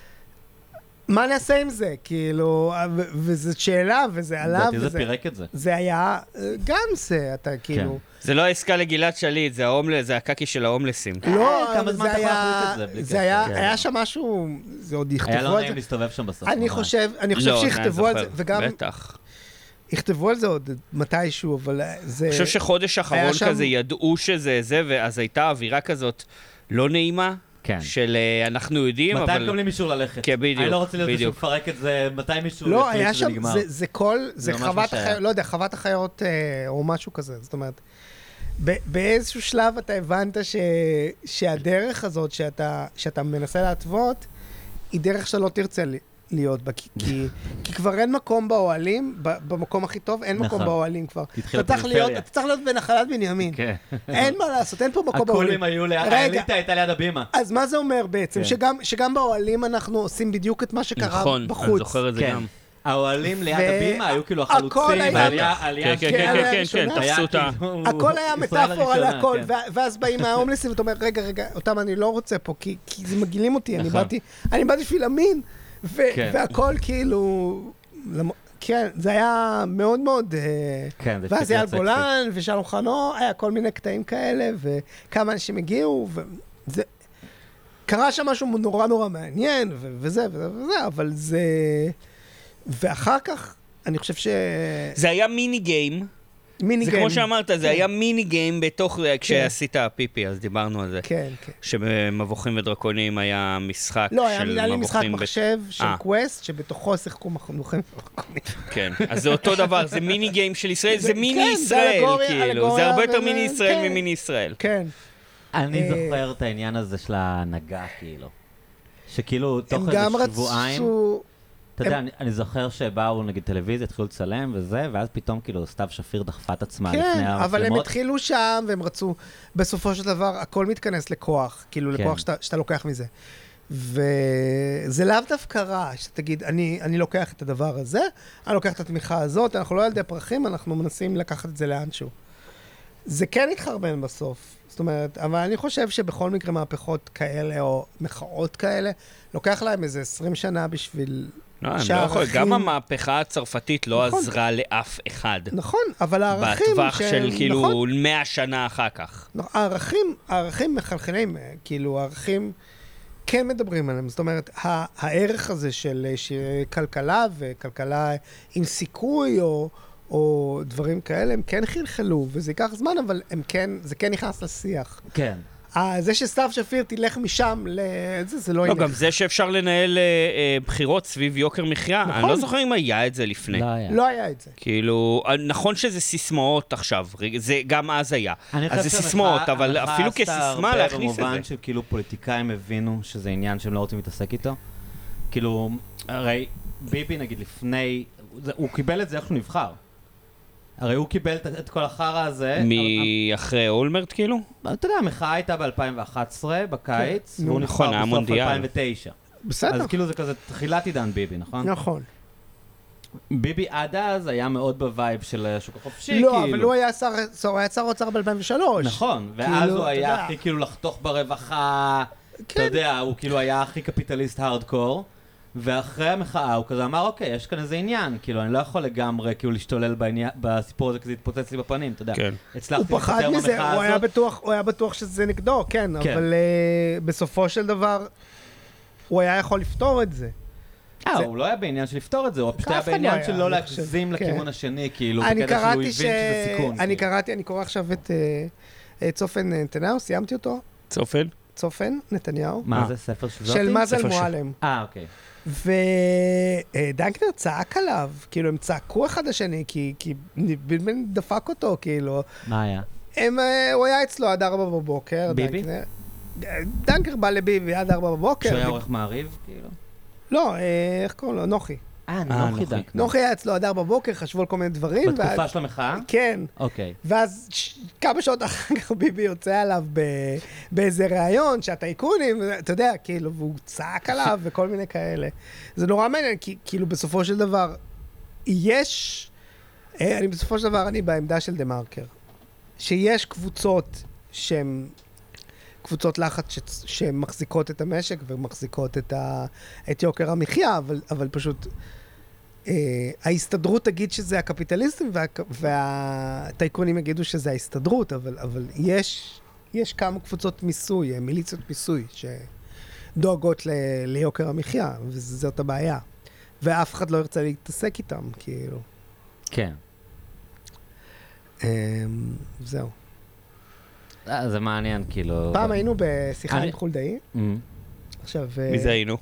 מה נעשה עם זה? כאילו, ו- וזאת שאלה, וזה עליו, לדעתי זה וזה... פירק את זה. זה היה אה, גם זה, אתה כאילו... זה לא העסקה לגלעד שליט, זה ההומלס, זה הקקי של ההומלסים. לא, כמה אבל זמן זה אתה יכול היה... להחליט את זה בלי זה קשר? היה, כן. היה שם משהו, זה עוד יכתבו היה לא על נעים זה. להסתובב שם בסוף. אני ממש. חושב, אני חושב לא, שיכתבו אני על זה, זוכר, וגם בטח. יכתבו על זה עוד מתישהו, אבל זה... אני חושב שחודש אחרון שם- כזה ידעו שזה זה, ואז הייתה אווירה כזאת לא נעימה, כן. של אה, אנחנו יודעים, מתי אבל... מקבלים אישור ללכת? כן, בדיוק, אני לא רוצה להיות מישהו בדיוק. מפרק את זה, מתי מישהו לא, יחליט היה שזה שם, נגמר. זה, זה כל, זה ממש חוות מה שהיה. החיות, לא יודע, חוות החיות אה, או משהו כזה, זאת אומרת, ב- באיזשהו שלב אתה הבנת ש, שהדרך הזאת שאתה, שאתה מנסה להתוות, היא דרך שאתה לא תרצה לי- להיות בה, כי, כי, כי כבר אין מקום באוהלים, ב- במקום הכי טוב, אין מקום נכון. באוהלים כבר. התחילה אתה צריך פריפריה. להיות, אתה צריך להיות בנחלת בנימין. כן. אין מה לעשות, אין פה מקום באוהלים. הקולים היו ליד, רגע. האליטה הייתה ליד הבימה. אז מה זה אומר בעצם? כן. שגם, שגם באוהלים אנחנו עושים בדיוק את מה שקרה נכון, אני בחוץ. זוכר את זה כן. גם. האוהלים ליד ו- הבימה היו כאילו הכל החלוצים, היה- העלייה, בטח. העלייה כן, של- כן, כן, כן, כן, הראשונה. כן, תפסו אותה. כאילו הכל היה ישראל מטאפורה הראשונה, להכל, כן. ו- ואז באים ההומלסים ואתה אומר, רגע, רגע, אותם אני לא רוצה פה, כי כי זה מגעילים אותי, אני נכון. באתי אני באתי בשביל אמין, ו- כן. והכל כאילו... למ- כן, זה היה מאוד מאוד... אה, כן, זה ואז פשוט אייל סקסי. גולן ושלום חנוך, היה כל מיני קטעים כאלה, וכמה אנשים הגיעו, וזה... קרה שם משהו נורא נורא מעניין, ו- וזה וזה וזה, אבל זה... ואחר כך, אני חושב ש... זה היה מיני גיים, מיני זה גיים. כמו שאמרת, זה היה מיני גיים בתוך, כשעשית פיפי, אז דיברנו על זה. כן, כן. שבמבוכים ודרקונים היה משחק לא, היה של היה לי משחק מבוכים... ב- מחשב של אה. קווסט, שבתוכו שיחקו מחנוכים ודרקונים. כן, אז זה אותו דבר, זה מיני גיים של ישראל, זה מיני כן, זה ישראל, אלגוריה- כאילו, זה אלגוריה הרבה יותר וזה- מיני ישראל כן. ממיני ישראל. כן. אני אה, זוכר את העניין הזה של ההנהגה, כאילו. שכאילו, תוך הם איזה גם שבועיים, רצו... אתה יודע, הם- אני- אני זוכר שבאו, נגיד, טלוויזיה, התחילו לצלם וזה, ואז פתאום, כאילו, סתיו שפיר דחפה את עצמה לפני כן, המצלמות. אבל הם התחילו שם, והם רצו, בסופו של דבר, הכל מתכנס לכוח, כאילו כן. לכוח שאתה, שאתה לוקח מזה. וזה לאו דווקא רע, שאתה תגיד, אני, אני לוקח את הדבר הזה, אני לוקח את התמיכה הזאת, אנחנו לא ילדי פרחים, אנחנו מנסים לקחת את זה לאנשהו. זה כן התחרבן בסוף. זאת אומרת, אבל אני חושב שבכל מקרה מהפכות כאלה, או מחאות כאלה, לוקח להם איזה עשרים שנה בשביל... לא, הם לא שהערכים- יכולים, גם המהפכה הצרפתית לא נכון. עזרה לאף אחד. נכון, אבל הערכים בטווח של שהם- כאילו נכון, מאה שנה אחר כך. נכון, הערכים, הערכים מחלחלים, אה, כאילו הערכים כן מדברים עליהם, זאת אומרת, ה- הערך הזה של, של כלכלה וכלכלה עם סיכוי או, או דברים כאלה, הם כן חלחלו, וזה ייקח זמן, אבל הם כן, זה כן נכנס לשיח. כן. אה, זה שסתיו שפיר תלך משם לזה, זה לא לא, ילך. גם זה שאפשר לנהל אה, אה, בחירות סביב יוקר מחיה, נכון. אני לא זוכר אם היה את זה לפני. לא היה. לא היה את זה. כאילו, נכון שזה סיסמאות עכשיו, רגע, זה גם אז היה. אני אז חושב זה שהמחאה- סיסמאות, אבל המחאה אפילו עשתה כסיסמה הרבה להכניס את במובן זה. שכאילו פוליטיקאים הבינו שזה עניין שהם לא רוצים להתעסק איתו. כאילו, הרי ביבי נגיד לפני, זה- הוא קיבל את זה איך שהוא נבחר. הרי הוא קיבל את- את כל החרא הזה. מאחרי אולמרט כאילו? אבל- אתה יודע, המחאה הייתה ב-אלפיים ואחת עשרה בקיץ, נו, והוא נכון, נבחר היה בסוף מונדיאל. אלפיים ותשע. בסדר. אז כאילו זה כזה תחילת עידן ביבי, נכון? נכון. ביבי עד אז היה מאוד בווייב של השוק החופשי, לא, כאילו. אבל הוא היה שר, הוא היה שר אוצר ב-אלפיים ושלוש. נכון, ואז כאילו, הוא אתה היה יודע. הכי כאילו לחתוך ברווחה, אתה כן. יודע, הוא כאילו היה הכי קפיטליסט הארדקור, ואחרי המחאה הוא כזה אמר, אוקיי, יש כאן איזה עניין, כאילו, אני לא יכול לגמרי כאילו להשתולל בעניין- בסיפור הזה, כי זה יתפוצץ לי בפנים, אתה יודע. כן. הצלחתי הוא פחד לפטר מזה, במחאה הוא היה הזאת. בטוח, הוא היה בטוח שזה נגדו, כן, כן. אבל uh, בסופו של דבר, הוא היה יכול לפתור את זה. אה, זה- הוא לא היה בעניין של לפתור את זה, הוא פשוט אף היה אחד לא בעניין היה, של לא אני חושב. להגזים כן. לכיוון השני, כאילו, אני בקטע שהוא קראתי הבין ש... שזה סיכון. אני כאילו. קראתי, אני קורא עכשיו את uh, את צופן נתניהו, סיימתי אותו. צופן? צופן, נתניהו. מה אה. זה, ספר של זאתי? של מזל ספר של- מועלם. אה, אוקיי. ודנקנר צעק עליו, כאילו הם צעקו אחד לשני, כי, כי בן דפק אותו, כאילו. מה היה? הם, אה, הוא היה אצלו עד ארבע בבוקר. ביבי? דנקנר. דנקר בא לביבי עד ארבע בבוקר. כשהוא היה ו- עורך מעריב, כאילו? לא, אה, איך קוראים לו? נוחי. אה, אה, נוחי נוחי. דנקנר. נוחי היה אצלו עד ארבע בבוקר, חשבו על כל מיני דברים. ואז- בתקופה של המחאה? כן. אוקיי. ואז ש- כמה שעות אחר כך ביבי יוצא עליו ב... באיזה ראיון, שהטייקונים, אתה יודע, כאילו, והוא צעק עליו וכל מיני כאלה. זה נורא מעניין, כי כאילו בסופו של דבר, יש, אה, אני בסופו של דבר, אני בעמדה של דה מרקר, שיש קבוצות שהן קבוצות לחץ ש... שמחזיקות את המשק ומחזיקות את, ה... את יוקר המחיה, אבל, אבל פשוט... Uh, ההסתדרות תגיד שזה הקפיטליסטים וה... והטייקונים יגידו שזה ההסתדרות, אבל, אבל יש, יש כמה קבוצות מיסוי, מיליציות מיסוי, שדואגות ל... ליוקר המחיה, וזאת הבעיה. ואף אחד לא ירצה להתעסק איתם, כאילו. כן. Um, זהו. אה, זה מעניין, כאילו... פעם היינו בשיחה אני- עם חולדאי, Mm. עכשיו... מי זה היינו?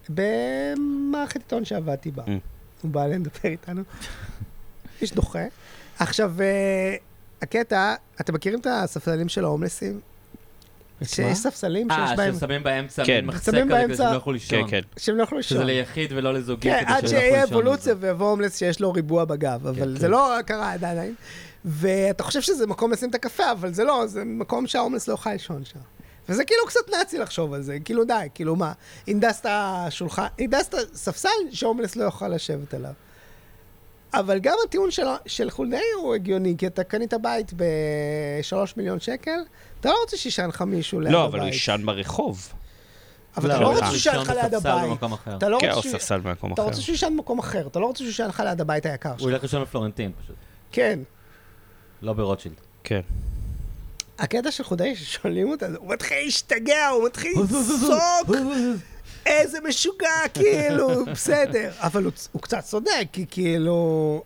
במערכת עיתון שעבדתי בה. Mm. הוא בא לדבר איתנו. איש דוחה. עכשיו, אה, הקטע, אתם מכירים את הספסלים של ההומלסים? שיש ספסלים שיש אה, בהם, ששמים באמצע כן. מין מחסה שמים כזה כדי באמצע- שהם לא יוכלו כן, לישון. כן. שהם לא יכולים לישון. שזה ליחיד ולא לזוגי, כן, כדי עד שהם לא שיהיה יוכלו לישון על אבולוציה זה. ויבוא הומלס שיש לו ריבוע בגב, אבל כן, זה כן. לא קרה עדיין. ואתה חושב שזה מקום לשים את הקפה, אבל זה לא, זה מקום שההומלס לא יוכל לישון שם. וזה כאילו קצת נאצי לחשוב על זה, כאילו די, כאילו מה, הנדסת שולחן, הנדסת ספסל שההומלס לא יוכל לשבת עליו. אבל גם הטיעון של, של חולדאי הוא הגיוני, כי אתה קנית בית בשלוש מיליון שקל, אתה לא רוצה שישן לך מישהו ליד לא, הבית. אבל הוא יישן ברחוב. אבל אתה לא רוצה הוא שישן לך ליד בספסל הבית. במקום אחר. אתה לא כן, רוצה או שהוא- ספסל במקום אתה אחר. רוצה שהוא יישן במקום אחר, אתה לא רוצה שהוא יישן לך ליד הבית היקר הוא שלך. ילך לישון בפלורנטין פשוט, כן. לא ברוטשילד. כן. הקטע של חולדאי ששואלים אותה, הוא מתחיל להשתגע, הוא מתחיל לצעוק, איזה משוגע, כאילו, בסדר. אבל הוא, הוא קצת צודק, כי כאילו...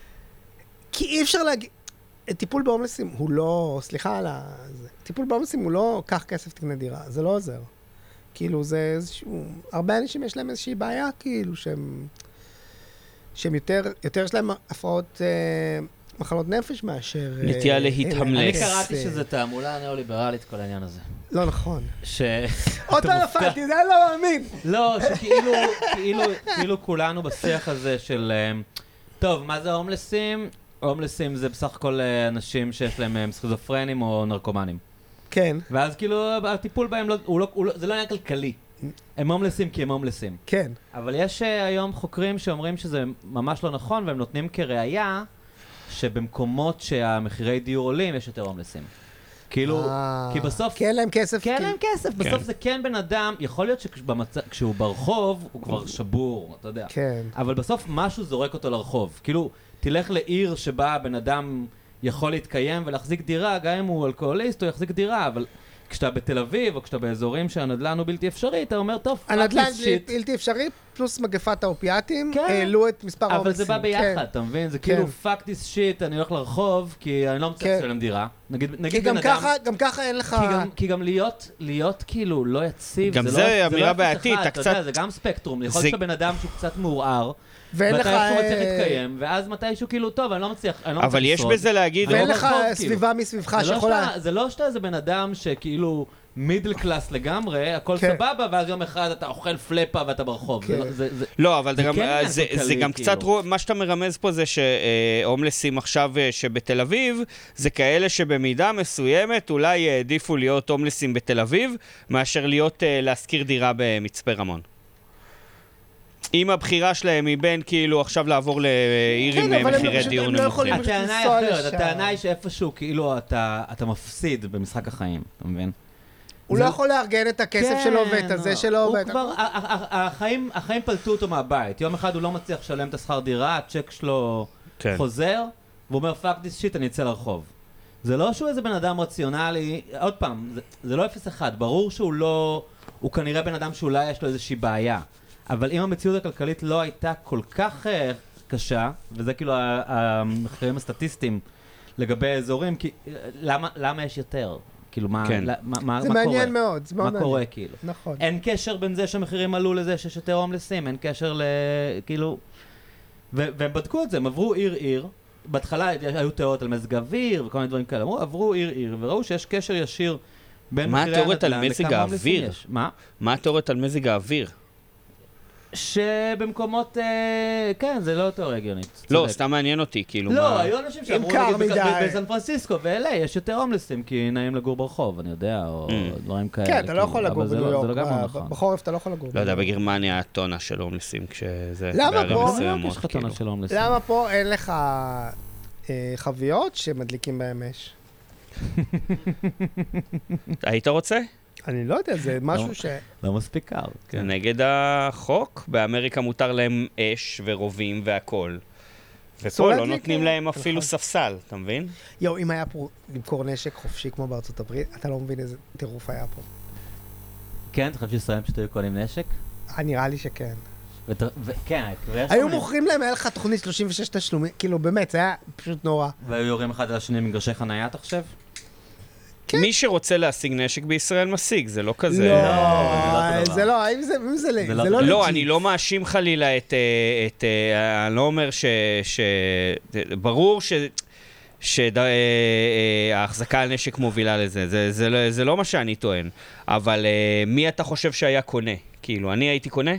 כי אי אפשר להגיד... טיפול בהומלסים הוא לא... סליחה על ה... זה. טיפול בהומלסים הוא לא, קח כסף תקנה דירה, זה לא עוזר. כאילו, זה איזשהו... הרבה אנשים יש להם איזושהי בעיה, כאילו, שהם... שהם יותר... יותר יש להם הפרעות... אה, מחלות נפש מאשר... אה, נטייה אין להם להתאמלס. אני כסף. קראתי שזה תעמולה ניאו-ליברלית, כל העניין הזה. לא נכון. ש... עוד פעם נפלתי, זה אני לא מאמין. לא, שכאילו, כאילו, כאילו כולנו בשיח הזה של... אה, טוב, מה זה הומלסים? הומלסים זה בסך הכל אה, אנשים שיש להם אה, סכיזופרנים או נרקומנים. כן, ואז כאילו הטיפול בהם, לא, הוא לא, הוא לא, זה לא עניין כלכלי. הם הומלסים כי הם הומלסים. כן. אבל יש אה, היום חוקרים שאומרים שזה ממש לא נכון, והם נותנים כראיה שבמקומות שהמחירי דיור עולים יש יותר הומלסים. כאילו, אה, כי בסוף... כי אין להם כסף. כי אין כי- להם כסף, בסוף זה כן בן אדם, יכול להיות שכשהוא ברחוב הוא כבר שבור, אתה יודע. כן. אבל בסוף משהו זורק אותו לרחוב. כאילו, תלך לעיר שבה בן אדם יכול להתקיים ולהחזיק דירה, גם אם הוא אלכוהוליסט הוא יחזיק דירה, אבל כשאתה בתל אביב או כשאתה באזורים שהנדל"ן הוא בלתי אפשרי, אתה אומר, טוב, הנדל"ן fuck this shit. בלתי אפשרי, פלוס מגפת האופיאטים, כן. העלו את מספר אבל ההומלסים. זה בא ביחד, כן. אתה מבין? זה כן. כאילו, fuck this shit, אני הולך לרחוב, כי אני לא מצליח כן. לשלם דירה. נגיד, כי נגיד גם בן אדם... ככה, גם ככה אין לך... כי גם, כי גם להיות, להיות כאילו לא יציב, גם זה, זה לא, זה אמירה לא אפס בעייתית, אחד, אתה אתה יודע, קצת- זה גם ספקטרום, יכול זה- להיות שבן אדם שהוא קצת מעורער, ואין לך... ואתה איכשהו מצליח אה, להתקיים, ואז מתישהו כאילו, טוב, אני לא מצליח, אני לא אבל מצליח יש לשרוד. בזה להגיד... ואין לא לך ברחוב, כאילו. סביבה מסביבך זה לא שיכולה... שאתה- זה לא שאתה איזה בן אדם שכאילו מידל קלאס לגמרי, הכל כן. סבבה, ואז יום אחד אתה אוכל פלאפה ואתה ברחוב. זה כן. לא- זה- זה- לא, אבל זה זה גם, כן עניין זה, כלכלי, זה גם כאילו. קצת, רוא- מה שאתה מרמז פה זה שהומלסים עכשיו אה, שבתל אביב, זה כאלה שבמידה מסוימת אולי העדיפו להיות הומלסים בתל אביב, מאשר להיות, אה, להשכיר דירה במצפה רמון. אם הבחירה שלהם היא בין כאילו עכשיו לעבור לעיר כן, עם אבל אה, הם מחירי פשוט- דיור הם לא יכולים- נמוכים. פשוט הטענה לנסוע היא אחרת, לשם. הטענה היא שאיפשהו כאילו אתה אתה מפסיד במשחק החיים, אתה מבין? הוא זה- לא יכול לארגן את הכסף שלו ואת הזה שלו הוא ואת... כבר, ה- ה- ה- החיים, החיים פלטו אותו מהבית. יום אחד הוא לא מצליח לשלם את השכר דירה, הצ'ק שלו כן. חוזר, והוא אומר, fuck this shit, אני אצא לרחוב. זה לא שהוא איזה בן אדם רציונלי, עוד פעם, זה, זה לא אפס אחד, ברור שהוא לא, הוא כנראה בן אדם שאולי יש לו איזושהי בעיה. אבל אם המציאות הכלכלית לא הייתה כל כך uh, קשה, וזה כאילו ה- המחקרים הסטטיסטיים לגבי האזורים, כי למה, למה יש יותר? כאילו, מה, כן. לא, מה, מה, זה מה קורה? מעניין מאוד, זה מאוד מה מעניין. קורה, כאילו? נכון. אין קשר בין זה שהמחירים עלו לזה שיש יותר הומלסים, אין קשר ל... כאילו... ו- והם בדקו את זה, הם עברו עיר-עיר, בהתחלה היו תיאוריות על מזג אוויר וכל מיני דברים כאלה, אמרו, עברו עיר-עיר, וראו שיש קשר ישיר בין מה מחירי התיאוריות על הנדל"ן מזג לכמה הומלסים האוויר? יש. מה? מה התיאוריות על מזג האוויר? שבמקומות, אה, כן, זה לא תיאוריה הגיונית. לא, צודק. סתם מעניין אותי, כאילו לא, מה... היו אנשים שאמרו, קר נגיד, מדי. בק- בסן פרנסיסקו ו-אל איי יש יותר הומלסים, כי נעים לגור ברחוב, אני יודע, או Mm. דברים כאלה. כן, אתה לא כאילו, יכול לגור אבל זה לא- בניו יורק. זה לא גם ב- נכון. בחורף אתה לא יכול לגור. לא יודע, בניו יורק. בגרמניה היה טונה של הומלסים כשזה... למה בערים פה? מסוימות, יש לך כאילו. טונה של הומלסים. למה פה אין לך אה, חביות שמדליקים בהם אש? היית רוצה? אני לא יודע, זה משהו ש... לא מספיק קר. זה כן. נגד החוק, באמריקה מותר להם אש ורובים והכל. ופה אסור לא להדליק, נותנים אה, להם אפילו נכון. ספסל, אתה מבין? יואו, אם היה פה למכור נשק חופשי כמו בארצות הברית, אתה לא מבין איזה טירוף היה פה. כן, אתה חושב שישראל פשוט היו קונים נשק? אה, נראה לי שכן. ות- ו- כן, ויש היו כל מיני- מוכרים להם, היה לך תוכנית שלושים ושש תשלומים, כאילו באמת, זה היה פשוט נורא. והיו יורים אחד על השני מגרשי חנייה, אתה חושב? כן. מי שרוצה להשיג נשק בישראל משיג, זה לא כזה... לא, זה לא אותו זה דבר. לא, האם זה אם זה זה לא זה לא אותו לא, לג'יט. אני לא מאשים חלילה את... אה, את אה, אני לא אומר ש... ש... ברור ש... שההחזקה על נשק מובילה לזה, זה, זה, לא- זה לא מה שאני טוען. אבל אה, מי אתה חושב שהיה קונה? כאילו, אני הייתי קונה?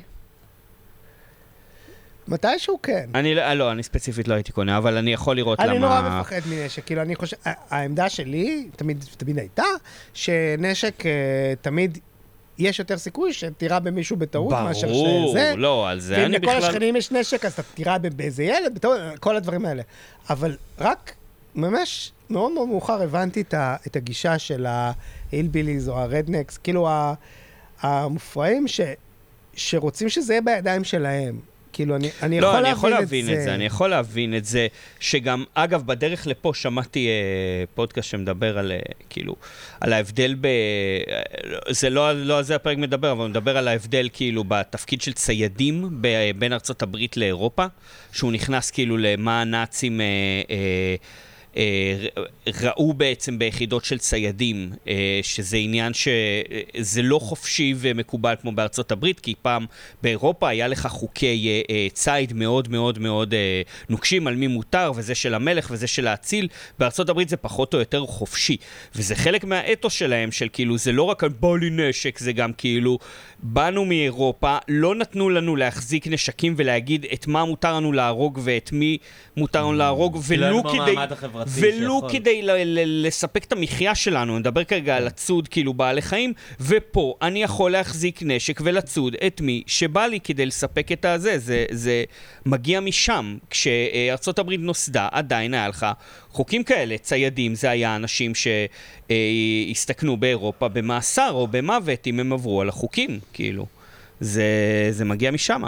מתישהו כן. אני לא, לא, אני ספציפית לא הייתי קונה, אבל אני יכול לראות למה... אני נורא מפחד מנשק, כאילו אני חושב, ה- העמדה שלי תמיד, תמיד הייתה, שנשק אה, תמיד יש יותר סיכוי שתירה במישהו בטעות מאשר שזה. ברור, לא, על זה ואם אני לכל בכלל... השכנים יש נשק, אז אתה תירה ב- באיזה ילד, בטעות, כל הדברים האלה. אבל רק ממש מאוד מאוד מאוחר הבנתי את, ה, את הגישה של ההילביליז או הרדנקס, כאילו ה- המופרעים ש, שרוצים שזה יהיה בידיים שלהם. כאילו, אני, אני יכול לא, אני להבין יכול את להבין זה. את זה, אני יכול להבין את זה, שגם, אגב, בדרך לפה שמעתי אה, פודקאסט שמדבר על, אה, כאילו, על ההבדל ב... אה, זה לא, לא על זה הפרק מדבר, אבל הוא מדבר על ההבדל, כאילו, בתפקיד של ציידים ב, בין ארצות הברית לאירופה, שהוא נכנס, כאילו, למה הנאצים... אה, אה, אה, ראו בעצם ביחידות של ציידים, אה, שזה עניין שזה לא חופשי ומקובל כמו בארצות הברית, כי פעם באירופה היה לך חוקי אה, אה, צייד מאוד מאוד מאוד אה, נוקשים על מי מותר, וזה של המלך וזה של האציל. בארצות הברית זה פחות או יותר חופשי, וזה חלק מהאתוס שלהם, של כאילו זה לא רק על בוא לי נשק, זה גם כאילו באנו מאירופה, לא נתנו לנו להחזיק נשקים ולהגיד את מה מותר לנו להרוג ואת מי מותר לנו להרוג, ולו כדי... ולו כדי ל- ל- לספק את המחיה שלנו, אני מדבר כרגע על לצוד כאילו בעלי חיים, ופה אני יכול להחזיק נשק ולצוד את מי שבא לי כדי לספק את הזה, זה, זה מגיע משם. כשארצות הברית נוסדה, עדיין היה לך חוקים כאלה, ציידים, זה היה אנשים שהסתכנו באירופה במאסר או במוות אם הם עברו על החוקים, כאילו. זה, זה מגיע משם.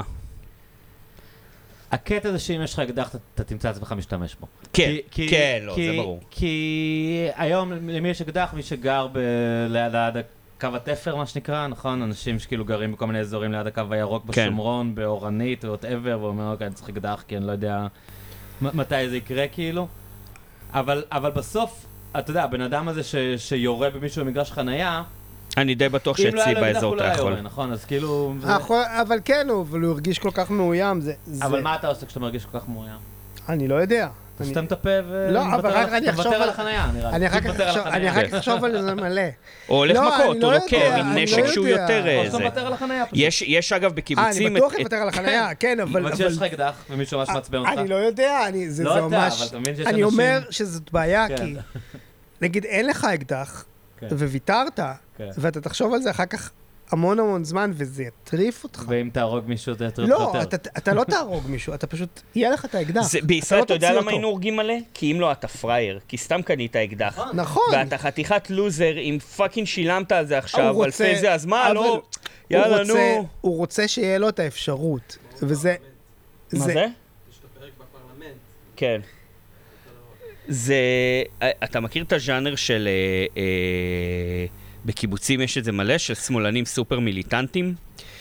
הקטע זה שאם יש לך אקדח, אתה- אתה תמצא את עצמך משתמש בו. כן, כי- כן, לא, כי- זה ברור. כי היום למי יש אקדח? מי שגר ב- ליד ליד קו התפר, מה שנקרא, נכון? אנשים שכאילו גרים בכל מיני אזורים ליד הקו הירוק כן. בשומרון, באורנית, או whatever, ואומר, אוקיי, אני צריך אקדח, כי אני לא יודע מ- מתי זה יקרה, כאילו. אבל אבל בסוף, אתה יודע, הבן אדם הזה ש- שיורה במישהו במגרש חנייה, אני די בטוח אם לא היה שאצלי לו אקדח באזור הוא לא אתה היה יכול. יורה, נכון? אז כאילו... זה- יכול- אבל כן, הוא- אבל הוא הרגיש כל כך מאוים, זה... אבל זה- מה אתה עושה כשאתה מרגיש כל כך מאוים? אני לא יודע. אתה אני- סותם את הפה לא, אבל ומוותר רק על- אני אתה אחשוב מוותר על- על החנייה, נראה לי. אני אחר פשוט כך מוותר על אחשוב- אני החנייה. אחר כך אחשוב על זה מלא. או הולך לא, מכות, אני או לא לוקר יודע, עם אני נשק לא שהוא יודע. יותר או איזה. שאתה מוותר על החנייה פשוט. יש, יש אגב אה, בקיבוצים... אני בטוח את- אוותר על החנייה, כן, אבל... אבל כשיש לך אקדח ומישהו ממש מעצבן אותך. אני לא יודע, אני- זה לא זה אתה, ממש... אבל אתה מבין שיש אני אנשים- אומר שזאת בעיה, כן. כי... נגיד, אין לך אקדח, כן. וויתרת, כן. ואתה תחשוב על זה אחר כך המון המון זמן, וזה יטריף אותך. ואם תהרוג מישהו אתה יטריף אותך לא, יותר. אתה- אתה לא תהרוג מישהו, אתה פשוט... יהיה לך את האקדח. זה- בישראל לא אתה יודע תוציא למה אותו. היינו הורגים מלא? כי אם לא אתה פראייר, כי סתם קנית אקדח. נכון. ואתה חתיכת לוזר, אם פאקינג שילמת על זה עכשיו, הוא אלפי רוצה- זה, אז מה, אבל לא... הוא יאללה, רוצה- נו. הוא רוצה שיהיה לו את האפשרות, וזה... מה זה? יש לו פרק בפרלמנט. כן. זה... אתה מכיר את הז'אנר של... אה, אה, בקיבוצים יש את זה מלא, של שמאלנים סופר מיליטנטים,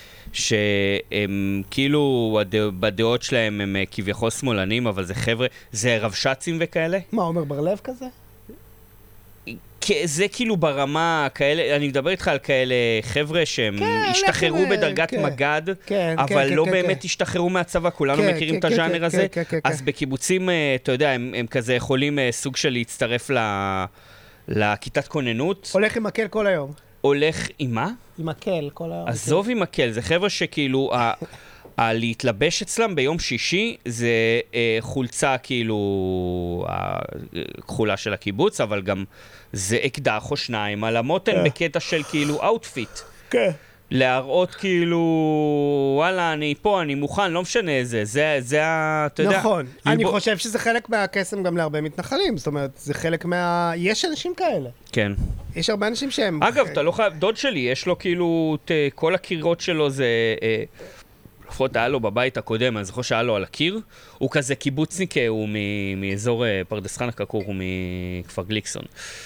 שהם כאילו, הדע- בדעות שלהם הם אה, כביכול שמאלנים, אבל זה חבר'ה, זה רבש"צים וכאלה. מה, עומר בר-לב כזה? זה כאילו ברמה כאלה, אני מדבר איתך על כאלה חבר'ה שהם השתחררו בדרגת מג"ד, אבל לא באמת השתחררו מהצבא, כולנו מכירים את הז'אנר הזה, אז בקיבוצים, אתה יודע, הם כזה יכולים סוג של להצטרף לכיתת כוננות. הולך עם מקל כל היום. הולך עם מה? עם מקל כל היום. עזוב עם מקל, זה חבר'ה שכאילו... להתלבש אצלם ביום שישי זה אה, חולצה כאילו הכחולה של הקיבוץ, אבל גם זה אקדח או שניים על המותן בקטע של כאילו אאוטפיט. כן. להראות כאילו, וואלה, אני פה, אני מוכן, לא משנה זה, זה, זה, אתה יודע. נכון. אני חושב שזה חלק מהקסם גם להרבה מתנחלים, זאת אומרת, זה חלק מה... יש אנשים כאלה. כן. יש הרבה אנשים שהם... אגב, אתה לא חייב, דוד שלי, יש לו כאילו, כל הקירות שלו זה... לפחות היה לו בבית הקודם, אני זוכר שהיה לו על הקיר, הוא כזה קיבוצניק, הוא מאזור פרדס חנה כרכור, הוא מכפר גליקסון.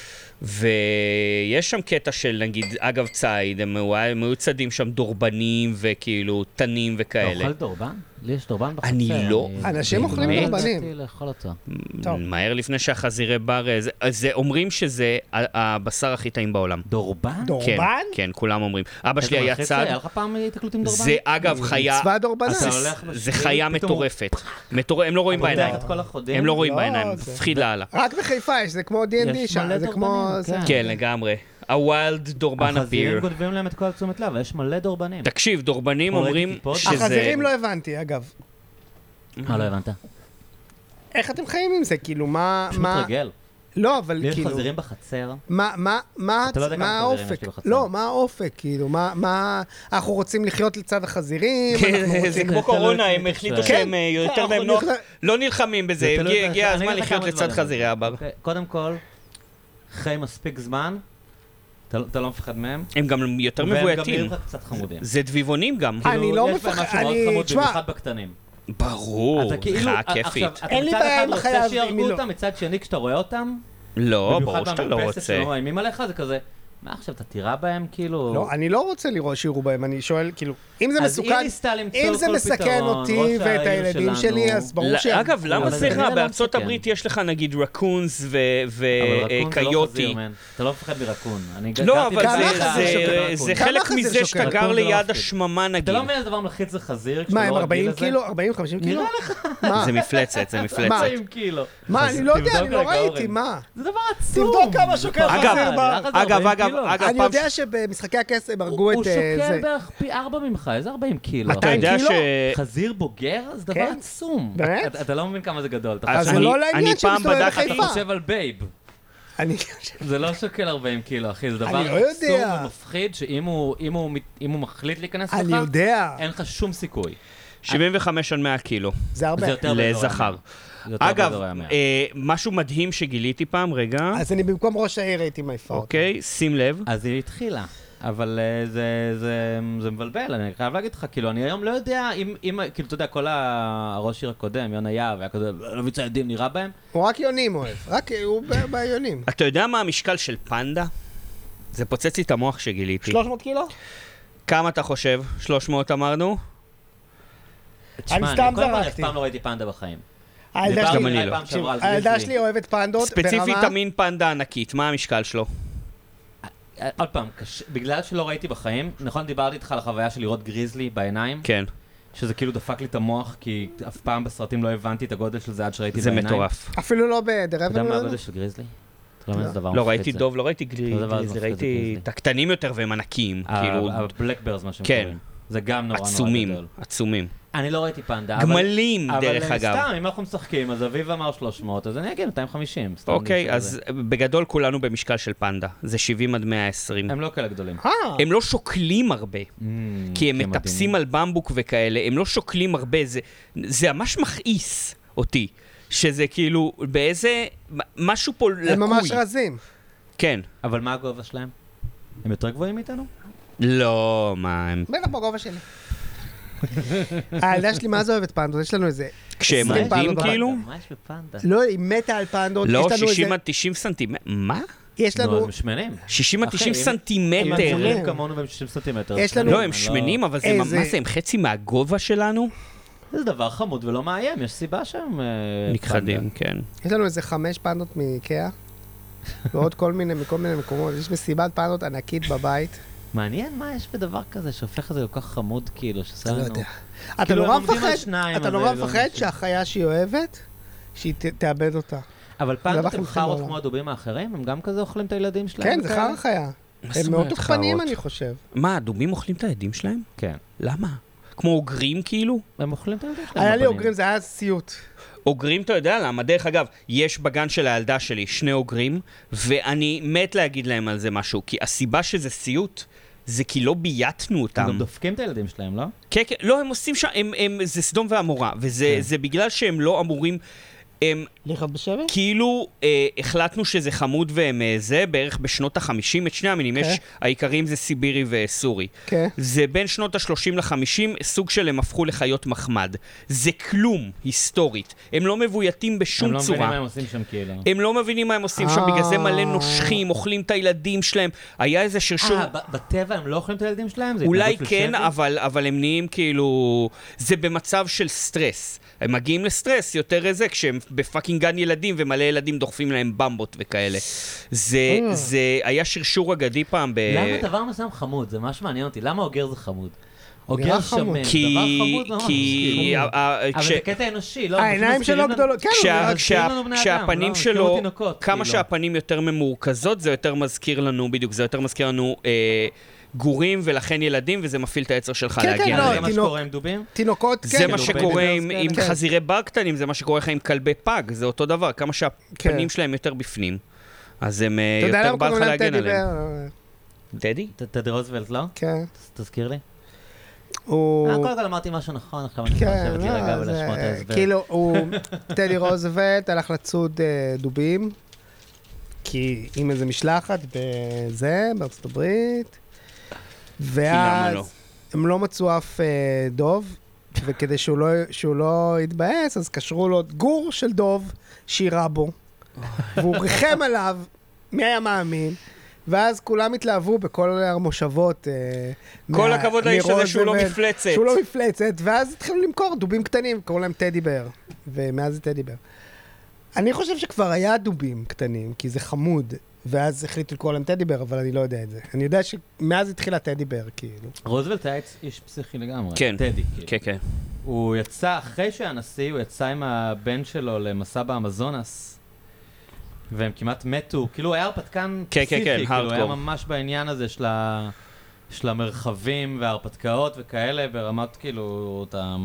ויש שם קטע של, נגיד, אגב צייד, הם היו צדים שם דורבנים וכאילו תנים וכאלה. אתה אוכל דורבן? לי יש דורבן בחצר. אני לא. אנשים אוכלים דורבנים. אני לאכול אותו. מהר לפני שהחזירי בר, זה אומרים שזה הבשר הכי טעים בעולם. דורבן? דורבן? כן, כולם אומרים. אבא שלי היה צד. היה לך פעם התקלות עם דורבן? זה אגב חיה... צבא דורבנה. זה חיה מטורפת. הם לא רואים בעיניים. הם לא רואים בעיניים. מפחיד לאללה. רק בחיפה יש, זה כמו די אנד די שם. זה כמו... כן, לגמרי. הווילד דורבן אפיר. החזירים גונבים להם את כל תשומת לב, יש מלא דורבנים. תקשיב, דורבנים אומרים שזה... החזירים לא הבנתי, אגב. מה לא הבנת? איך אתם חיים עם זה? כאילו, מה... פשוט רגל. לא, אבל לי יש כאילו... חזירים בחצר. מה, מה, מה, אתה לא יודע מה כמה חזירים יש האופק? לי בחצר. לא, מה האופק? כאילו, מה, מה... אנחנו רוצים לחיות לצד החזירים? זה כמו קורונה, הם החליטו שהם יותר מהם נוח. לא נלחמים בזה, הגיע הזמן לחיות לצד חזירי הבר. קודם כל, חי מספיק זמן, אתה לא מפחד מהם. הם גם יותר מבויתים. והם גם נראים לך קצת חמודים. זה דביבונים גם. אני לא יש בהם מפחד, משהו מאוד אני... חמוד, תשמע, במיוחד בקטנים. ברור, חיה כיפית. אין לי מצד בעיה אחד עם רוצה החיה, שיהרגו אם לא. אותם, מצד שני כשאתה רואה אותם, לא, ברור שאתה לא במיוחד במרפסת רוצה. שלא מאיימים עליך, זה כזה, מה עכשיו, אתה תירה בהם כאילו... לא, אני לא רוצה לראות שיראו בהם, אני שואל, כאילו, אם זה אז מסוכן, היא ניסתה למצוא אם זה כל מסכן פתרון, אותי ראש ואת העיר הילדים שלנו. שלי, אז ברור ש... אגב, למה אבל זה זה רע? כנראה לא בארצות מסכן. הברית יש לך נגיד רקונס אבל רקון זה לא וקיוטי. חזיר, מן. אתה לא מפחד מרקון. אני לא, גרתי אבל בבית כמה זה- חזיר זה- רקון. זה כמה חלק חזיר מזה שוקל? שאתה גר רקון זה לא ליד מפחיד. השממה אתה נגיד. לא מבין איזה דבר מלחיץ זה חזיר, כשאתה מה, לא הם רגיל ארבעים לזה? קילו? ארבעים חמישים קילו? נראה לך. מה? זה מפלצת, זה מפלצת. ארבעים קילו. מה, אני לא יודע, תבדוק אני לא רגע, ראיתי, אורן. מה? זה דבר עצום. תבדוק כמה שוקל אגב, חזיר בר. אגב, אגב, אגב, אני פעם יודע שבמשחקי הקסם הרגו הוא את אה, שוקל זה. בערך פי ארבע ממך, איזה ארבעים קילו. אתה יודע קילו? ש... חזיר בוגר זה דבר כן. עצום. באמת? אתה- אתה לא מבין כמה זה גדול. אתה אז אז חושב- זה אני- לא אני לעניין פעם שמסתובב בדקתי- אתה בחיפה. חושב על בייב. אני... זה לא שוקל ארבעים קילו, אחי, זה דבר אני לא יודע. עצום ומפחיד, שאם הוא- אם הוא מת- אם הוא מחליט להיכנס לך, אני יודע. אין לך שום סיכוי. שבעים וחמש עד מאה קילו. זה הרבה. זה יותר באזור לזכר. המאה. זה יותר אגב, באזור המאה. אה, משהו מדהים שגיליתי פעם, רגע, אז אני במקום ראש העיר הייתי מעיפה אותו. אוקיי, שים לב. אז היא התחילה, אבל אה, זה, זה, זה מבלבל, אני חייב להגיד לך, כאילו, אני היום לא יודע אם, אם כאילו, אתה יודע, כל ה- הראש עיר הקודם, יונה יהב, היה כזה, להביא ציידים, נראה בהם? הוא רק יונים אוהב. רק הוא ב- ביונים. אתה יודע מה המשקל של פנדה? זה פוצץ לי את המוח שגיליתי. שלוש מאות קילו? כמה אתה חושב? שלוש מאות אמרנו? תשמע, סתם קודם כל, אף זרקתי. פעם לא ראיתי פנדה בחיים. הילדה דיברתי גם שלי- אני אולי לא. פעם שעברה על הילדה גריזלי. שלי אוהבת פנדות ספציפית ברמה... המין פנדה ענקית, מה המשקל שלו? עוד פעם, קש- בגלל שלא ראיתי בחיים, נכון, דיברתי איתך על החוויה של לראות גריזלי בעיניים, כן, שזה כאילו דפק לי את המוח, כי אף פעם בסרטים לא הבנתי את הגודל של זה עד שראיתי זה בעיניים. מטורף. אפילו לא אתה יודע מה בדרבן. הגודל של גריזלי? אתה לא מבין איזה דבר לא מפחיד ראיתי זה. דוב, לא ראיתי זה דבר גריזלי, מפחיד, ראיתי גריזלי. את הקטנים יותר והם ענקיים, ה- כאילו הבלקברס, מה שהם כן. קוראים. זה גם נורא נורא עצומים, גדול. עצומים. אני לא ראיתי פנדה, אבל... גמלים, אבל דרך אה, אגב. סתם, אם אנחנו משחקים, אז אביב אמר שלוש מאות, אז אני אגיד מאתיים וחמישים. סתם אוקיי, בשביל אז זה. בגדול כולנו במשקל של פנדה. זה שבעים עד מאה ועשרים. הם לא כאלה גדולים. אה, הם לא שוקלים הרבה, כי הם מטפסים על במבוק וכאלה, הם לא שוקלים הרבה, זה, זה ממש מכעיס אותי, שזה כאילו באיזה, משהו פה לקוי. הם ממש רזים. כן. אבל מה הגובה שלהם? הם יותר גבוהים מאיתנו? לא, מה הם... בטח בגובה שלי. הילדה שלי מה זה אוהבת פנדות? יש לנו איזה... כשהם עשרים עומדים פנדות כאילו? מה יש בפנדה? לא, היא מתה על פנדות. לא, יש לנו שישים איזה- עד תשעים סנטימטר. מה? יש נו, לנו... הם שמנים. שישים עד אחי, תשעים אם- אם סנטימטר. הם גבוהים כמונו והם שישים סנטימטר. יש אז לנו- לא, אני הם שמנים, אבל זה איזה- מה זה, הם חצי מהגובה שלנו? זה דבר חמוד ולא מאיים, יש סיבה שהם... אה, נכחדים, פנדה. כן. יש לנו איזה חמש פנדות מאיקאה. ועוד כל מיני, מכל מיני מקומות. יש מסיבת פאנות ענקית בבית. מעניין מה יש בדבר כזה שהופך את זה כל כך חמוד, כאילו, שעושה אני לנו... לא יודע. אתה כאילו, נורא הם עומדים על מפחד, שניים, אתה אז נורא זה לא מפחד משהו. שהחיה שהיא אוהבת, שהיא ת- תאבד אותה. אבל זה פנדות הכי הם מפחיד חארות בעולם. כמו הדובים האחרים? הם גם כזה אוכלים את הילדים שלהם? כן, זה וכאלה? חרא חיה. מה זאת הם מאוד אומרת תוקפנים, חרות? אני חושב. מה, הדובים אוכלים את העדים שלהם? כן. למה? כמו אוגרים כאילו? הם אוכלים את הילדים שלהם. היה לי הבנים. אוגרים, זה היה סיוט. אוגרים, אתה יודע למה? דרך אגב, יש בגן של הילדה שלי שני אוגרים, ואני מת להגיד להם על זה משהו, כי הסיבה שזה סיוט, זה כי לא בייתנו הם אותם. גם דופקים את הילדים שלהם, לא? כן, כן, לא, הם עושים שם, הם, הם, זה סדום ועמורה, וזה כן. זה בגלל שהם לא אמורים, הם לחיות בשבט? כאילו אה, החלטנו שזה חמוד והם אה, זה, בערך בשנות החמישים, את שני המינים, יש, כן. העיקריים זה סיבירי וסורי. כן. זה בין שנות ה-שלושים ל-חמישים, סוג של הם הפכו לחיות מחמד. זה כלום, היסטורית. הם לא מבויתים בשום הם לא צורה. מבינים מה הם עושים שם, כאילו. הם לא מבינים מה הם עושים שם, בגלל זה מלא נושכים, אוכלים את הילדים שלהם. היה איזה שרשור... אה, ב- בטבע הם לא אוכלים את הילדים שלהם? זה אולי התנהגות כן, לשבי? אבל, אבל הם נהיים כאילו... זה במצב של סטרס. הם מגיעים לסטרס יותר איזה כשהם בפאקינג גן ילדים ומלא ילדים דוחפים להם במבות וכאלה. זה, אה. זה היה שרשור אגדי פעם ב... למה דבר מסוים חמוד? זה ממש מעניין אותי. למה אוגר זה חמוד? אוגר נראה חמוד. שמן, כי... דבר חמוד ממש. כי... כאילו. ה- ה- אבל כש- זה קטע אנושי, לא? העיניים פשוט שלו מזכירים לנו- גדולות, כן, הוא כשה- נראה- מזכירים כשה- לנו בני אדם, כשהפנים לא? שלו, מזכירים תינוקות, כמה כאילו. שהפנים יותר ממורכזות, זה יותר מזכיר לנו, בדיוק, זה יותר מזכיר לנו אה, גורים ולכן ילדים, וזה מפעיל את היצר שלך כן, להגיע כן, אליהם. לא, זה מה תינוק. שקורה עם דובים? תינוקות, כן. זה כאילו, מה שקורה בייבי עם, ברס עם כאלה. חזירי בר קטנים, זה מה שקורה לך עם כלבי פג, זה אותו דבר, כמה שהפנים שלהם יותר בפנים. אז הם אה, אתה יודע יותר למה בא לך קוראים להם להגן טדי עליהם. בר? טדי? ט- טדי רוזוולט, לא? כן. ת- תזכיר לי. הוא... אה, קודם כל אמרתי משהו נכון, עכשיו אני יכול כן, לשבת להירגע לא, ולשמוע את זה... ההסבר. כאילו, הוא... טדי רוזוולט הלך לצוד אה, דובים, כי עם איזה משלחת בזה, בארצות הברית, ואז לא? הם לא מצאו אף אה, דוב, וכדי שהוא לא, שהוא לא יתבאס, אז קשרו לו גור של דוב שירה בו, והוא ריחם עליו, מי היה מאמין? ואז כולם התלהבו בכל המושבות. אה, כל מה- הכבוד לאיש הזה שהוא לא מרוזוולט, מפלצת. שהוא לא מפלצת, ואז התחילו למכור דובים קטנים, קראו להם טדי בר, ומאז זה טדי בר. אני חושב שכבר היה דובים קטנים, כי זה חמוד, ואז החליטו לקרוא להם טדי בר, אבל אני לא יודע את זה. אני יודע שמאז התחילה טדי בר, כאילו. רוזוולט היה איש פסיכי לגמרי. כן. טדי. כאילו. כן, כן. הוא יצא, אחרי שהיה נשיא, הוא יצא עם הבן שלו למסע באמזונס, והם כמעט מתו. כאילו, הוא היה הרפתקן כן, כן, פסיכי, כן, כאילו, הוא היה הארדקור. ממש בעניין הזה של ה- של המרחבים וההרפתקאות וכאלה, ברמת, כאילו, אתה...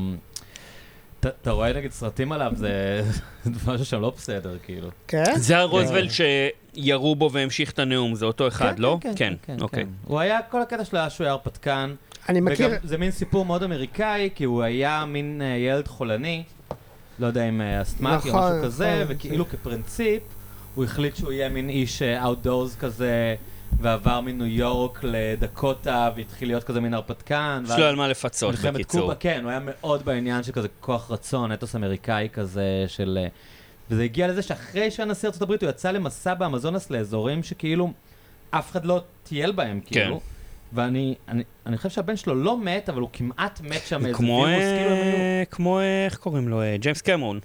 אתה- אתה רואה נגיד סרטים עליו, זה זה משהו שם לא בסדר, כאילו. כן? זה הרוזוולט שירו בו והמשיך את הנאום, זה אותו אחד, כן, לא? כן, כן, כן, אוקיי. כן. הוא היה, כל הקטע שלו היה שהוא היה הרפתקן, אני מכיר... וגם זה מין סיפור מאוד אמריקאי, כי הוא היה מין אה, ילד חולני, לא יודע אם אה, אסתמטי או נכון, משהו כזה, נכון, וכאילו כפרינציפ, הוא החליט שהוא יהיה מין איש אאוטדורס כזה, ועבר מניו יורק לדקוטה, והתחיל להיות כזה מין הרפתקן. יש לו על מה לפצות, מלחמת בקיצור. קובה, כן, הוא היה מאוד בעניין של כזה כוח רצון, אתוס אמריקאי כזה של... אה, וזה הגיע לזה שאחרי שהנשיא ארצות הברית הוא יצא למסע באמזונס לאזורים שכאילו אף אחד לא טייל בהם, כאילו. ואני אני, אני חושב שהבן שלו לא מת, אבל הוא כמעט מת שם איזה כמו, וירוס, כאילו הם היו... אה, כמו, אה, איך קוראים לו? אה, ג'יימס קמרון.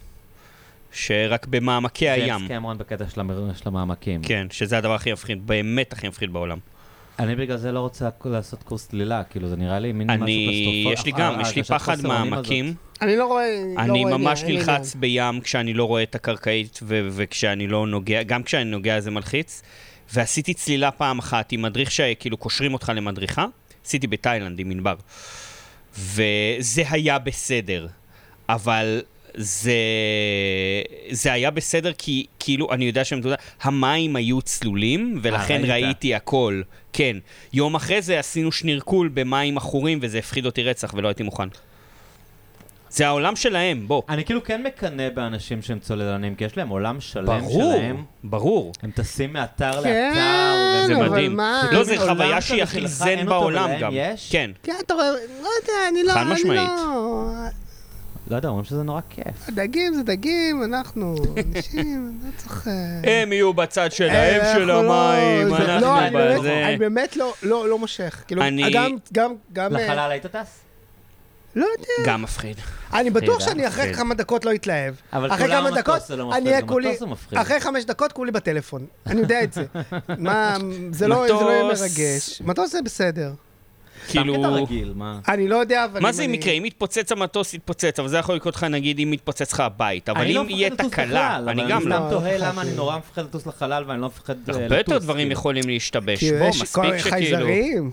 שרק במעמקי הים. ג'יימס קמרון בקטע של המ- של המעמקים. כן, שזה הדבר הכי מפחיד, באמת הכי מפחיד בעולם. אני בגלל זה לא רוצה לעשות קורס צלילה, כאילו זה נראה לי מין משהו אני, קלסטרופובי. יש לי גם, יש לי הרגשת פחד חוסר אונים מעמקים. הזאת. אני לא רואה... לא אני רואה ממש עניין, אין לי נלחץ בים כשאני לא רואה את הקרקעית ו- וכשאני לא נוגע, גם כשאני נוגע זה מלחיץ. ועשיתי צלילה פעם אחת עם מדריך שכאילו קושרים אותך למדריכה. עשיתי בתאילנד עם מנבר. וזה היה בסדר. אבל זה, זה היה בסדר כי כאילו, אני יודע שהם, אתה יודע, המים היו צלולים ולכן ראית? ראיתי הכל. כן. יום אחרי זה עשינו שנירקול במים עכורים וזה הפחיד אותי רצח ולא הייתי מוכן. זה העולם שלהם, בוא. אני כאילו כן מקנא באנשים שהם צוללנים, כי יש להם עולם שלם ברור, שלהם. ברור. הם טסים מאתר כן, לאתר. זה אבל מדהים. מה? לא, זה עולם חוויה כזה שהיא הכי שלך זן אין אותו בעולם ולהם גם. יש? כן. כן, אתה רואה, לא יודע, אני לא... חד אני משמעית. לא... לא יודע, אומרים שזה נורא כיף. דגים זה דגים, אנחנו אנשים, לא צריך... אה, הם יהיו בצד שלהם אה, של אנחנו לא- המים, זה- אנחנו לא, אני באמת- בזה. אני באמת לא- לא לא מושך. כאילו, אני- גם... גם... גם... אה, לחלל היית טס? לא יודע. גם מפחיד. אני בטוח מפחיד, שאני אחרי מפחיד. כמה דקות לא אתלהב. אבל אחרי כולם כמה מטוס דקות, זה לא אני מפחיד, אהיה גם כולי... מטוס זה מפחיד. אחרי חמש דקות כולי בטלפון. אני יודע את זה. מה, זה לא זה לא יהיה מטוס- מרגש. מטוס זה בסדר. סתם כאילו... קטע רגיל, מה? אני לא יודע, אבל... מה אם זה אני- מקרה? אם מתפוצץ המטוס, יתפוצץ, אבל זה יכול לקרות לך נגיד אם מתפוצץ לך הבית. אבל אני לא אם מפחד יהיה לטוס תקלה, בכלל, אני אבל גם אני לא. סתם לא, תוהה לא למה אני חשוב. נורא מפחד לטוס לחלל ואני לא מפחד אה, לטוס. הרבה יותר דברים כאילו. יכולים להשתבש. כי בוא, יש מספיק כל- שכאילו... חייזרים.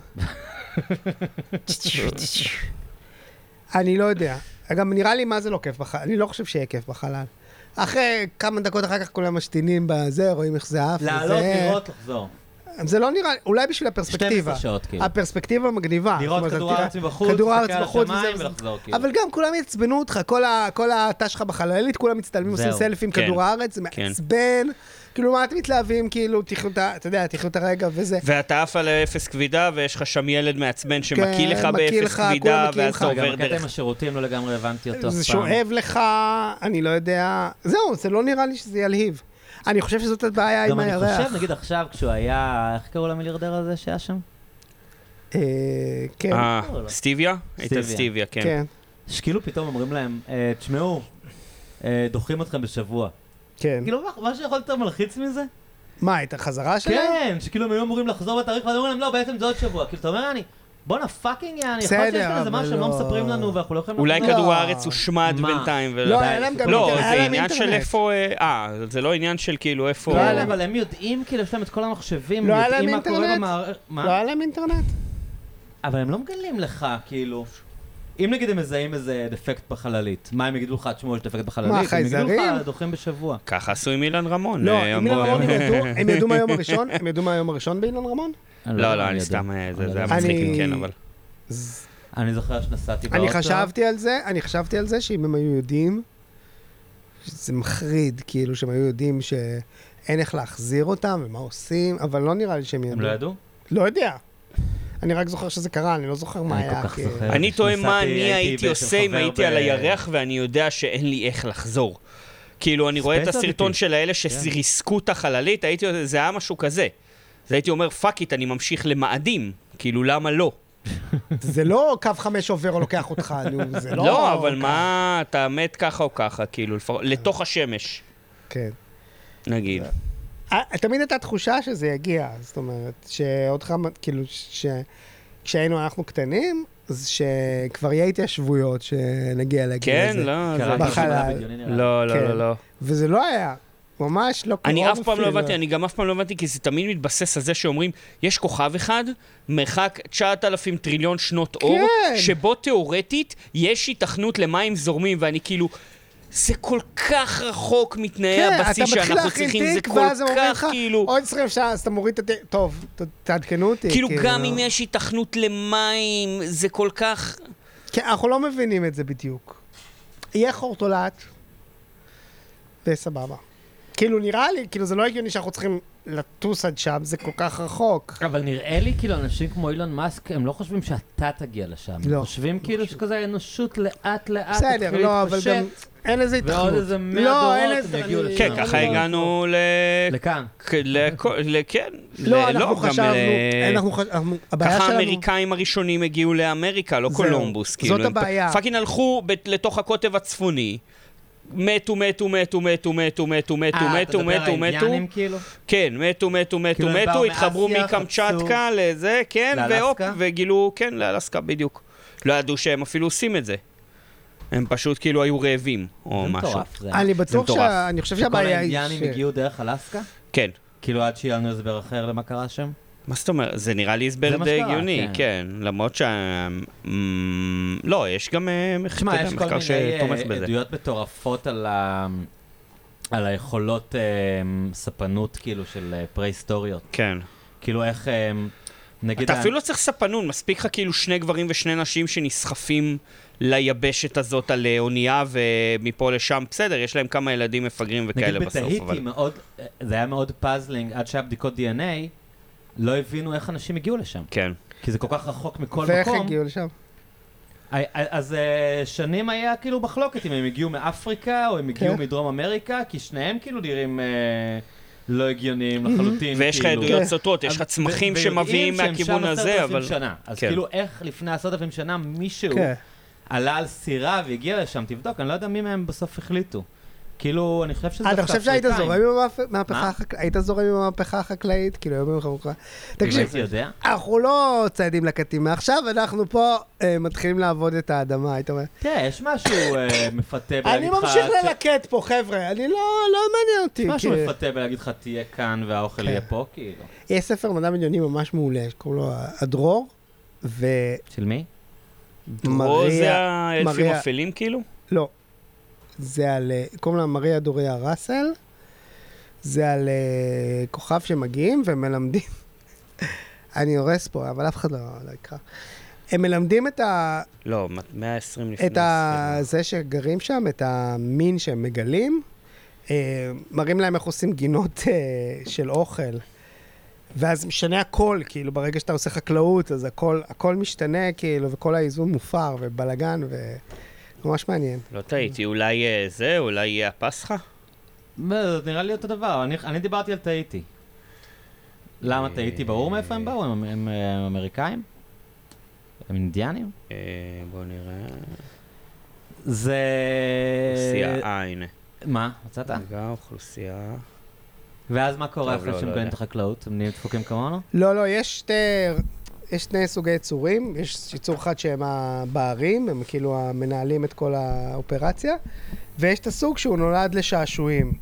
אני לא יודע. גם נראה לי מה זה לא כיף בחלל. אני לא חושב שיהיה כיף בחלל. אחרי כמה דקות אחר כך כולם משתינים בזה, רואים איך זה עף. לעלות, וזה- לראות, לחזור. זה לא נראה, אולי בשביל הפרספקטיבה. שתים עשרה שעות, כאילו. הפרספקטיבה מגניבה. לראות זאת אומרת, כדור תראה- הארץ מבחוץ, כדור הארץ להסתכל על בחוץ, השמיים וזה- ולחזור, כאילו. אבל גם כולם יעצבנו אותך, כל ה- כל התא שלך בחללית, כולם מצטלמים, עושים זהו. סלפי עם כן. כדור הארץ, זה כן. מעצבן. כאילו, מה אתם מתלהבים, כאילו, תחיו את ה... אתה יודע, תחיו את הרגע וזה. ואתה עף על אפס כבידה, ויש לך שם ילד מעצבן שמקיא כן, לך מקיא באפס לך, כולם כבידה, מקיאים ואז לך. אתה גם עובר הקטע עם דרך... השירותים לא לגמרי הבנתי אותו אף פעם. זה שואב לך, אני לא יודע. זהו, זה לא נראה לי שזה ילהיב. אני חושב שזאת הבעיה גם עם אני הירח. חושב, נגיד עכשיו, כשהוא היה, איך קראו למיליארדר הזה שהיה שם? אה, כן, אה, לא, לא. סטיביה? הייתה סטיביה. סטיביה, כן. כן, שכאילו פתאום אומרים להם, "אה, תשמעו, אה, דוחים אתכם בשבוע. כן. כאילו, מה- מה שיכול יותר מלחיץ מזה? מה, את החזרה שלהם? כן, שכאילו הם היו אמורים לחזור בתאריך, ואני אומרים להם, לא, בעצם זה עוד שבוע. כאילו, אתה אומר, אני, בואנה, פאקינג יעני, יכול להיות שיש בסדר, כאן איזה אבל משהו שהם לא לא- מספרים לנו, ואנחנו לא יכולים לחזור. אולי לא. כדור הארץ הושמד מה? בינתיים. ולא- לא, די, היה להם גם לא, אינטרנט, זה היה להם עניין של אינטרנט. איפה... אה, אה, זה לא עניין של כאילו איפה... לא היה לא, להם- אבל הם יודעים, כאילו, יש להם את כל המחשבים, לא הם היה להם יודעים מה קורה אינטרנט? במערכת. לא מה? היה להם אינטרנט? אבל הם לא מגלים לך, כאילו. אם נגיד הם מזהים איזה דפקט בחללית, מה הם יגידו לך, תשמעו, יש דפקט בחללית? מה, הם יגידו חייזרים? לך, דוחים בשבוע. ככה עשו עם אילן רמון. לא, אה, עם אילן אמרו- רמון הם ידעו, הם ידעו מהיום הראשון? הם ידעו מהיום הראשון באילן רמון? אני לא, יודע, לא, אני יודע. סתם... אה, זה אני זה היה יודע. מצחיק אני- אם כן, אבל... אני זוכר שנסעתי באוטו. אני חשבתי על זה, אני חשבתי על זה שאם הם היו יודעים, זה מחריד, כאילו שהם היו יודעים שאין איך להחזיר אותם ומה עושים, אבל לא נראה לי שהם ידעו. הם לא ידעו? לא יודע. אני רק זוכר שזה קרה, אני לא זוכר מה אני היה. כל כך כי- זוכר. אני תוהה מה נסעתי, אני הייתי הייתי אצל עושה אם חבר הייתי ב- על הירח ואני יודע שאין לי איך לחזור. כאילו, אני רואה את Space הסרטון Oddity. של האלה שריסקו את החללית, הייתי, זה היה משהו כזה. אז הייתי אומר, פאק איט, אני ממשיך למאדים. כאילו, למה לא? זה לא קו חמש עובר או לוקח אותך, נו, זה לא... לא, אבל ככה. מה, אתה מת ככה או ככה, כאילו, לפחות- לתוך השמש, כן. נגיד. אה, תמיד הייתה תחושה שזה יגיע, זאת אומרת, שעוד כמה, כאילו, ש... כשהיינו אנחנו קטנים, אז שכבר יהיה התיישבויות שנגיע לגיל כן, הזה. לא, זה... קראתי בחלל. שמונה בדיוני נראה לי. לא, לא, כן. לא, לא. וזה לא היה, ממש לא קרוב אני אף פעם לא אפילו. הבנתי, אני גם אף פעם לא הבנתי, כי זה תמיד מתבסס על זה שאומרים, יש כוכב אחד, מרחק תשעת אלפים טריליון שנות אור, כן. שבו תיאורטית יש היתכנות למים זורמים, ואני כאילו, זה כל כך רחוק מתנאי כן, אתה הבסיס מתחיל שאנחנו להכין צריכים, זה תיק, כל ואז הם אומרים כך לך, כאילו, עוד עשרים שעה, אז אתה מוריד את התיק, טוב, ת- תעדכנו אותי. כאילו גם אם יש היתכנות למים, זה כל כך... כן, אנחנו לא מבינים את זה בדיוק. יהיה חור תולעת, וסבבה. כאילו, נראה לי, כאילו, זה לא הגיוני שאנחנו צריכים לטוס עד שם, זה כל כך רחוק. אבל נראה לי כאילו אנשים כמו אילון מאסק, הם לא חושבים שאתה תגיע לשם. לא. הם חושבים כאילו שכזה האנושות לאט לאט בסדר, תתחיל לא, אבל להתפשט, גם אין לזה התכנות. ועוד איזה מאה לא, אין דורות לזה- הם יגיעו אני- לשם. כן, אני ככה לא- הגענו ל... לכאן. כ- לכל- ל- כן. לא, ל- אנחנו גם חשבנו, ל- אנחנו חשבנו, הבעיה ככה שלנו... האמריקאים הראשונים הגיעו לאמריקה, לא זהו, קולומבוס. זאת כאילו, הם הבעיה. פ- פאקינג הלכו ב- לתוך הקוטב הצפוני. מתו, מתו, מתו, מתו, מתו, מתו, מתו, אה, אתה מתו, מדבר מתו, על מתו. האינדיאנים כאילו? כן, מתו, מתו, מתו, כאילו הם מתו, באו התחברו מאסיה, מקמצ'טקה לזה, כן, לאלסקה? והופ, וגילו, כן, לאלסקה בדיוק. לא ידעו שהם אפילו עושים את זה. הם פשוט כאילו היו רעבים, או זה משהו. מטורף. זה. אני בטוח מטורף. שה... אני חושב כל שהבעיה היא האינדיאנים הגיעו דרך אלסקה? כן. כאילו עד שיהיה לנו הסבר אחר למה קרה שם? מה זאת אומרת? זה נראה לי זה הסבר מה די שקרה, הגיוני, כן. כן. למרות שה... אמ, לא, יש גם אה, מח- תשמע, אתה יודע, יש כל מחקר מיני שתומך אה, בזה. עדויות מטורפות על ה... על היכולות אה, ספנות כאילו של אה, פרה-היסטוריות. כן. כאילו איך, אה, נגיד... אתה ה- אפילו לא צריך ספנון, מספיק לך כאילו שני גברים ושני נשים שנסחפים ליבשת הזאת על אה, אונייה ומפה לשם. בסדר, יש להם כמה ילדים מפגרים וכאלה נגיד בסוף, בתהיטי אבל... מאוד, אה, זה היה מאוד פאזלינג, עד שהיה בדיקות די אן איי, לא הבינו איך אנשים הגיעו לשם. כן. כי זה כל כך רחוק מכל ואיך מקום. הגיעו לשם? אה, אז אה, שנים היה כאילו מחלוקת אם הם הגיעו מאפריקה או הם הגיעו כן. מדרום אמריקה, כי שניהם כאילו נראים אה, לא הגיוניים לחלוטין. ויש לך כאילו. עדויות כן. סותרות, יש לך אז- צמחים ו- שמביאים ויודעים שהם מהכיוון שם הזה, עשרת אבל... אלפים שנה. אז כן. כאילו איך לפני עשרת אלפים שנה מישהו כן. עלה על סירה והגיע לשם, תבדוק, אני לא יודע מי מהם בסוף החליטו. כאילו, אני חושב שזה אתה דווקא חושב שהיית אפריקאים. זורם עם המהפכה מה? החקלאית? היית זורם עם המהפכה החקלאית? כאילו, היום במלחמה. אם תקשיב, הייתי יודע. אנחנו לא ציידים לקטים מעכשיו, אנחנו פה אה, מתחילים לעבוד את האדמה, היית אומר. תראה, יש משהו אה, מפתה בלהגיד אני לך... ממשיך ש- ללקט פה, חבר'ה, אני לא, לא מעניין אותי. יש משהו כאילו. מפתה בלהגיד לך, תהיה כאן והאוכל כן. יהיה פה, כאילו. יש ספר מדע בדיוני ממש מעולה, שקוראים לו הדרור, ומריה... של מי? דרור זה האלפים מריה- אפלים כאילו? לא. זה על... אה, קוראים לה מריה דוריה ראסל, זה על אה, כוכב שמגיעים ומלמדים. אני הורס פה, אבל אף אחד לא, לא יקרא. הם מלמדים את ה... לא, מאה ועשרים לפני. את ה... זה שגרים שם, את המין שהם מגלים, אה, מראים להם איך עושים גינות אה, של אוכל. ואז משנה הכל, כאילו, ברגע שאתה עושה חקלאות, אז הכל, הכל משתנה, כאילו, וכל האיזון מופר, ובלגן, וממש מעניין. לא טעיתי, אולי אה, זה, אולי יהיה הפסחה? זה נראה לי אותו דבר, אני, אני דיברתי על טעיתי. למה טעיתי? ברור מאיפה הם באו? הם, הם, הם אמריקאים? הם אינדיאנים? אה, בוא נראה. זה... אוכלוסייה, אה, הנה. מה? מצאת? רגע, אוכלוסייה. ואז מה קורה טוב, אחרי לא, שהם לא גויים את יודע. החקלאות? הם נהיים דפוקים כמונו? לא, לא, יש שתי, יש שני סוגי יצורים. יש יצור אחד שהם הבערים, הם כאילו המנהלים את כל האופרציה, ויש את הסוג שהוא נולד לשעשועים.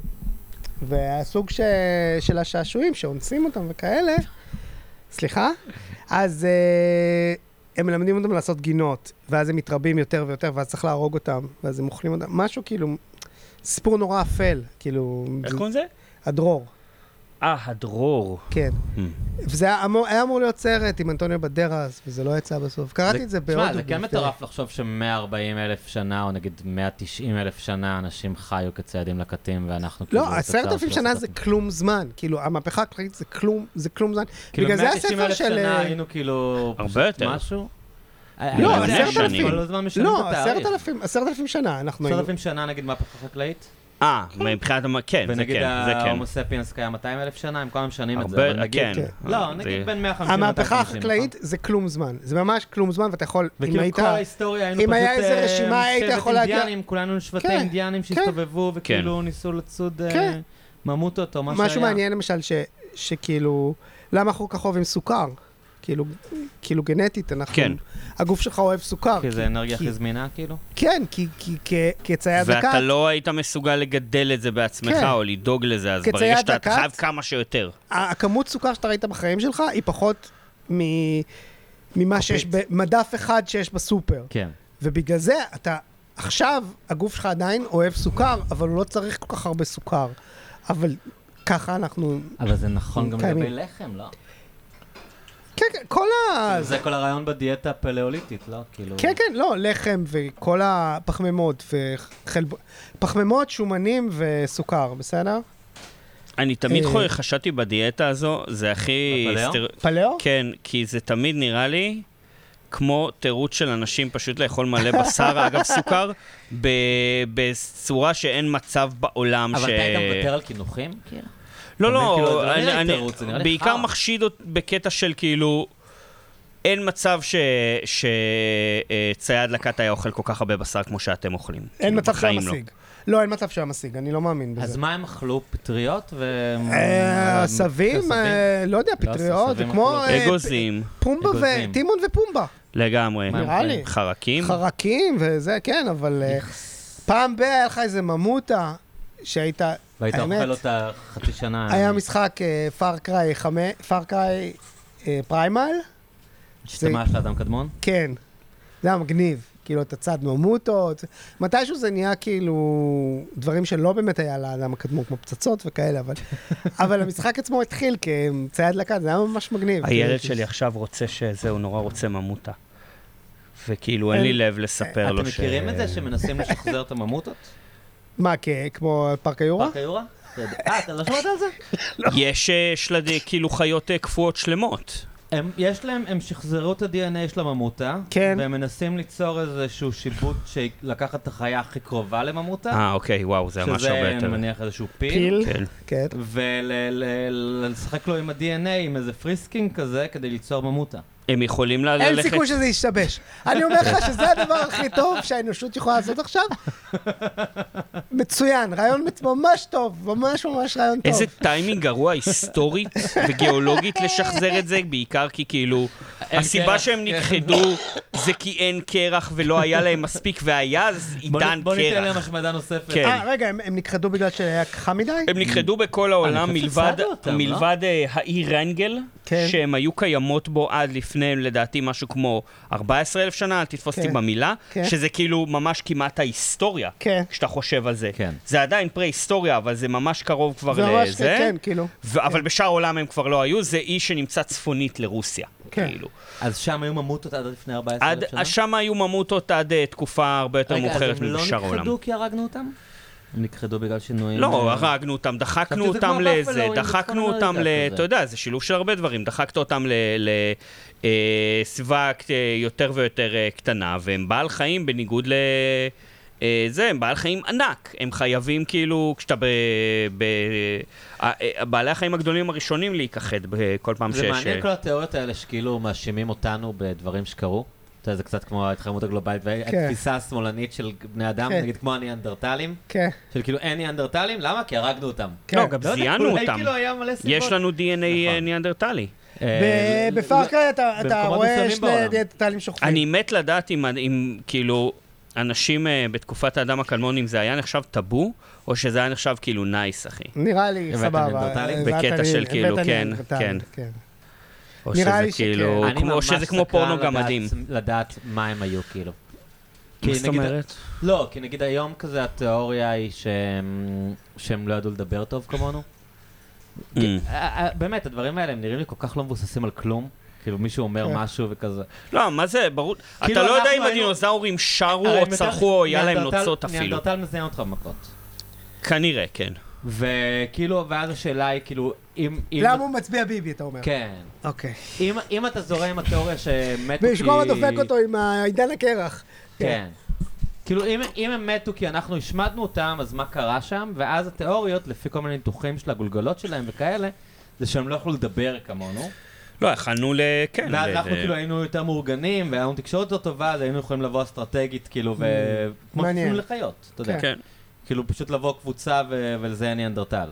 והסוג ש... של השעשועים, שאונסים אותם וכאלה, סליחה, אז uh, הם מלמדים אותם לעשות גינות, ואז הם מתרבים יותר ויותר, ואז צריך להרוג אותם, ואז הם אוכלים אותם. משהו כאילו, סיפור נורא אפל, כאילו... איך קוראים זה? הדרור, אה, הדרור. כן. Hmm. וזה היה אמור, היה אמור להיות סרט עם אנטוניו בדרס, וזה לא יצא בסוף. קראתי את זה בעוד... תשמע, זה כן מטורף לחשוב ש-מאה וארבעים אלף שנה, או נגיד מאה ותשעים אלף שנה, אנשים חיו כציידים לקטים, ואנחנו כאילו... לא, עשרת אלפים שנה זה כלום זמן. כאילו, המהפכה הכללית זה כלום, זה כלום זמן. כאילו בגלל זה מאה ותשעים הספר אלף של... שנה היינו כאילו... הרבה פשוט יותר. משהו? לא, אני יודע, עשרת הם אלפים. כל הזמן משנים לא, את עשרת התאריך. אלפים, עשרת אלפים שנה אנחנו עשרת היינו. אלפים שנה נגיד מהפכה חקלאית? אה, מבחינת... המ- כן, זה ונגיד כן, זה כן. ההומו ספיאנס קיים מאתיים אלף שנה, הם כל הזמן משנים את זה. הרבה, אבל נגיד- כן. כן. לא, זה- נגיד בין מאה וחמישים המהפכה ל-מאתיים וחמישים, החקלאית זה כלום זמן. זה ממש כלום זמן, ואתה יכול, אם וכאילו היית... כל ההיסטוריה היינו אם פשוט היה איזה אה, רשימה, היית שבט יכול להגיע- אינדיאנים, כולנו שבטי כן, אינדיאנים כן. שהסתובבו וכאילו ניסו לצוד אה, כן. ממוטות או מה שהיה. משהו מעניין למשל, ש- שכאילו, למה אנחנו כל כך אוהבים סוכר? כאילו, כאילו גנטית, אנחנו... כן. הגוף שלך אוהב סוכר. כי זה אנרגיה כי- הכי זמינה כאילו? כן, כי, כי כ- כצייד לקט, ואתה לא היית מסוגל לגדל את זה בעצמך, כן. או לדאוג לזה, אז כצייד ברגע שאתה אתה לקט- חייב כמה שיותר. הכמות סוכר שאתה ראית בחיים שלך היא פחות מ... ממה שיש במדף אחד שיש בסופר. כן. ובגלל זה אתה, עכשיו הגוף שלך עדיין אוהב סוכר, אבל הוא לא צריך כל כך הרבה סוכר. אבל ככה אנחנו... אבל זה נכון גם קיימים. לגבי לחם, לא? כן, כן, כל ה... זה כל הרעיון בדיאטה הפלאוליטית, לא? כאילו... כן, כן, לא, לחם וכל הפחמימות וחלב... פחמימות, שומנים וסוכר, בסדר? אני תמיד אה. חו- חשבתי בדיאטה הזו, זה הכי... בפלאו? סטר- פלאו? כן, כי זה תמיד נראה לי כמו תירוץ של אנשים פשוט לאכול מלא בשר, אגב סוכר, ב- בצורה שאין מצב בעולם ש... אבל אתה היית מוותר על קינוחים? כאילו? לא, אתה מבין, כאילו, לא, זה לא אני- נראה לי אני- תירוץ, זה נראה לי בעיקר חרא. מחשיד אות- בקטע של כאילו, אין מצב שצייד לקט היה אוכל כל כך הרבה בשר כמו שאתם אוכלים. אין כאילו, מצב שהיה בחיים לא. משיג. לא, אין מצב שהיה משיג, אני לא מאמין בזה. אז מה הם אכלו? פטריות ו... אה, עשבים, אה, לא יודע, לא, פטריות, זה עשבים כמו... אכלו. אה, אגוזים, פומבה אגוזים. ו... טימון ופומבה. לגמרי. מה הם נראה לי. אוכלים? חרקים. חרקים וזה, כן, אבל... אה, פעם ב... היה לך איזה ממוטה שהיית... והיית האמת, אוכל אותה חצי שנה. היה משחק פארקריי חמש... פארקריי פריימל. שתמה של אדם קדמון? כן. זה היה מגניב. כאילו, אתה צד ממוטות. מתישהו זה נהיה כאילו דברים שלא באמת היה לאדם הקדמון, כמו פצצות וכאלה, אבל... אבל המשחק עצמו התחיל כצייד לקט, זה היה ממש מגניב. הילד כאילו, שלי עכשיו רוצה שזה, הוא נורא רוצה ממוטה. וכאילו, אין לי אין- לב לספר לו אתם ש... מכירים את זה שמנסים לשחזר את הממוטות? מה, כ- כמו פארק היורה? פארק היורה? אתה יודע- אה, אתה לא שמעת על זה? יש אה, שלדי, כאילו חיות אה, קפואות שלמות. הם, יש להם, הם שחזרו את ה-די אן איי של הממותה, כן. והם מנסים ליצור איזשהו שיבוט שלקח את החיה הכי קרובה לממותה, אה, אוקיי, וואו, זה ממש הרבה שזה, יותר. אני מניח, איזשהו פיל, פיל, כן. כן. ולשחק לו עם ה-די אן איי, עם איזה פריסקינג כזה, כדי ליצור ממותה. הם יכולים ל- אין ללכת... סיכוי שזה ישתבש. אני אומר לך שזה הדבר הכי טוב שהאנושות יכולה לעשות עכשיו. מצוין, רעיון מצ- ממש טוב, ממש ממש רעיון טוב. איזה טיימינג גרוע היסטורית וגיאולוגית לשחזר את זה, בעיקר כי כאילו, הסיבה קרח, שהם נכחדו זה כי אין קרח ולא היה להם מספיק, והיה אז בוא, עידן נ- בוא ניתן להם קרח. השמדה נוספת. כן. אה, רגע, הם הם נכחדו בגלל שהיה חם מדי? הם נכחדו בכל העולם אני חושב מלבד, שצדו אותם, מלבד אה, האי רנגל, כן. שהם היו קיימות בו עד לפני, לדעתי, משהו כמו ארבע עשרה אלף שנה, אל תתפוס אותי כן. במילה, כן. שזה כאילו ממש כמעט ההיסטוריה, כן. כשאתה חושב על זה. כן. זה עדיין פרה-היסטוריה, אבל זה ממש קרוב כבר זה ממש, לזה. כן, כאילו. ו- אבל בשאר העולם הם כבר לא היו, זה אי שנמצא צפונית לרוסיה. כן. כאילו. אז שם היו ממוטות עד לפני ארבע עשרה עד, אלף שנה? שם היו ממוטות עד uh, תקופה הרבה יותר רגע, מאוחרת אז הם לא מבשאר העולם. נכחדו כי הרגנו אותם? הם נכחדו בגלל שינויים... לא, אה, הרגנו אותם, דחקנו חשבתי שזה אותם כמו לאיזה, בפלואים דחקנו בצפון אותם ל... אמריקה אתה כזה. יודע, זה שילוב של הרבה דברים. דחקת אותם לסביבה יותר ויותר אה, קטנה, והם בעל חיים בניגוד ל... אה, זה, הם בעל חיים ענק. הם חייבים כאילו, כשאתה ב... ב... אה, אה, בעלי החיים הגדולים הראשונים להיכחד בכל פעם זה שיש... מעניין כל התיאוריות האלה שכאילו מאשימים אותנו בדברים שקרו. אתה יודע, זה קצת כמו ההתחממות הגלובלית והתפיסה השמאלנית של בני אדם, כן. נגיד כמו הניאנדרטלים, כן. של כאילו אין ניאנדרטלים, למה? כי הרגנו אותם. לא, גם לא יודע, זיינו אולי אותם. כאילו היה מלא סיבות. יש לנו די אן איי נכון. ניאנדרטלי. ב- אה, בפארקריי אתה אתה במקומות רואה מסוימים שני בעולם. דיאטלים שוכבים. אני מת לדעת אם, אם כאילו, אנשים אה, בתקופת האדם הקדמון, אם זה היה נחשב טאבו, או שזה היה נחשב כאילו נייס, אחי. נראה לי הבאת סבבה. ניאנדרטלים? הבאת בקטע לי- של כאילו, הבאת כן, ניאנדרטלים, כן. או נראה שזה לי שכן. כאילו, אני כמו, או ממש שזה כמו סקרן פורנו לדעת- גמדים. לדעת מה הם היו, כאילו. כי מה זאת נגיד- אומרת? לא, כי נגיד היום כזה התיאוריה היא שהם, שהם לא ידעו לדבר טוב כמונו. Mm. כי- אה, אה, באמת, הדברים האלה הם נראים לי כל כך לא מבוססים על כלום. כאילו מישהו אומר כן. משהו וכזה. לא, מה זה, ברור. כאילו אתה לא יודע אנחנו אם היינו- הדינוזאורים שרו הרי או הם יותר- צרחו או היה להם ניאנדרטל- נוצות אפילו. ניאנדרטל מזיין אותך במכות. כנראה, כן. וכאילו, ואז השאלה היא כאילו, אם... אם- למה הוא מצביע ביבי, אתה אומר? כן. אוקיי. אם, אם אתה זורם עם התיאוריה שמתו כי... ושכל הזמן דופק אותו עם העידן הקרח. כן. כאילו, אם, אם הם מתו כי אנחנו השמדנו אותם, אז מה קרה שם? ואז התיאוריות, לפי כל מיני ניתוחים של הגולגלות שלהם וכאלה, זה שהם לא יכלו לדבר כמונו. לא, יכלנו ל... כן. ואז ל- אנחנו ל- כאילו היינו יותר מאורגנים, והיה לנו תקשורת יותר טובה, אז היינו יכולים לבוא אסטרטגית, כאילו, ו... כמו מעניין. שעושים לחיות, אתה יודע. כן. כאילו, פשוט לבוא קבוצה ו... ולזה ניאנדרטל.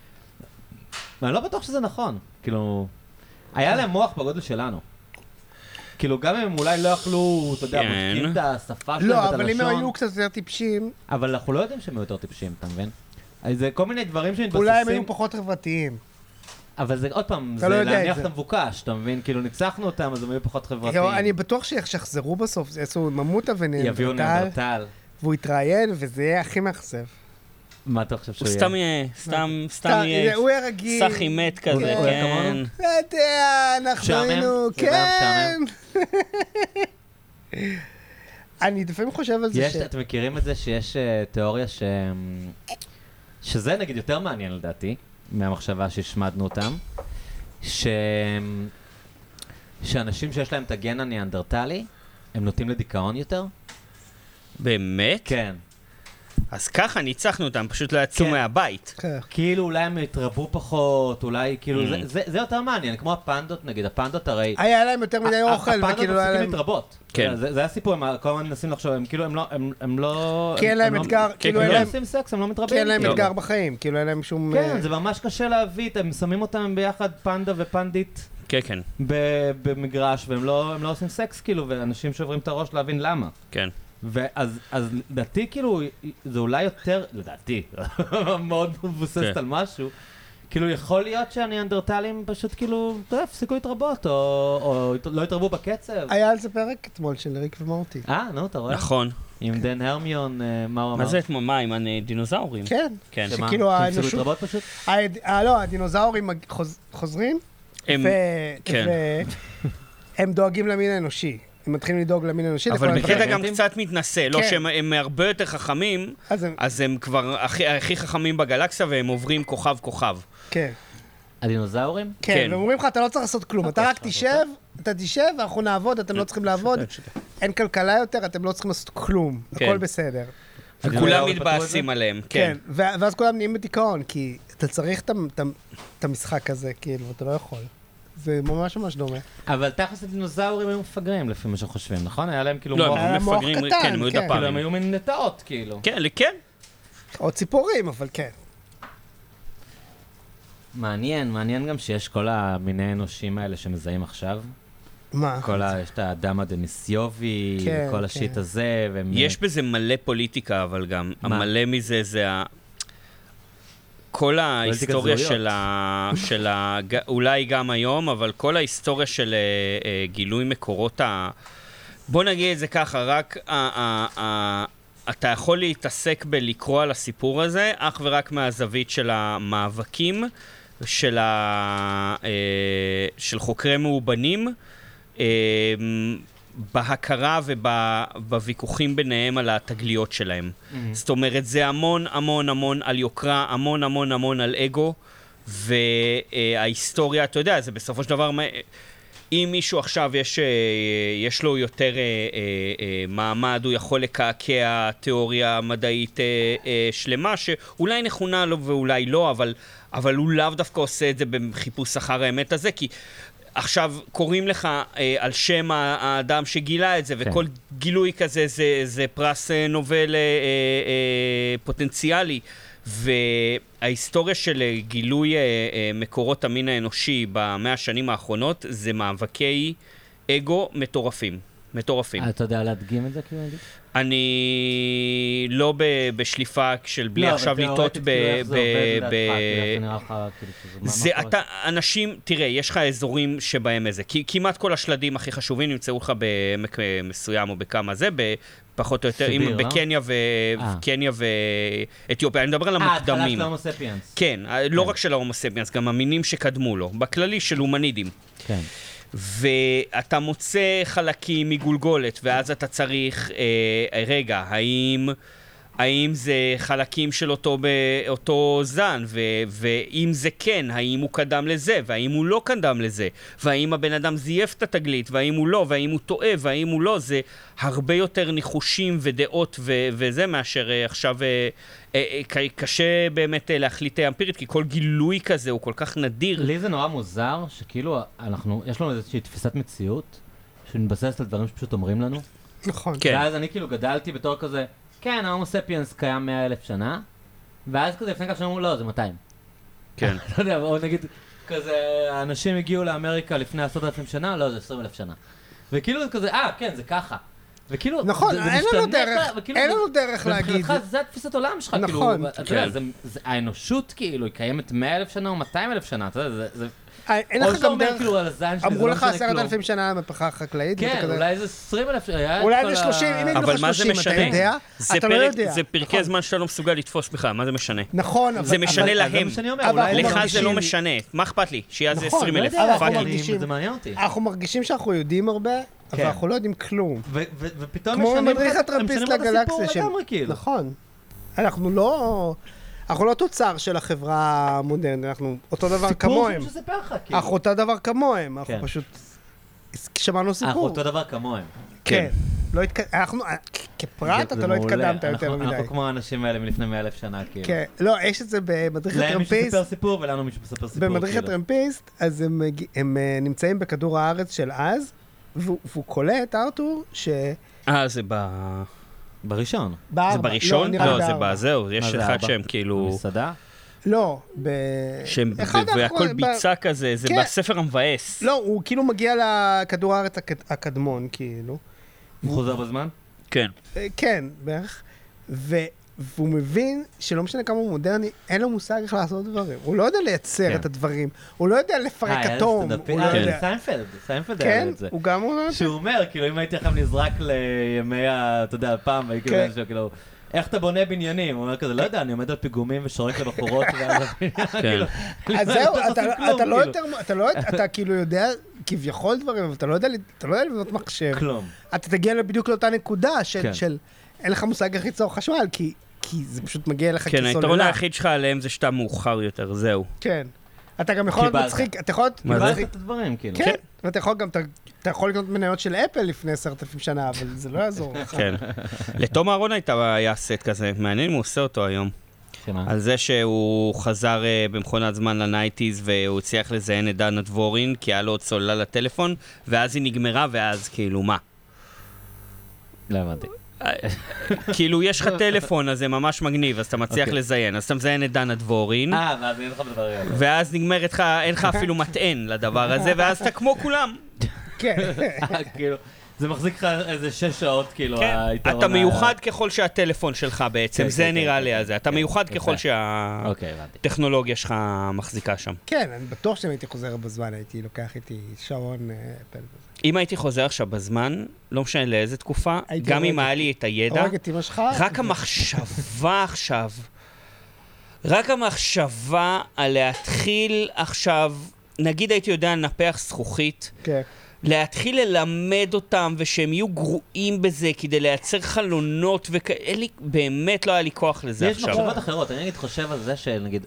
ואני לא בטוח שזה נכון. כאילו, היה להם מוח בגודל שלנו. כאילו, גם אם הם אולי לא יכלו, אתה יודע, כן. בודקים את השפה שלהם לא, ואת אבל אם הם הלשון, היו קצת יותר טיפשים, אבל אנחנו לא יודעים שהם היו יותר טיפשים, אתה מבין? אז זה כל מיני דברים שמתבססים, אולי הם היו פחות חברתיים. אבל זה עוד פעם, אתה זה לא יודע את להניח זה. את המבוקש, אתה מבין? כאילו, ניצחנו אותם, אז הם היו פחות חברתיים. יו, אני בטוח שיחזרו בסוף, זה יעשו ממוטה יביאו ונאנדרטל, ניאנדרטל. והוא יתראיין, וזה יהיה הכי מאכזב. מה אתה חושב שהוא הוא יהיה? סתם יהיה, סתם, סתם סתם, יהיה. הוא יהיה רגיל. סחי מת כזה, כן. הוא יהיה כן. כמונו? לא יודע, אנחנו משעמם? היינו, זה היה כן. אני לפעמים חושב על זה יש, ש... אתם מכירים את זה שיש אה, תיאוריה ש... שזה נגיד יותר מעניין לדעתי, מהמחשבה שהשמדנו אותם, ש... שאנשים שיש להם את הגן הניאנדרטלי, הם נוטים לדיכאון יותר? באמת? כן. אז ככה ניצחנו אותם, פשוט לא יצאו כן. מהבית. כן. כאילו אולי הם התרבו פחות, אולי כאילו, Mm. זה, זה, זה יותר מעניין, כמו הפנדות נגיד, הפנדות הרי... היה להם יותר מדי ה- אוכל, הפנדות וכאילו היה מפסיקים להם... להתרבות. כן. זה, זה הסיפור, הם כל הזמן מנסים לחשוב, הם כאילו, הם לא... הם, הם לא כי אין הם- להם הם לא- אתגר, כאילו הם אין לא להם... עושים סקס, הם לא מתרבים. כי אין להם כאילו. אתגר בחיים, כאילו אין להם שום... כן, אה, זה ממש קשה להביא, הם שמים אותם ביחד פנדה ופנדית כן, כן, ב- במגרש, והם לא, הם לא עושים סקס כאילו, ואנשים שוברים את הראש להבין למה. כן. ואז, אז לדעתי כאילו, זה אולי יותר, לדעתי, מאוד מבוססת כן. על משהו, כאילו יכול להיות שהניאנדרטלים פשוט כאילו, אתה יודע, הפסיקו להתרבות, או, או לא התרבו בקצב. היה על זה פרק אתמול של ריק ומורטי. אה, נו, אתה רואה? נכון. עם דן הרמיון, אה, מה הוא אמר? מה זה אתמול? מה, עם הדינוזאורים? כן. כן. שמה? שכאילו שהם האנושות- הפסיקו להתרבות פשוט? הד- אה, לא, הדינוזאורים מג- חוז- חוזרים, הם... ו- כן. והם דואגים למין האנושי. הם מתחילים לדאוג למין האנושי. לכל אבל הדברים בקטע האלה. גם קצת מתנשא, לא כן. שהם הם הרבה יותר חכמים, אז הם, אז הם כבר הכי, הכי חכמים בגלקסיה והם עוברים כוכב כוכב. כן. הדינוזאורים? כן, כן. ואומרים לך, אתה לא צריך לעשות כלום, אתה רק תשב, אתה תשב, אנחנו נעבוד, אתם לא צריכים לעבוד, אין כלכלה יותר, אתם לא צריכים לעשות כלום, כן. הכל בסדר. וכולם הדינוזאורים פתרו את מתבאסים זה? עליהם, כן, כן. ו- ואז כולם נהיים בדיכאון, כי אתה צריך את ה- את ה- את המשחק הזה, כאילו, אתה לא יכול. זה ממש ממש דומה. אבל תכלס הדינוזאורים היו מפגרים לפי מה שחושבים, נכון? היה להם כאילו לא, מוח, היה הם מוח מפגרים, קטן, כן, הם היו כן. כאילו הם דפ"רים. היו מין נטעות, כאילו. כן, כן. עוד ציפורים, אבל כן. מעניין, מעניין גם שיש כל המיני אנושים האלה שמזהים עכשיו. מה? כל ה... יש את האדם הדניסיובי, כן, כל כן. השיט הזה, והם... יש בזה מלא פוליטיקה, אבל גם, מה? המלא מזה זה ה... כל ההיסטוריה זהויות. של ה... של ה... ג- אולי גם היום, אבל כל ההיסטוריה של אה, אה, גילוי מקורות ה... בוא נגיד את זה ככה, רק ה... ה... ה... אתה יכול להתעסק בלקרוא על הסיפור הזה, אך ורק מהזווית של המאבקים, של, ה... אה, של חוקרי מאובנים, אה, בהכרה ובוויכוחים ביניהם על התגליות שלהם. Mm-hmm. זאת אומרת, זה המון המון המון על יוקרה, המון המון המון על אגו, וההיסטוריה, אתה יודע, זה בסופו של דבר, אם מישהו עכשיו יש, יש לו יותר מעמד, הוא יכול לקעקע תיאוריה מדעית שלמה, שאולי נכונה לו ואולי לא, אבל, אבל הוא לאו דווקא עושה את זה בחיפוש אחר האמת הזה, כי עכשיו קוראים לך אה, על שם האדם שגילה את זה, כן. וכל גילוי כזה זה, זה פרס אה, נובל אה, אה, פוטנציאלי, וההיסטוריה של אה, גילוי אה, אה, מקורות המין האנושי במאה השנים האחרונות זה מאבקי אגו מטורפים. מטורפים. אתה יודע להדגים את זה כאילו? אני לא ב- בשליפה של בלי עכשיו לטעות ב... ב- ב- זה אתה, אנשים, תראה, יש לך אזורים שבהם איזה, כי כמעט כל השלדים הכי חשובים נמצאו לך בעמק מסוים או בכמה זה, פחות או יותר, סיביר, אם לא? בקניה וקניה ואתיופיה, אני מדבר על אה, התחלה המוקדמים. של ההומוספיאנס. כן, לא רק של ההומוספיאנס, גם המינים שקדמו לו, בכללי של הומנידים. כן. ואתה מוצא חלקים מגולגולת, ואז אתה צריך, אה, רגע, האם, האם זה חלקים של אותו, אותו זן, ו, ואם זה כן, האם הוא קדם לזה, והאם הוא לא קדם לזה, והאם הבן אדם זייף את התגלית, והאם הוא לא, והאם הוא טועה, והאם הוא לא, זה הרבה יותר ניחושים ודעות ו, וזה מאשר אה, עכשיו... אה, קשה באמת להחליט אמפירית, כי כל גילוי כזה הוא כל כך נדיר. לי זה נורא מוזר, שכאילו אנחנו, יש לנו איזושהי תפיסת מציאות, שמתבססת על דברים שפשוט אומרים לנו. נכון. כן. ואז אני כאילו גדלתי בתור כזה, כן, ההומוספיאנס קיים מאה אלף שנה, ואז כזה לפני כך שאומרו, לא, זה מאתיים. כן. אתה יודע, או נגיד, כזה, האנשים הגיעו לאמריקה לפני עשרת אלפים שנה, לא, זה עשרים אלף שנה. וכאילו זה כזה, אה, כן, זה ככה. וכאילו, נכון, זה, זה אין לנו משתנה, דרך, וכאילו, אין זה- לנו דרך להגיד. ומבחינתך זה התפיסת עולם שלך, נכון. כאילו, אתה יודע, כן. זה, זה, האנושות כאילו, היא קיימת מאה אלף שנה או מאתיים אלף שנה, אתה יודע, זה, זה, אין או לך זה גם אומר דרך, כאילו על הזין שלי, זה אמרו לא לך משנה עשרת כלום. אלפים שנה המהפכה החקלאית. ואתה כן, כזה- אולי זה עשרים אלף, היה את אולי כל זה ה- שלושים, אם יגידו אבל לך מה זה שלושים, אתה משנה? יודע? זה אתה לא פרק- יודע. זה פרקי נכון. זמן שאתה לא מסוגל לתפוס בכלל, מה זה משנה? נכון, אבל... זה משנה אבל- אז זה להם. מה שאני אומר, אבל אולי... אנחנו לך זה מרגישים- לא משנה, מה אכפת לי? שיהיה זה נכון, עשרים אלף, לא יודע, אנחנו פאק לי. מרגישים- זה מעניין אותי. אנחנו מרגישים שאנחנו יודעים הרבה, אבל כן. אנחנו לא יודעים כלום. ו- ו- ופתאום כמו משנים מדריך לך- הטרמפיסט משנים לך את הסיפור לגלקסיה. לגמרי, כאילו. נכון. אנחנו לא... אנחנו לא תוצר של החברה המודרנית, אנחנו אותו דבר סיפור כמוהם. שאני מספר לך, כאילו. אנחנו אותו דבר כמוהם, אנחנו כן. פשוט... שמענו אנחנו סיפור. אותו דבר כמוהם. כן. לא התק... אנחנו... כפרט זה- אתה זה לא מעולה. התקדמת יותר אנחנו- מדי. אנחנו כמו האנשים האלה מלפני מאה אלף שנה, כאילו. כן. לא, יש את זה במדריך להם מישהו הטרמפיסט. מספר סיפור ולנו מישהו מספר סיפור, במדריך כאילו. הטרמפיסט, אז הם, מג- הם אה, נמצאים בכדור הארץ של אז, והוא, והוא קולט, ארתור, ש... אה, זה ב... בראשון. בארבע. זה בראשון? נראה לי לא, זה בארבע. בזהו, מה יש זה, אחד ארבע? שהם כאילו... במסעדה? לא, ב... שהם... אחד והכל האחרון- ב- ביצה כזה, זה כן. בספר המבאס. לא, הוא כאילו מגיע לכדור הארץ הקד... הקדמון, כאילו. הוא חוזר בזמן? כן. אה, כן, בערך. ו... והוא מבין שלא משנה כמה הוא מודרני, אין לו מושג איך לעשות דברים. הוא לא יודע לייצר כן. את הדברים. הוא לא יודע לפרק אה, היה אטום. סטנדאפיסט. הוא לא אה, יודע... סיינפלד, סיינפלד היה כן, לו את זה. הוא גם אומר את זה. שהוא אומר, כאילו, אם הייתי עכשיו נזרק לימי ה... אתה יודע, פעם, הייתי כן. אומר, כאילו, איך אתה בונה בניינים? הוא אומר כזה, לא יודע, אני עומד על פיגומים ושורק לבחורות, ואז הבניין, כאילו... אז לא זהו, יותר אתה- עושים כלום, אתה לא כאילו. יותר, אתה לא, אתה כאילו יודע כביכול דברים, אבל אתה לא יודע, אתה לא יודע לבנות מחשב. כלום. אתה תגיע בדיוק לאותה נקודה של, כן. של אין לך מושג איך ליצור חשמל, כי, כי זה פשוט מגיע לך כן, כסוללה. היתרון היחיד שלך עליהם זה שאתה מאוחר יותר, זהו. כן. אתה גם יכול להיות קיבלת. מצחיק, אתה יכול להיות מה זה? קיבלת את הדברים, כאילו. כן, ואתה יכול גם, אתה- אתה יכול לקנות מניות של אפל לפני עשרת אלפים שנה, אבל זה לא יעזור לך. כן. לתום אהרון הייתה, היה סט כזה, מעניין אם הוא עושה אותו היום. שמה? על זה שהוא חזר אה, במכונת זמן לנייטיז והוא הצליח לזיין את דנה דבורין, כי היה לו עוד סוללה לטלפון, ואז היא נגמרה, ואז כאילו מה? לא הבנתי. כאילו, יש לך טלפון, אז זה ממש מגניב, אז אתה מצליח אוקיי. לזיין. אז אתה מזיין את דנה דבורין, אה, ואז אין לך בדברים האלה. ואז נגמרת לך, אין לך אפילו מטען לדבר הזה, ואז אתה כמו כולם. כן. אה, כאילו, זה מחזיק לך איזה שש שעות, כאילו, כן. היתרון אתה ה- מיוחד ככל שהטלפון שלך בעצם, כן, זה כן, נראה כן, לי כן. הזה. אתה כן, מיוחד יפה. ככל אוקיי, הבנתי. שהטכנולוגיה שלך מחזיקה שם. כן, אני בטוח שאם הייתי חוזר בזמן, הייתי לוקח איתי שעון אה, אפל. אם הייתי חוזר עכשיו בזמן, לא משנה לאיזה תקופה, הייתי גם אם הורג היה לי את הידע, הורג את אמא שלך. רק המחשבה עכשיו, רק המחשבה על להתחיל עכשיו, נגיד הייתי יודע לנפח זכוכית, כן. להתחיל ללמד אותם ושהם יהיו גרועים בזה כדי לייצר חלונות וכאלה, באמת לא היה לי כוח לזה יש עכשיו. מחשבות אחרות, אני נגיד חושב על זה שנגיד...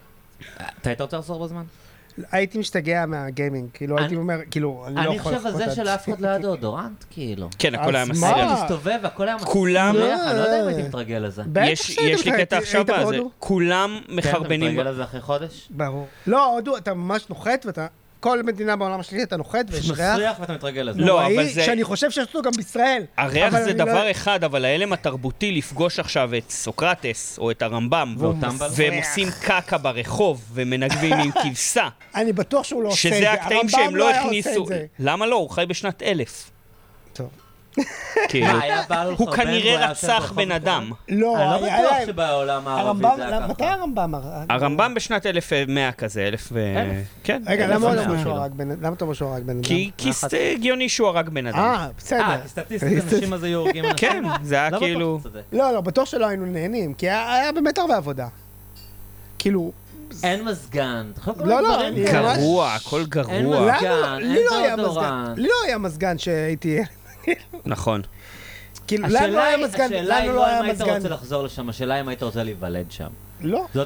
אתה היית רוצה לחזור בזמן? הייתי משתגע מהגיימינג, כאילו אני- הייתי אומר, כאילו, אני לא אני יכול חושב על לחכות זה עד- שלאף אחד לא היה דאודורנט, כאילו. כן, הכל היה אז מסריח. מה? הייתי מסתובב והכל היה מסריח, כולם- אני לא יודע אם הייתי מתרגל לזה. בטח יש שהייתי יש לי מתרגל, קטע הייתי- עכשיו היית בזה, בהודו? כולם כן, אתה מחרבנים. מתרגל לזה אחרי חודש? ברור. לא, הודו, אתה ממש נוחת ואתה... כל מדינה בעולם השלישי אתה נוחת ויש ריח מסריח ואתה מתרגל לזה. לא, אבל נוראי, זה- שאני חושב שיש אותו גם בישראל. הריח אבל זה אני לא- דבר אחד, אבל ההלם התרבותי לפגוש עכשיו את סוקרטס או את הרמב"ם, והוא ואותם מסריח. והם עושים קקה ברחוב ומנגבים עם כבשה, אני בטוח שהוא לא עושה את זה. שזה הקטעים הרמב"ם שהם לא היה עושה הכניסו. את זה. למה לא? הוא חי בשנת אלף. טוב. כאילו, מה, היה בא לו הוא לחרבן והוא כנראה היה יושב רצח ברחוב בן בחול? אדם. לא, אני לא היה בטוח להם- שבעולם הערבי הרמב"ם, זה היה מתי ככה. הרמב"ם? הרמב"ם בשנת אלף ומאה כזה, אלף ו... אלף. כן. רגע, אלף למה הוא ומאה, אומר שהוא כאילו. הרג בן אדם? למה אתה אומר שהוא הרג בן אדם? כי כי אחת. זה הגיוני שהוא הרג בן אדם. אה, בסדר. אה, כי סטטיסטית אנשים אז היו הורגים אנשים. כן, זה היה לא בטוח כאילו... שאתה צודק. לא, לא, בטוח שלא היינו נהנים, כי היה היה באמת הרבה עבודה. כאילו, אין מזגן. אתה יכול לא, לקרוא לא, דברים אני כאלה. ממש- גרוע, הכל אין גרוע. מזגן. למה? אין לי לא היה דאודורנט. מזגן. לי לא היה מזגן שהייתי... נכון. כאילו, לנו השאלה לא היה היא- מזגן, השאלה היא לנו לא לא היה אם היית מזגן. רוצה לחזור לשם, השאלה אם היית רוצה להיוולד שם. לא. זאת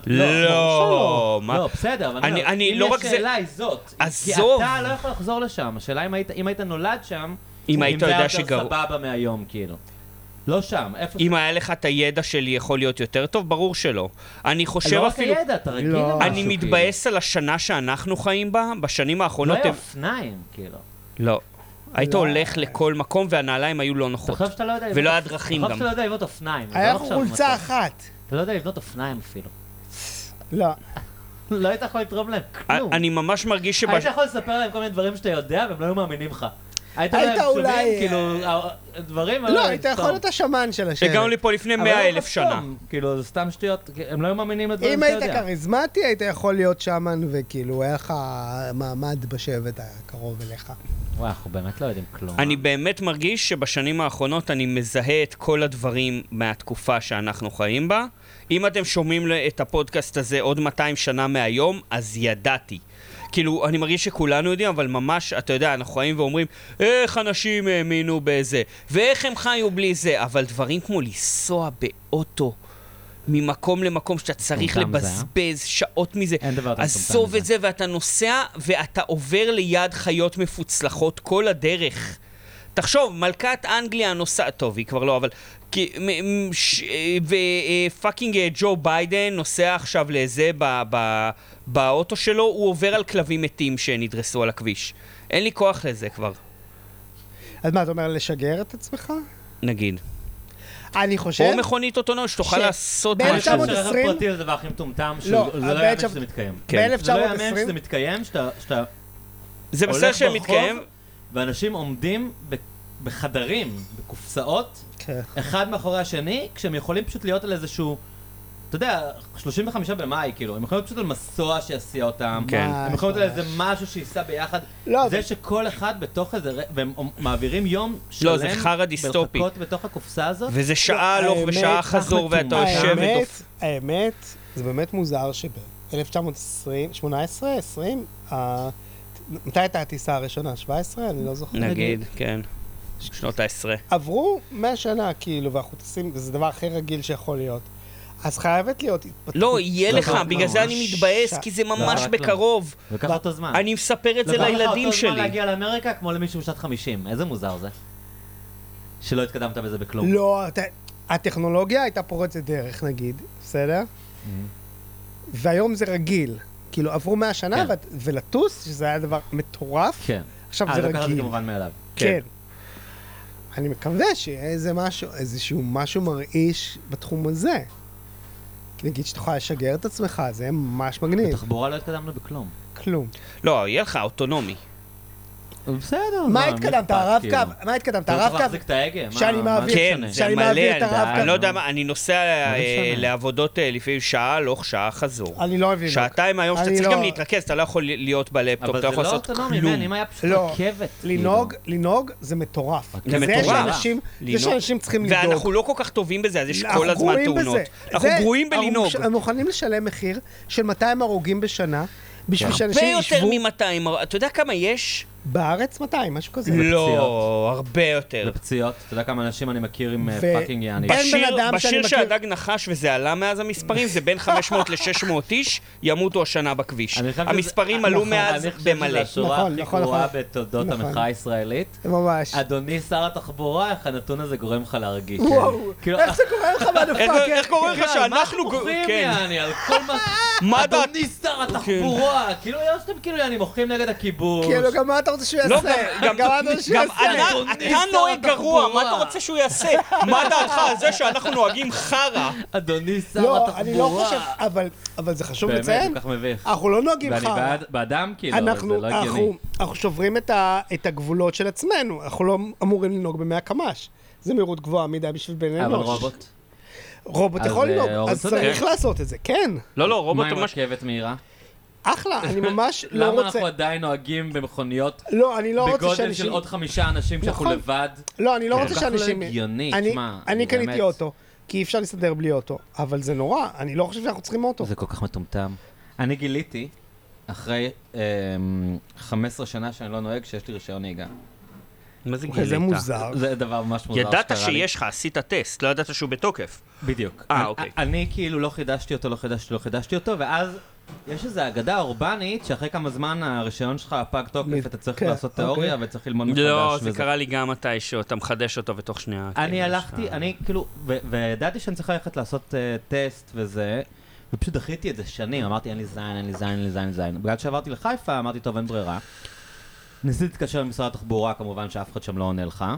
לא, מה? לא, בסדר, אבל אני- אני אני- אם לא יש רק זה- שאלה היא זאת. עזוב. כי אתה לא יכול לחזור לשם. השאלה אם היית- אם היית נולד שם, אם היית זה יודע היה שגר... יותר סבבה מהיום, כאילו. לא שם, איפה אם היה לך את הידע שלי יכול להיות יותר טוב, ברור שלא. אני חושב לא רק אפילו... הידע, אתה רגיל לא. למשהו, אני כאילו. מתבאס על השנה שאנחנו חיים בה, בשנים לא האחרונות... היה הם- אופניים, כאילו. לא. היית לא. הולך לכל מקום והנעליים היו לא אתה נוחות. חושב שאתה לא יודע... ולא לבנות- היה דרכים אתה גם. חושב שאתה לא יודע לבנות אופניים. זה היה לא עכשיו חולצה מצב. אחת. אתה לא יודע לבנות אופניים אפילו. לא. לא היית יכול לתרום להם כלום. אני ממש מרגיש שבש... היית יכול לספר להם כל מיני דברים שאתה יודע והם לא היו מאמינים לך. היית היית להם אולי, שומעים, כאילו, דברים... לא, היית יכול להיות השמן של השבט. הגענו לפה לפני אבל מאה לא אלף שנה. לחסום, כאילו, זה סתם שטויות, הם לא היו מאמינים לדברים אם שאתה היית יודע. כריזמטי, היית יכול להיות שמן, וכאילו, היה לך מעמד בשבט הקרוב אליך. וואי, אנחנו באמת לא יודעים כלום. אני באמת מרגיש שבשנים האחרונות אני מזהה את כל הדברים מהתקופה שאנחנו חיים בה. אם אתם שומעים את הפודקאסט הזה עוד מאתיים שנה מהיום, אז ידעתי. כאילו, אני מרגיש שכולנו יודעים, אבל ממש, אתה יודע, אנחנו חיים ואומרים, איך אנשים האמינו בזה, ואיך הם חיו בלי זה, אבל דברים כמו לנסוע באוטו ממקום למקום שאתה צריך מטומטם זה, אה? לבזבז שעות מזה. אין דבר יותר מטומטם עזוב מזה. את זה, ואתה נוסע, ואתה עובר ליד חיות מפוצלחות כל הדרך. תחשוב, מלכת אנגליה נוסעת, טוב, היא כבר לא, אבל... ופאקינג ג'ו ביידן נוסע עכשיו לזה ב- ב- באוטו שלו, הוא עובר על כלבים מתים שנדרסו על הכביש. אין לי כוח לזה כבר, אז מה, אתה אומר לשגר את עצמך? נגיד. אני חושב... או מכונית אוטונומית שתוכל ש- לעשות ב-אלף משהו. תשע מאות שרכב עשרים? פרטי זה הדבר הכי מטומטם, לא, שזה לא יאמן ב-אלף- שזה מתקיים. כן. ב-אלף זה תשע לא מאות יאמן עשרים? שזה מתקיים, שאתה שאתה זה בסדר הולך שהם ברחוב, מתקיים, ואנשים עומדים ב- בחדרים, בקופסאות, כן. אחד מאחורי השני, כשהם יכולים פשוט להיות על איזשהו, אתה יודע, שלושים וחמישה במאי, כאילו, הם יכולים להיות פשוט על מסוע שיסיע אותם, כן. הם יכולים להיות על ממש. איזה משהו שייסע ביחד, לא, זה אבל- שכל אחד בתוך איזה, ר- והם מעבירים יום שלם, לא, זה חרא דיסטופי. בלחכות בתוך הקופסה הזאת, וזה שעה לא, הלוך האמת, ושעה חזור, אחמד ואתה טימור. יושב האמת, ודופ... האמת, זה באמת מוזר שב-אלף תשע מאות שמונה עשרה, עשרים, ה- מתי הייתה הטיסה הראשונה? שבע עשרה? אני לא זוכר. נגיד, כן. שנות העשרה. עברו מאה שנה, כאילו, ואנחנו טסים, וזה דבר הכי רגיל שיכול להיות. אז חייבת להיות התפתחות. לא, יהיה לא, לך, לא, בגלל זה ממש. אני מתבאס, כי זה ממש רק לא. בקרוב. לקח אותו זמן. אני מספר את זה לקח לך לילדים אותו זמן שלי. להגיע לאמריקה כמו למישהו בשנת חמישים. איזה מוזר זה. שלא התקדמת בזה בכלום. לא, אתה- הטכנולוגיה הייתה פורצת דרך, נגיד, בסדר? והיום זה רגיל. כאילו, עברו מאה שנה, כן. ואת- ולטוס, שזה היה דבר מטורף, כן. עכשיו אה, זה לא ככה זה רגיל. כמובן מאליו. כן. אני מקווה שיהיה איזה משהו, איזשהו משהו מרעיש בתחום הזה. נגיד שתוכל לשגר את עצמך, זה יהיה ממש מגניב. בתחבורה לא התקדמנו בכלום. כלום. לא, יהיה לך אוטונומי. בסדר. מה לא, התקדמת? מי אכפת, הרב כאילו? קו? מה התקדמת? אתה לא הרב צריך קו? להחזיק את ההגה. מה- שאני מה מעביר- זה כן, משנה? זה שאני מלא, מעביר את אני הרב-קו. אני לא יודע מה, אני נוסע אה, משנה? לעבודות אה, לפעמים שעה הלוך, שעה חזור. אני לא מבין. שעתיים היום שאתה אני צריך לא- גם להתרכז, אתה לא יכול להיות בלפטופ, אבל אתה לא זה יכול לא לעשות אוטונומי, כלום. מן, אם היה פשוט לא. רכבת. לנהוג, כאילו. לנהוג זה מטורף. זה זה מטורף. שאנשים- זה לנהוג. שאנשים צריכים לדאוג. ואנחנו לא כל כך טובים בזה, אז יש אנחנו כל הזמן גרועים תאונות. בזה. אנחנו זה- גרועים בלנהוג. אנחנו הם מוכנים לשלם מחיר של מאתיים הרוגים בשנה, בשביל הרבה שאנשים יותר ישבו מ-מאתיים, אתה יודע כמה יש? בארץ מאתיים, משהו כזה. לא, הרבה יותר. ופציעות. אתה יודע כמה אנשים אני מכיר עם אה, ו- פאקינג יעני. אין בשיר, בן אדם שאני בשיר מכיר- שהדג נחש וזה עלה מאז המספרים, זה בין חמש מאות ל-שש מאות איש ימותו השנה בכביש. אני חושב שזה- המספרים נכון, עלו מאז אני חושב במלא. שזו השורה נכון, הכי נכון, גרועה נכון. בתולדות נכון. המחאה הישראלית. ממש. אדוני שר התחבורה, איך הנתון הזה גורם לך להרגיש. וואו, כאילו, איך זה קורה לך איך- מהדפאקר? איך קורה לך כן, על מה שאנחנו... אתם מוחים, כן. יעני, על כל מה... מה דעת... אדוני שר התחבורה, כאילו, יש אתם כאילו, יעני, מוחים נגד הכיבוש. כאילו, גם מה אתה רוצה שהוא לא, יעשה? גם- גם מה אתה רוצה שהוא גם יעשה? אתה- אדוני אתה שר נוהג גרוע, התחבורה. מה אתה רוצה שהוא יעשה? מה דעתך על זה שאנחנו נוהגים חרא? אדוני שר לא, התחבורה. אני לא חושב, אבל- אבל זה חשוב באמת, לציין, זה כל כך מביך. אנחנו לא נוהגים ואני חרא. בעד- בעדם, כאילו, אנחנו, זה לא הגיוני. אנחנו, אנחנו שוברים את, ה, את הגבולות של עצמנו, אנחנו לא אמורים לנהוג ב-מאה קמ"ש. זה מהירות גבוהה מדי בשביל בן אנוש. אבל רובוט. רובוט אז, יכול אה, לנהוג, אורן אז צודק. צריך לעשות את זה, כן. לא, לא, רובוט מה עם ממש... רכבת מהירה? אחלה, אני ממש לא למה רוצה... אנחנו עדיין נוהגים במכוניות לא, אני לא רוצה בגודל שאנשים... של עוד חמישה אנשים שאנחנו נכון. לבד? לא, אני לא כן. רוצה כל כך לא שאנשים... הגיוני, אני- תשמע, אני באמת. קניתי אוטו, כי אי אפשר להסתדר בלי אוטו, אבל זה נורא, אני לא חושב שאנחנו צריכים אוטו. זה כל כך מטומטם. אני גיליתי, אחרי אמ, חמש עשרה שנה שאני לא נוהג, שיש לי רישיון נהיגה. מה זה איזה גילית? מוזר. זה דבר ממש מוזר ידעת שקרה לי. שיש לך, עשית טסט, לא ידעת שהוא בתוקף. בדיוק. אה, אני- אוקיי. אני כאילו לא חידשתי אותו, לא חידשתי, לא חידשתי אותו, ואז יש איזו אגדה אורבנית שאחרי כמה זמן הרישיון שלך פג תוקף, מת- אתה צריך כן, לעשות תיאוריה אוקיי. וצריך ללמוד מחדש. לא, זה וזה- קרה לי גם מתישהו, אתה מחדש אותו בתוך שנייה. אני כאילו, הלכתי, שאתה- אני כאילו, ו- וידעתי שאני צריך ללכת לעשות אה, טסט וזה, ופשוט דחיתי את זה שנים, אמרתי אין לי זין, אין לי זין, אין לי זין, אין לי זין. בגלל שעברתי לחיפה, אמרתי טוב, אין ברירה. ניסיתי להתקשר למשרד התחבורה, כמובן שאף אחד שם לא עונה לך,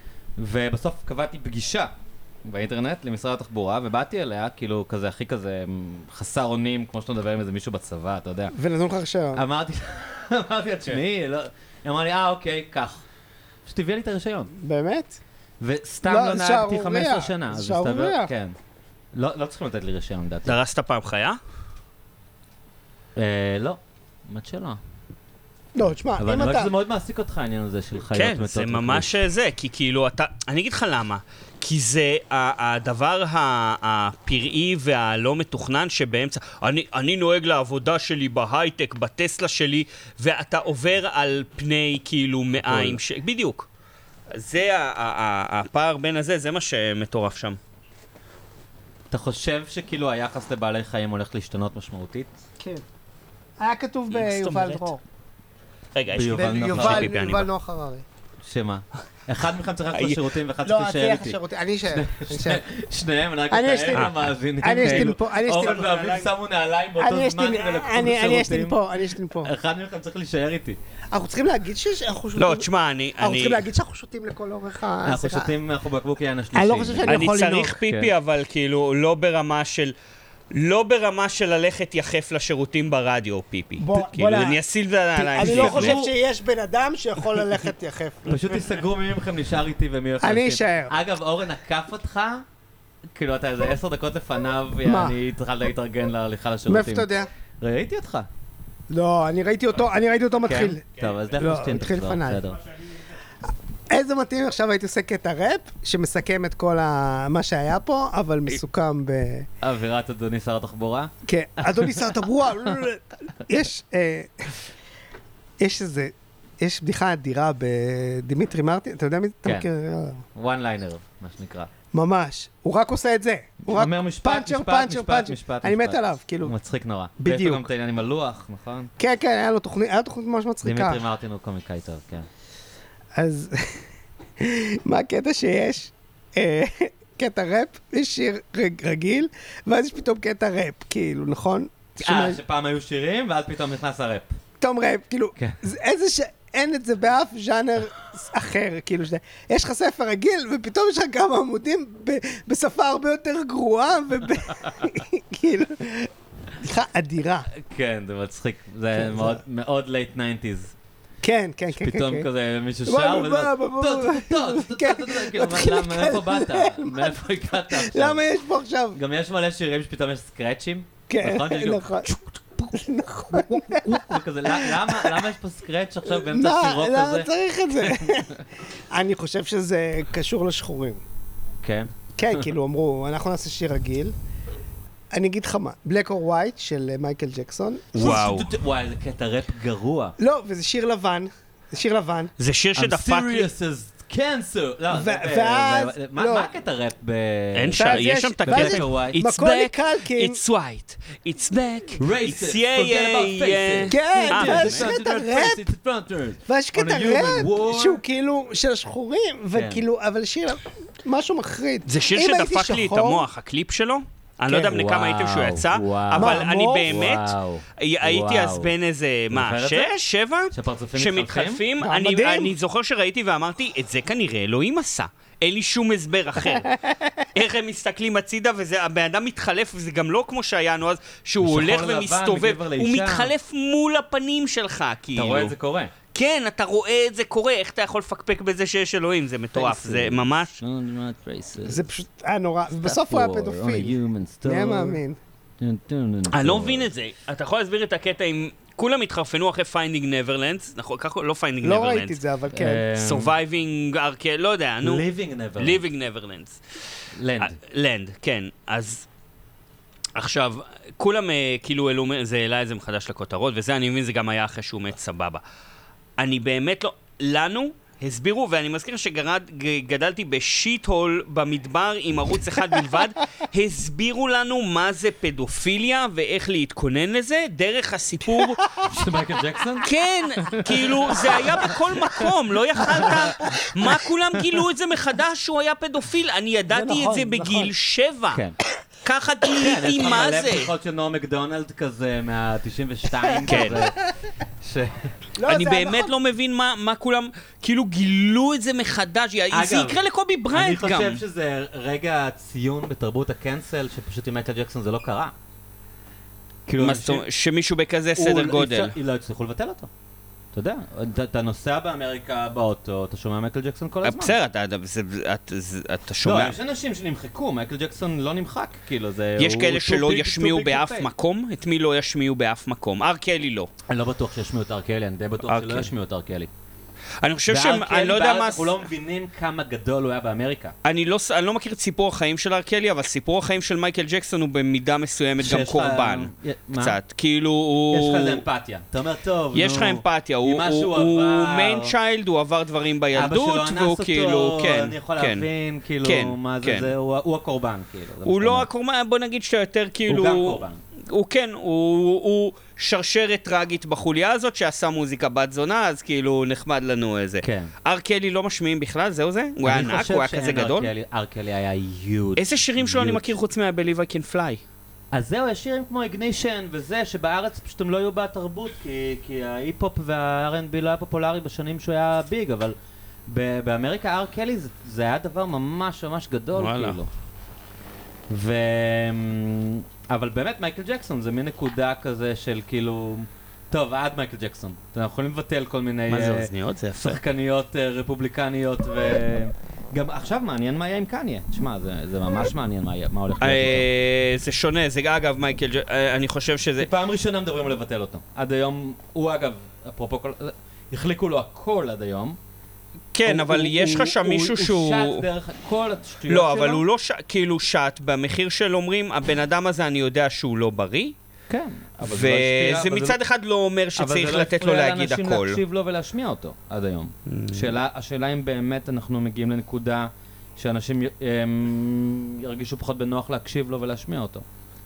ובסוף קבעתי פגישה באינטרנט למשרד התחבורה, ובאתי אליה, כאילו כזה, הכי כזה חסר אונים, כמו שאתה מדבר עם איזה מישהו בצבא, אתה יודע. ונתנו לך רישיון. אמרתי, אמרתי לה, תשמעי, לא... היא אמרה לי, אה, אוקיי, קח. פשוט הביאה לי את הרישיון. באמת? וסתם לא, לא זה נהגתי שערורייה. חמש עשרה שנה. זה אז מסתבר- שערורייה. כן. לא לא צריכים לתת לי רישיון, לדעתי. דרסת פעם חיה? אה, לא, באמת שלא. לא, תשמע, אבל אם אני רואה אתה... שזה מאוד מעסיק אותך, העניין הזה של חיות כן, מתות. זה בכביש. ממש זה, כי כאילו אתה... אני אגיד לך למה. כי זה ה- הדבר ה- הפראי והלא מתוכנן שבאמצע... אני, אני נוהג לעבודה שלי בהייטק, בטסלה שלי, ואתה עובר על פני כאילו מעיים. ש... בדיוק. זה ה- ה- ה- הפער בין הזה, זה מה שמטורף שם. אתה חושב שכאילו היחס לבעלי חיים הולך להשתנות משמעותית? כן. היה כתוב זאת ביובל אומרת? דרור. רגע, יש לי... ביובל נוח יובל- פיפי, אני יובל בא. נוח הררי. שמה? אחד מכם צריך ללכת לשירותים ואחד לא, צריך אתה להישאר תלך איתי. לשירותים, אני אשאר. אני אשאר. שניהם, אני רק אני אשתין. אתאר למאזינים. אני אשתין כאילו, פה, אני אשתין אורן פה. ואביב שמו נעליים באותו אני זמן אשתין, ולקחו אני אני אשתין לשירותים. פה, אני אשתין פה. אחד מכם צריך להישאר איתי. אנחנו צריכים להגיד שאנחנו שותים... לא, תשמע, אני... אנחנו אני- צריכים להגיד שאנחנו שותים לכל אורך ה... אנחנו סליחה. שותים, אנחנו בקבוק יין השלישי. אני לא חושב שאני אני יכול לנהוג. צריך פיפי, כן. אבל כאילו לא ברמה של... לא ברמה של ללכת יחף לשירותים ברדיו, פיפי. בוא- כאילו, בוא נ- אני אסיל את הנעליים אני שלי. לא תסתכלו. חושב שיש בן אדם שיכול ללכת יחף. פשוט תיסגרו מי מכם נשאר איתי ומי הולך אני להשתין. אשאר. אגב, אורן עקף אותך, כאילו אתה איזה עשר דקות לפניו, מה? אני צריכה להתארגן להליכה מאיפה לשירותים. אתה יודע? ראיתי אותך. לא, אני ראיתי אותו, אני ראיתי אותו מתחיל. כן? טוב, אז לך לא, להשתין. התחיל תחזור, לפניי. בסדר. איזה מתאים, עכשיו הייתי עושה קטע ראפ, שמסכם את כל ה- מה שהיה פה, אבל מסוכם ב... אווירת אדוני שר התחבורה. כן, אדוני שר התחבורה, יש, אה, יש איזה, יש בדיחה אדירה בדימיטרי מרטין, אתה יודע מי? אתה כן. מכיר? וואן ליינר, מה שנקרא. ממש. הוא רק עושה את זה. הוא רק אומר משפט, פאנצ'ר, משפט, פאנצ'ר, משפט, פאנצ'ר. משפט, אני מת משפט. עליו, כאילו. הוא מצחיק נורא. בדיוק. ויש לו גם את העניין עם הלוח, נכון? כן, כן, היה לו תוכנית, היה לו תוכנית ממש מצחיקה. דימיטרי מרטין הוא קומיקאי טוב, כן. אז מה הקטע שיש? אה, קטע ראפ, יש שיר רג- רגיל, ואז יש פתאום קטע ראפ, כאילו, נכון? שומע- אה, שפעם היו שירים, ואז פתאום נכנס הראפ. פתאום ראפ, כאילו, כן. זה איזה ש... אין את זה באף ז'אנר אחר, כאילו, שזה... יש לך ספר רגיל, ופתאום יש לך כמה עמודים ב... בשפה הרבה יותר גרועה, וב... כאילו, סליחה, אדירה. כן, זה מצחיק. זה כן, מאוד- מאוד לייט ניינטיז. כן, כן, כן, כן. פתאום כן. כזה מישהו בוא, שר, בוא, וזה... בוא, בוא, טוב, בוא. טוב, טוב, כן. טוב, כאילו, מתחיל למה, מאיפה באת? לקלקל. מאיפה הגעת עכשיו? למה יש פה עכשיו? גם יש מלא שירים שפתאום יש סקרצ'ים. כן, נכון? שיש גם- נכון. נכון. וכזה, למה למה יש פה סקרץ' עכשיו באמצע מה, שירו למה כזה? צריך את זה? אני חושב שזה קשור לשחורים. כן. כן, כאילו אמרו, אנחנו נעשה שיר רגיל. אני אגיד לך מה, Black or White של אה, מייקל ג'קסון. וואו. וואי, זה קטע ראפ גרוע. לא, וזה שיר לבן. זה שיר לבן. זה שיר I'm שדפק לי. serious as cancer. לא, ו- זה ב- ואז- זה- מה לא. מה הקטע ראפ ב... אין שם, ואז יש יש- שם את ואז הקטע. יש- It's מקולי back, קלקין. it's white, it's back, Racist, it's yeah, forget about yeah, faces. yeah. כן, אה, ואז באמת? יש קטע ראפ, ויש On a קטע human ראפ war. שהוא כאילו של השחורים, וכאילו, אבל שיר, משהו מחריד. זה שיר אם הייתי שדפק לי את שחור- המוח, הקליפ שלו. אני לא יודע בני כמה הייתם שהוא יצא, וואו. אבל מה, אני מור? באמת, וואו. הייתי אז וואו. בן איזה, מה, זוכר את זה? שש, שבע? שהפרצופים שמתחלפים, מתחלפים? אני- מדהים. אני זוכר שראיתי ואמרתי, את זה כנראה אלוהים עשה. אין לי שום הסבר אחר. איך הם מסתכלים הצידה, והבן אדם מתחלף, וזה גם לא כמו שהיה לנו אז, שהוא משחור הולך לבן, ומסתובב, מגבר הוא לאישה. מתחלף מול הפנים שלך, כאילו. אתה רואה את זה קורה. כן, אתה רואה את זה קורה, איך אתה יכול לפקפק בזה שיש אלוהים, זה מטורף, זה ממש... זה פשוט היה נורא, ובסוף הוא היה פדופיל. מי היה מאמין? אני לא מבין את זה. אתה יכול להסביר את הקטע עם... כולם התחרפנו אחרי פיינדינג נברלנדס, נכון? ככה לא פיינדינג לא נברלנדס. ראיתי את זה, אבל כן. אה, Surviving ארקל, לא יודע, נו. Living never. Living נברלנדס. לנד. לנד, כן. אז עכשיו, כולם אה, כאילו העלו, זה העלה את זה מחדש לכותרות, וזה אני מבין, זה גם היה אחרי שהוא מת סבבה. אני באמת לא... לנו הסבירו, ואני מזכיר שגדלתי בשיט הול במדבר עם ערוץ אחד בלבד, הסבירו לנו מה זה פדופיליה ואיך להתכונן לזה, דרך הסיפור... של מייקל ג'קסון? כן, כאילו, זה היה בכל מקום, לא יכלת... מה כולם גילו את זה מחדש שהוא היה פדופיל? אני ידעתי את נכון, זה בגיל נכון. שבע. כן. ככה כן, גיליתי יש לך מה מלא זה. בדיחות של נועם מקדונלד כזה מה-תשעים ושתיים כן. כזה. ש- לא, אני זה היה באמת נכון. לא מבין מה, מה כולם, כאילו גילו את זה מחדש, זה אגב, יקרה לקובי אני בריינט גם. חושב שזה רגע ציון בתרבות הקנסל, שפשוט עם מייקל ג'קסון זה לא קרה. כאילו, מה זאת אומרת, שמישהו בכזה הוא- סדר אי גודל. אפשר- לא הצליחו לבטל אותו. אתה יודע, אתה- אתה נוסע באמריקה באוטו, אתה שומע מייקל ג'קסון כל הזמן. בסדר, אתה- אתה- זה- את- זה- אתה לא, שומע. יש אנשים שנמחקו, מייקל ג'קסון לא נמחק, כאילו זה... יש הוא- כאלה הוא שלא too big- ישמיעו too big to באף fail. מקום? את מי לא ישמיעו באף מקום? אר קלי לא. אני לא בטוח שישמיעו את ארקלי, אני די בטוח אר שלא קלי. ישמיעו את ארקלי. אני חושב שהם, אני לא יודע מה... אנחנו לא מבינים כמה גדול הוא היה באמריקה. אני לא, אני לא מכיר את סיפור החיים של ארקלי, אבל סיפור החיים של מייקל ג'קסון הוא במידה מסוימת גם שיש לך- קורבן. מה? קצת. כאילו הוא... יש לך איזה אמפתיה. אתה אומר, טוב, נו. יש לך אמפתיה, הוא, ממה הוא, שהוא הוא עבר. מיין צ'יילד, הוא עבר דברים אבא בילדות, שלו והוא אנס כאילו, אותו, כן, אני יכול כן. להבין, כאילו, כן, מה זה, כן. זה, הוא הוא הקורבן, כאילו. זה מה הוא שאתה לא אומר. הקורבן, בוא נגיד שאתה יותר כאילו... הוא גם קורבן. הוא כן, הוא, הוא שרשרת טרגית בחוליה הזאת שעשה מוזיקה בת זונה, אז כאילו נחמד לנו איזה. כן. אר קלי לא משמיעים בכלל, זהו זה? הוא היה ענק, הוא היה כזה גדול? ארקלי היה יוט. איזה שירים שלו אני מכיר חוץ מה-Believe I Can Fly? אז זהו, יש שירים כמו איגנישן וזה, שבארץ פשוט הם לא היו בתרבות, כי, כי ההיפ-הופ וה-אר אנד בי לא היה פופולרי בשנים שהוא היה ביג, אבל ב- באמריקה אר קלי זה, זה היה דבר ממש ממש גדול, וואלה. כאילו. ו... אבל באמת מייקל ג'קסון זה מין נקודה כזה של כאילו... טוב, עד מייקל ג'קסון. אנחנו יכולים לבטל כל מיני מה זה אה, אוזניות? זה יפה. שחקניות אה, רפובליקניות ו... גם עכשיו מעניין מה יהיה עם קניה. תשמע, זה, זה ממש מעניין מה, יהיה- מה הולך להיות איתו. אה, זה שונה, זה אגב מייקל ג'... אה, אני חושב שזה... זה פעם ראשונה מדברים על לבטל אותו. עד היום, הוא אגב, אפרופו כל... החליקו לו הכל עד היום. כן, הוא- אבל הוא- יש לך הוא- שם הוא- מישהו הוא שהוא... שט דרך כל השטויות לא, שלו. אבל הוא לא ש... כאילו שט, במחיר של אומרים, הבן אדם הזה אני יודע שהוא לא בריא, כן. אבל זה לא השפיע- וזה אבל מצד אחד לא אומר אבל שצריך זה לא לתת לו הפריע להגיד לאנשים הכל. להקשיב לו ולהשמיע אותו עד היום. Mm. שאלה, השאלה אם באמת אנחנו מגיעים לנקודה שאנשים הם, ירגישו פחות בנוח להקשיב לו ולהשמיע אותו.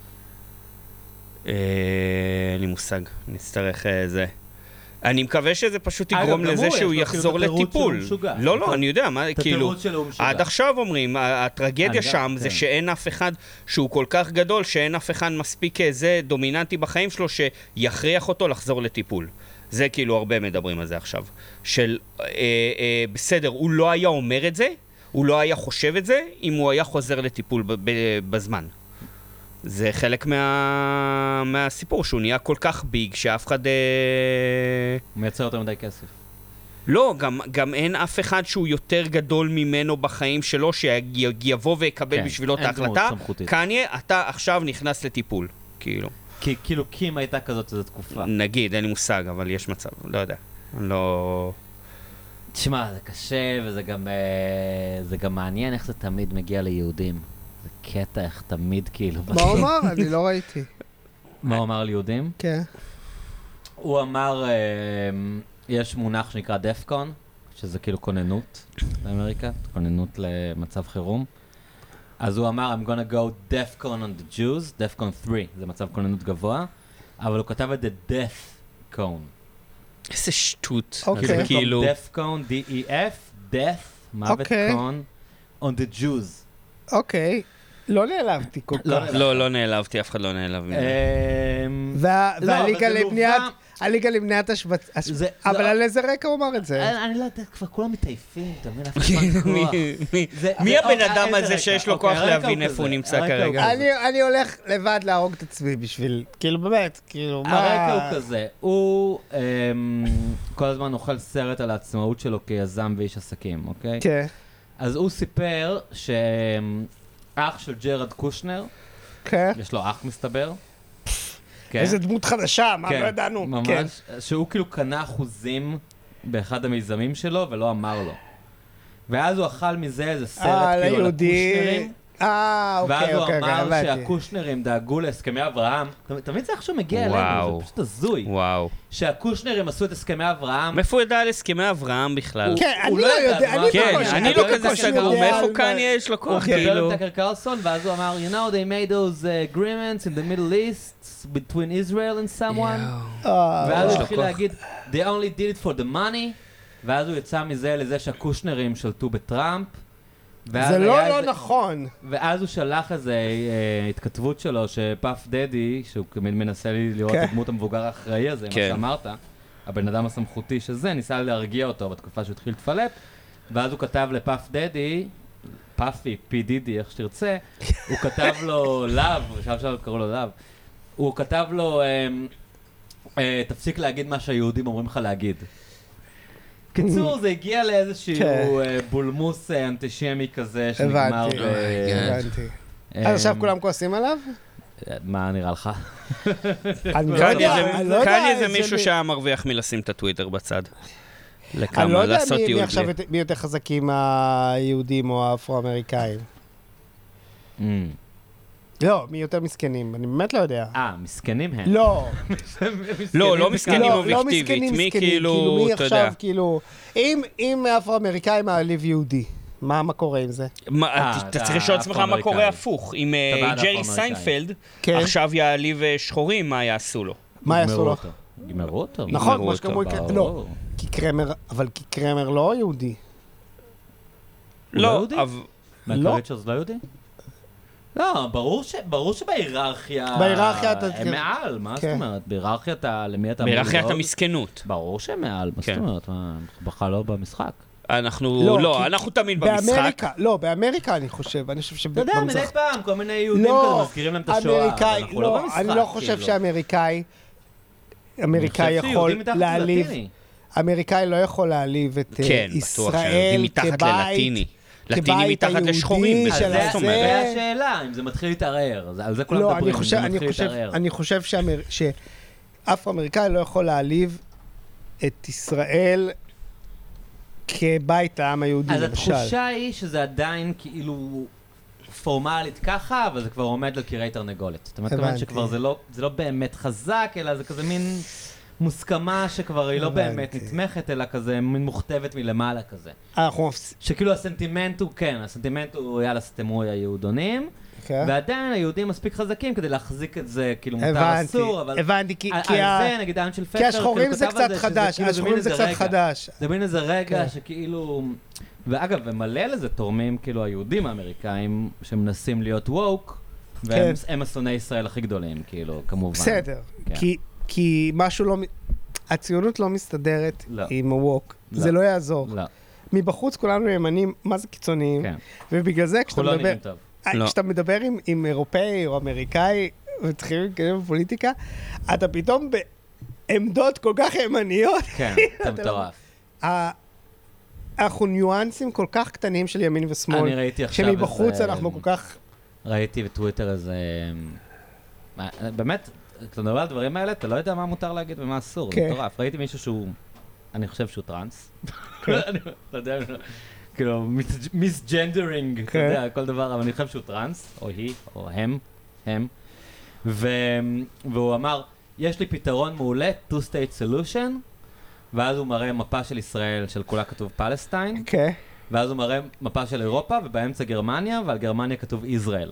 אה, אין לי מושג, נצטרך אה, זה. אני מקווה שזה פשוט אגב, יגרום גם לזה הוא, שהוא יש לו כאילו יחזור את התירוץ לטיפול. שהוא משוגע. לא, לא, אני יודע, מה, את כאילו, התירוץ שלו הוא משוגע. עד עכשיו אומרים, ה- הטרגדיה אני שם גם, זה כן. שאין אף אחד שהוא כל כך גדול, שאין אף אחד מספיק איזה דומיננטי בחיים שלו שיכריח אותו לחזור לטיפול. זה כאילו הרבה מדברים על זה עכשיו. של, אה, אה, בסדר, הוא לא היה אומר את זה, הוא לא היה חושב את זה, אם הוא היה חוזר לטיפול ב- ב- בזמן. זה חלק מה... מהסיפור, שהוא נהיה כל כך ביג, שאף אחד... אה... הוא מייצר יותר מדי כסף. לא, גם, גם אין אף אחד שהוא יותר גדול ממנו בחיים שלו, שיבוא ויקבל כן, בשבילו את אין דמות ההחלטה. סמכותית. קניה, אתה עכשיו נכנס לטיפול, כאילו. כי כאילו קים הייתה כזאת איזו תקופה. נגיד, אין לי מושג, אבל יש מצב, לא יודע. אני לא... תשמע, זה קשה וזה גם, אה, זה גם מעניין איך זה תמיד מגיע ליהודים. זה קטע איך תמיד כאילו... מה הוא אמר? אני לא ראיתי. מה הוא אמר על יהודים? כן. הוא אמר, אה, יש מונח שנקרא דפקון, שזה כאילו כוננות באמריקה, כוננות למצב חירום. אז הוא אמר, I'm gonna go Defcon on the Jews, Defcon שלוש, זה מצב כוננות גבוה, אבל הוא כתב את the Death Cone. איזה שטות. אוקיי. זה זה כאילו... Defcon, D-E-F, Death, מוות אוקיי. קון, on the Jews. אוקיי. לא נעלבתי כל לא כך. נעלבתי. לא, לא נעלבתי, אף אחד לא נעלב מזה. אמ, וה- לא, והליגה אבל זה למניעת... לווה- הליגה למניעת השבצ... זה- אבל לא. על איזה רקע הוא אמר את זה? אני אני לא יודע, כבר כולם מתעייפים, אתה מבין? אף אחד לא מי- כוח. מי- זה- מי זה- הבן אוקיי, אדם איזה הזה רקע? שיש לו אוקיי, כוח הרקע הוא להבין איפה כזה, הוא נמצא הרקע הוא כרגע? כזה. אני אני הולך לבד להרוג את עצמי בשביל... כאילו, באמת, כאילו, מה... הרקע הוא כזה, הוא אמ, כל הזמן אוכל סרט על העצמאות שלו כיזם ואיש עסקים, אוקיי? כן. אז הוא סיפר שאח של ג'רד קושנר, כן. יש לו אח מסתבר. כן? איזה דמות חדשה, מה כן, לא ידענו. ממש, כן. שהוא כאילו קנה אחוזים באחד המיזמים שלו ולא אמר לו. ואז הוא אכל מזה איזה סרט אה, כאילו על ליהודי. הקושנרים. אה, ואז אוקיי, הוא אוקיי, אוקיי, אמר הבנתי. שהקושנרים דאגו להסכמי אברהם. אתה אתה מבין זה איך שהוא מגיע אלינו? וואו. זה פשוט הזוי. וואו. שהקושנרים עשו את הסכמי אברהם. מאיפה הוא ידע על הסכמי אברהם בכלל? הוא- כן, הוא אני לא לא ידע, יודע, מה? אני כן, בקושי- אני לא אני כזה בקושי סגור, יודע מאיפה על קניה יש לו הוא כוח, קיבל כאילו? את טאקר קרלסון, ואז הוא אמר, you know, they made those uh, agreements in the Middle East between Israel and someone. אה, ואז יש הוא לו התחיל כוח. להגיד, they only did it for the money, ואז הוא יצא מזה לזה שהקושנרים שלטו בטראמפ. ואז זה לא היה לא איזה- נכון. ואז הוא שלח איזה אה, התכתבות שלו, שפאף דדי, שהוא תמיד מנסה לי לראות כן. את הדמות המבוגר האחראי הזה, מה כן. שאמרת, הבן אדם הסמכותי שזה, ניסה להרגיע אותו בתקופה שהוא התחיל להתפלפ, ואז הוא כתב לפאף דדי, פאפי, פי דידי, איך שתרצה, הוא כתב לו לאו, עכשיו עכשיו קראו לו לאו, הוא כתב לו, אה, אה, תפסיק להגיד מה שהיהודים אומרים לך להגיד. קיצור, זה הגיע לאיזשהו כן. אה, בולמוס אה, אנטישמי כזה, שנגמר הבנתי. ב... הבנתי. אה, אז עכשיו כולם כועסים עליו? מה נראה לך? אני לא קניה יודע, זה- אני לא יודע. קניה זה איזה מישהו מי- שהיה מרוויח מלשים את הטוויטר בצד. אני לא לכמה, יודע לעשות מי- מי טיול עכשיו בלי. יותר- מי יותר חזקים, היהודים או האפרו-אמריקאים. Mm. לא, מי יותר מסכנים, אני באמת לא יודע. אה, מסכנים הם. לא, לא, לא מסכנים לא, לא אובייקטיבית. מסכנים, מי מסכנים, כאילו, מי אתה עכשיו, יודע. כאילו, אם אם אפרו-אמריקאי מעליב יהודי, מה מה קורה עם זה? מה, אה, אתה אתה צריך לשאול עצמך מה אפרו-אמריקאי. קורה הפוך. אם אה, אתה בעד ג'רי אפרו-אמריקאי. סיינפלד כן. עכשיו יעליב אה, שחורים, מה יעשו לו? מה יעשו לו? גמרו אותו. נכון, יגמרו כמו שקראו, אותו, לא, ברור. כי קרמר, אבל כי קרמר לא יהודי. הוא לא לא, יהודי? אבל... מייקל לא. ריצ'רדס לא יהודי? לא, ברור ש- ברור שבהיררכיה... בהיררכיה אתה- הם מעל, מה זאת כן. אומרת? בהיררכיה אתה... למי אתה אמור בהיררכיית לדאוג? המסכנות. ברור שהם מעל, מה כן. זאת אומרת? מה, הם בכלל לא במשחק. אנחנו, לא, לא, כי- אנחנו תמיד במשחק. באמריקה, לא, באמריקה אני חושב, אני חושב אתה יודע, מדי שבמזרח... פעם כל מיני יהודים לא, כזה מזכירים להם את השואה, אבל אמריקאי, אנחנו לא לא, במשחק. אני לא חושב כאילו. שאמריקאי, אמריקאי אני חושב יכול שיהודים מתחת להעליב, ללטיני. אמריקאי לא יכול להעליב את אה, כן, בטוח ישראל שיהודים מתחת ללטיני. לטיני כבית מתחת היהודי לשחורים, אז של מה זה זאת הזה. אומרת? זה השאלה, אם זה מתחיל להתערער. זה- על זה כולם לא, מדברים, אני אם חושב, זה אני מתחיל חושב, להתערער. אני חושב שאמר, שאפרו-אמריקאי לא יכול להעליב את ישראל כבית העם היהודי, אז למשל. התחושה היא שזה עדיין כאילו פורמלית ככה, אבל זה כבר עומד על קירי תרנגולת. אתה מתכוון הבנתי. שכבר זה לא, זה לא באמת חזק, אלא זה כזה מין מוסכמה שכבר היא לא הבנתי. באמת נתמכת, אלא כזה מין מוכתבת מלמעלה כזה. אנחנו מפס... שכאילו הסנטימנט הוא, כן, הסנטימנט הוא יאללה סתמו היהודונים, כן. ועדיין היהודים מספיק חזקים כדי להחזיק את זה, כאילו מותר הבנתי, אסור, אבל... הבנתי, כי, על כי, על ה... זה, נגיד, העם של פטר, כי השחורים זה כתב על קצת שזה חדש, כאילו השחורים מין זה איזה קצת רגע. חדש. זה מין איזה רגע כן. שכאילו... ואגב, ומלא לזה תורמים כאילו היהודים האמריקאים שמנסים להיות ווק, והם כן. הם השונאי ישראל הכי גדולים, כאילו, כמובן. בסדר, כן. כי, כי משהו לא... מ- הציונות לא מסתדרת לא. עם הווק, לא. זה לא יעזור. לא, מבחוץ כולנו ימנים, מה זה קיצוניים, כן. ובגלל זה כשאתה אנחנו לא מדבר... נראים טוב. לא. כשאתה מדבר עם, עם אירופאי או אמריקאי, ותתחילים להתקדם בפוליטיקה, אתה פתאום בעמדות כל כך ימניות. כן, אתה מטורף. ה- אנחנו ניואנסים כל כך קטנים של ימין אני ושמאל, ראיתי עכשיו שמבחוץ איזה- אנחנו כל כך... ראיתי בטוויטר איזה... מה, באמת, כשאתה מדבר על הדברים האלה, אתה לא יודע מה מותר להגיד ומה אסור, זה כן. מטורף. ראיתי מישהו שהוא... אני חושב שהוא טרנס. אני לא יודע, כאילו, מיסג'נדרינג, אתה כן. יודע, כל דבר, אבל אני חושב שהוא טרנס, או היא, או הם, הם. ו- והוא אמר, יש לי פתרון מעולה, two-state solution, ואז הוא מראה מפה של ישראל, של כולה כתוב פלסטיין, כן. ואז הוא מראה מפה של אירופה, ובאמצע גרמניה, ועל גרמניה כתוב ישראל.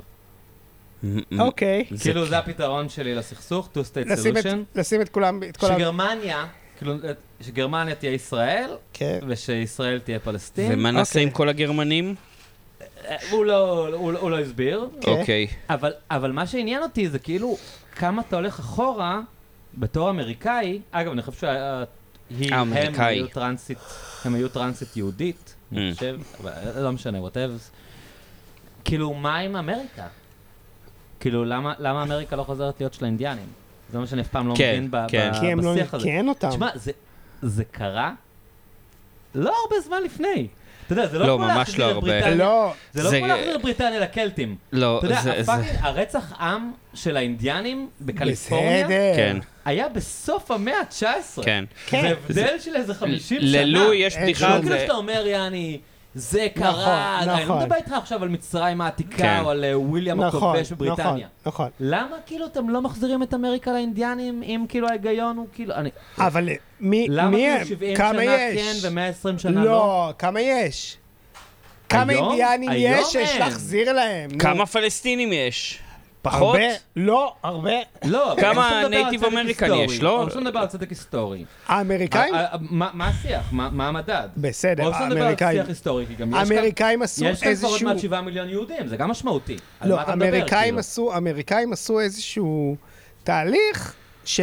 אוקיי. כאילו זה הפתרון שלי לסכסוך, two-state לשים את- solution, לשים את כולם... את כל ה- שגרמניה, כאילו, שגרמניה תהיה ישראל, כן. ושישראל תהיה פלסטין. ומה נעשה אוקיי. עם כל הגרמנים? אה, הוא לא, הוא, לא- הוא לא הסביר, כן. אוקיי. אבל, אבל מה שעניין אותי זה כאילו, כמה אתה הולך אחורה, בתור אמריקאי, אגב, אני חושב שהיא, הם האמריקאי. היו טרנסית, הם היו טרנסית יהודית, אני Mm. חושב, אבל לא משנה, whatever. כאילו, מה עם אמריקה? כאילו, למה, למה אמריקה לא חוזרת להיות של האינדיאנים? זה מה שאני אף פעם לא כן, מבין ב- כן. ב- כי הם לא... בשיח הזה. כי אין אותם. תשמע, זה, זה קרה לא הרבה זמן לפני. אתה יודע, זה לא, לא, כמו ממש להחזיר לא את הרבה. בריטניה. לא, זה לא זה- כמו להחזיר את בריטניה לקלטים. לא, אתה יודע, זה... זה- הפאקינג- הרצח עם של האינדיאנים בקליפורניה בסדר. כן, היה בסוף המאה ה-תשע עשרה. כן. כן. זה הבדל של איזה חמישים שנה. ללו יש אין בדיחה שום- על כאילו זה. שאתה אומר, יעני, זה קרה, נכון, אני לא נכון. מדבר איתך עכשיו על מצרים העתיקה, כן. או על אה, וויליאם נכון, הכובש בבריטניה. נכון, נכון. למה כאילו אתם לא מחזירים את אמריקה לאינדיאנים, אם כאילו ההיגיון הוא כאילו... אני- אבל מי למה מי כאילו הם? שבעים כמה שנה יש? כן ו-מאה ועשרים שנה לא? לא, כמה יש? כמה היום? אינדיאנים היום יש שיש אין. להחזיר להם? נו. כמה פלסטינים יש? פחות? הרבה? לא, הרבה. לא, אבל כמה אני רוצה לדבר על נייטיב צדק אמריקן היסטורי. יש, לא? אני רוצה לדבר על צדק היסטורי. האמריקאים? ה- ה- מה מה השיח? מה מה המדד? בסדר, או שאתה מדבר על האמריקאים. שיח היסטורי, כי גם יש כאן... האמריקאים עשו יש כאן כבר עוד איזשהו... מעט שבעה מיליון יהודים, זה גם משמעותי. על לא, מה אתה מדבר, האמריקאים כאילו? עשו, האמריקאים עשו איזשהו תהליך ש...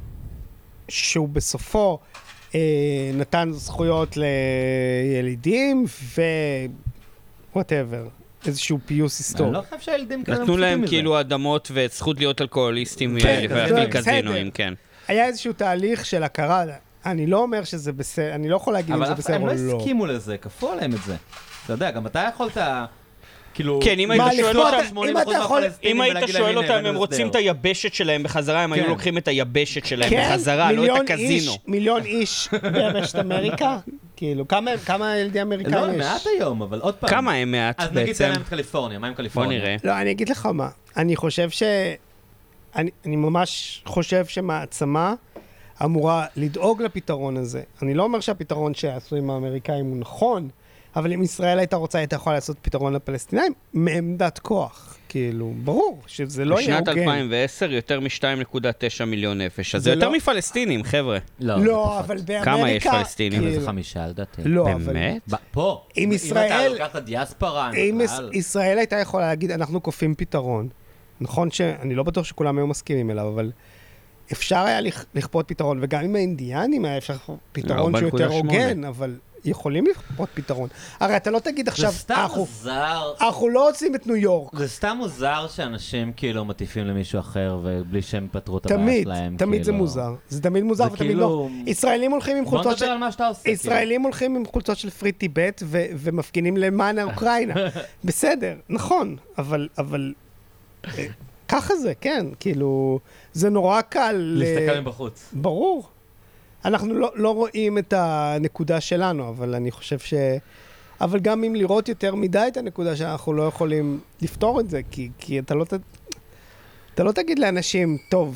שהוא בסופו אה, נתן זכויות לילידים ו... whatever, איזשהו פיוס אני היסטורי. לא חושב שהילדים כאלה נתנו מפחידים להם מזה. כאילו אדמות וזכות להיות אלכוהוליסטים כן, ולהפעיל בסדר. קזינואים, כן. היה איזשהו תהליך של הכרה, אני לא אומר שזה בסדר, אני לא יכול להגיד אם אבל זה אף- בסדר הם או לא לא. הסכימו לזה, כפו עליהם את זה. אתה יודע, גם אתה יכולת, כאילו... כן, אם היית מה, שואל לכפות- אותם, שמונים אם אחוז אתה יכול- מהפלסטינים אם היית ולהגיד להם, שואל "הנה, אותם אם הבאנו הם רוצים את הסדר". היבשת שלהם בחזרה, הם היו כן. לוקחים את היבשת שלהם כן, בחזרה, לא מיליון את הקזינו. איש, מיליון איש ביבשת אמריקה? כאילו, כמה כמה ילדי אמריקאים לא, יש? מעט היום, אבל עוד פעם. כמה הם מעט אז נגיד תן בעצם? להם את קליפורניה, מה עם בוא קליפורניה? נראה. לא, אני אגיד לך מה. אני חושב ש... אני, אני ממש חושב שמעצמה אמורה לדאוג לפתרון הזה. אני לא אומר שהפתרון שעשו עם האמריקאים הוא נכון, אבל אם ישראל הייתה רוצה, הייתה יכולה לעשות פתרון לפלסטינאים מעמדת כוח. כאילו, ברור שזה לא יהיה בשנת הוגן. אלפיים ועשר יותר מ-שתיים נקודה תשע מיליון נפש, אז זה זה יותר לא- מפלסטינים, חבר'ה. לא, זה לא, פחות. אבל באמריקה... כמה יש פלסטינים? כאילו, איזה חמישה לדעתי. לא, אבל... באמת? ב- פה. אם אם ישראל- אתה לוקח את הדיאספרה, אם יש- בכלל. ישראל הייתה יכולה להגיד, אנחנו כופים פתרון. נכון שאני לא בטוח שכולם היו מסכימים אליו, אבל אפשר היה לכ- לכפות פתרון, וגם עם האינדיאנים היה אפשר לכפות פתרון שהוא יותר ארבע נקודה שמונה. הוגן, אבל יכולים לכפות פתרון. הרי אתה לא תגיד עכשיו, זה סתם אנחנו מוזר. אנחנו לא רוצים את ניו יורק. זה סתם מוזר שאנשים כאילו מטיפים למישהו אחר ובלי שהם פתרו את הבעיה תמיד, שלהם. תמיד זה כאילו. מוזר. זה תמיד מוזר זה ותמיד כאילו- לא. ישראלים הולכים עם בוא חולצות נדבר של... על מה שאתה עושה. כאילו. ישראלים הולכים עם חולצות של פרי טיבט ו- ומפגינים למען האוקראינה. בסדר, נכון, אבל, אבל, אה, ככה זה, כן, כאילו, זה נורא קל. ל- להסתכל מבחוץ. ברור. אנחנו לא, לא רואים את הנקודה שלנו, אבל אני חושב ש... אבל גם אם לראות יותר מדי את הנקודה שאנחנו לא יכולים לפתור את זה, כי, כי אתה לא ת... אתה לא תגיד לאנשים, טוב,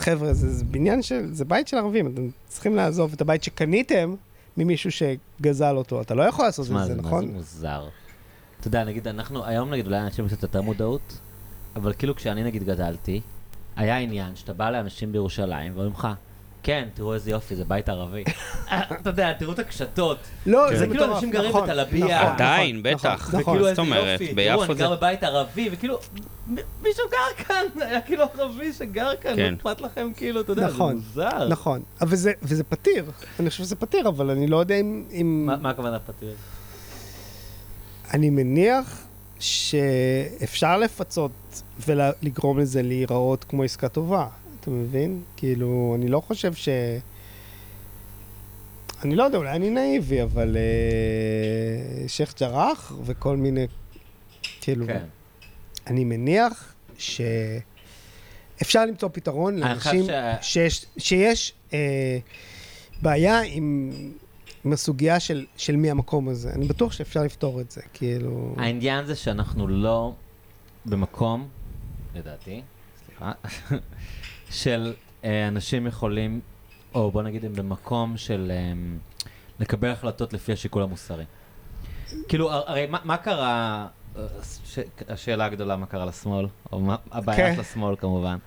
חבר'ה, זה, זה בניין של, זה בית של ערבים, אתם צריכים לעזוב את הבית שקניתם ממישהו שגזל אותו. אתה לא יכול לעשות את זה, נכון? מה זה מוזר. אתה יודע, נגיד, אנחנו, היום נגיד, אולי אנשים קצת יותר מודעות, אבל כאילו כשאני נגיד גדלתי, היה עניין שאתה בא לאנשים בירושלים, ואומרים לך, כן, תראו איזה יופי, זה בית ערבי. אתה יודע, תראו את הקשתות. לא, זה כאילו אנשים גרים בתלביה. עדיין, בטח. וכאילו זאת אומרת, תראו, ביפו אני זה... גר בבית ערבי, וכאילו, מישהו גר כאן, היה כאילו ערבי שגר כאן, לא אכפת לכם, כאילו, אתה יודע, זה מוזר. נכון, וזה פתיר. אני חושב שזה פתיר, אבל אני לא יודע אם... מה הכוונה פתיר? אני מניח שאפשר לפצות ולגרום לזה להיראות כמו עסקה טובה. אתה מבין? כאילו, אני לא חושב ש... אני לא יודע, אולי אני נאיבי, אבל אה, שייח ג'רח וכל מיני... כאילו... כן. אני מניח שאפשר למצוא פתרון לאנשים ש... שיש, שיש אה, בעיה עם... עם הסוגיה של, של מי המקום הזה. אני בטוח שאפשר לפתור את זה, כאילו... העניין זה שאנחנו לא במקום, לדעתי, סליחה, של אה, אנשים יכולים, או בוא נגיד הם במקום של אה, לקבל החלטות לפי השיקול המוסרי. כאילו, הרי מה, מה קרה, ש... השאלה הגדולה, מה קרה לשמאל, או מה, הבעיה של השמאל כמובן.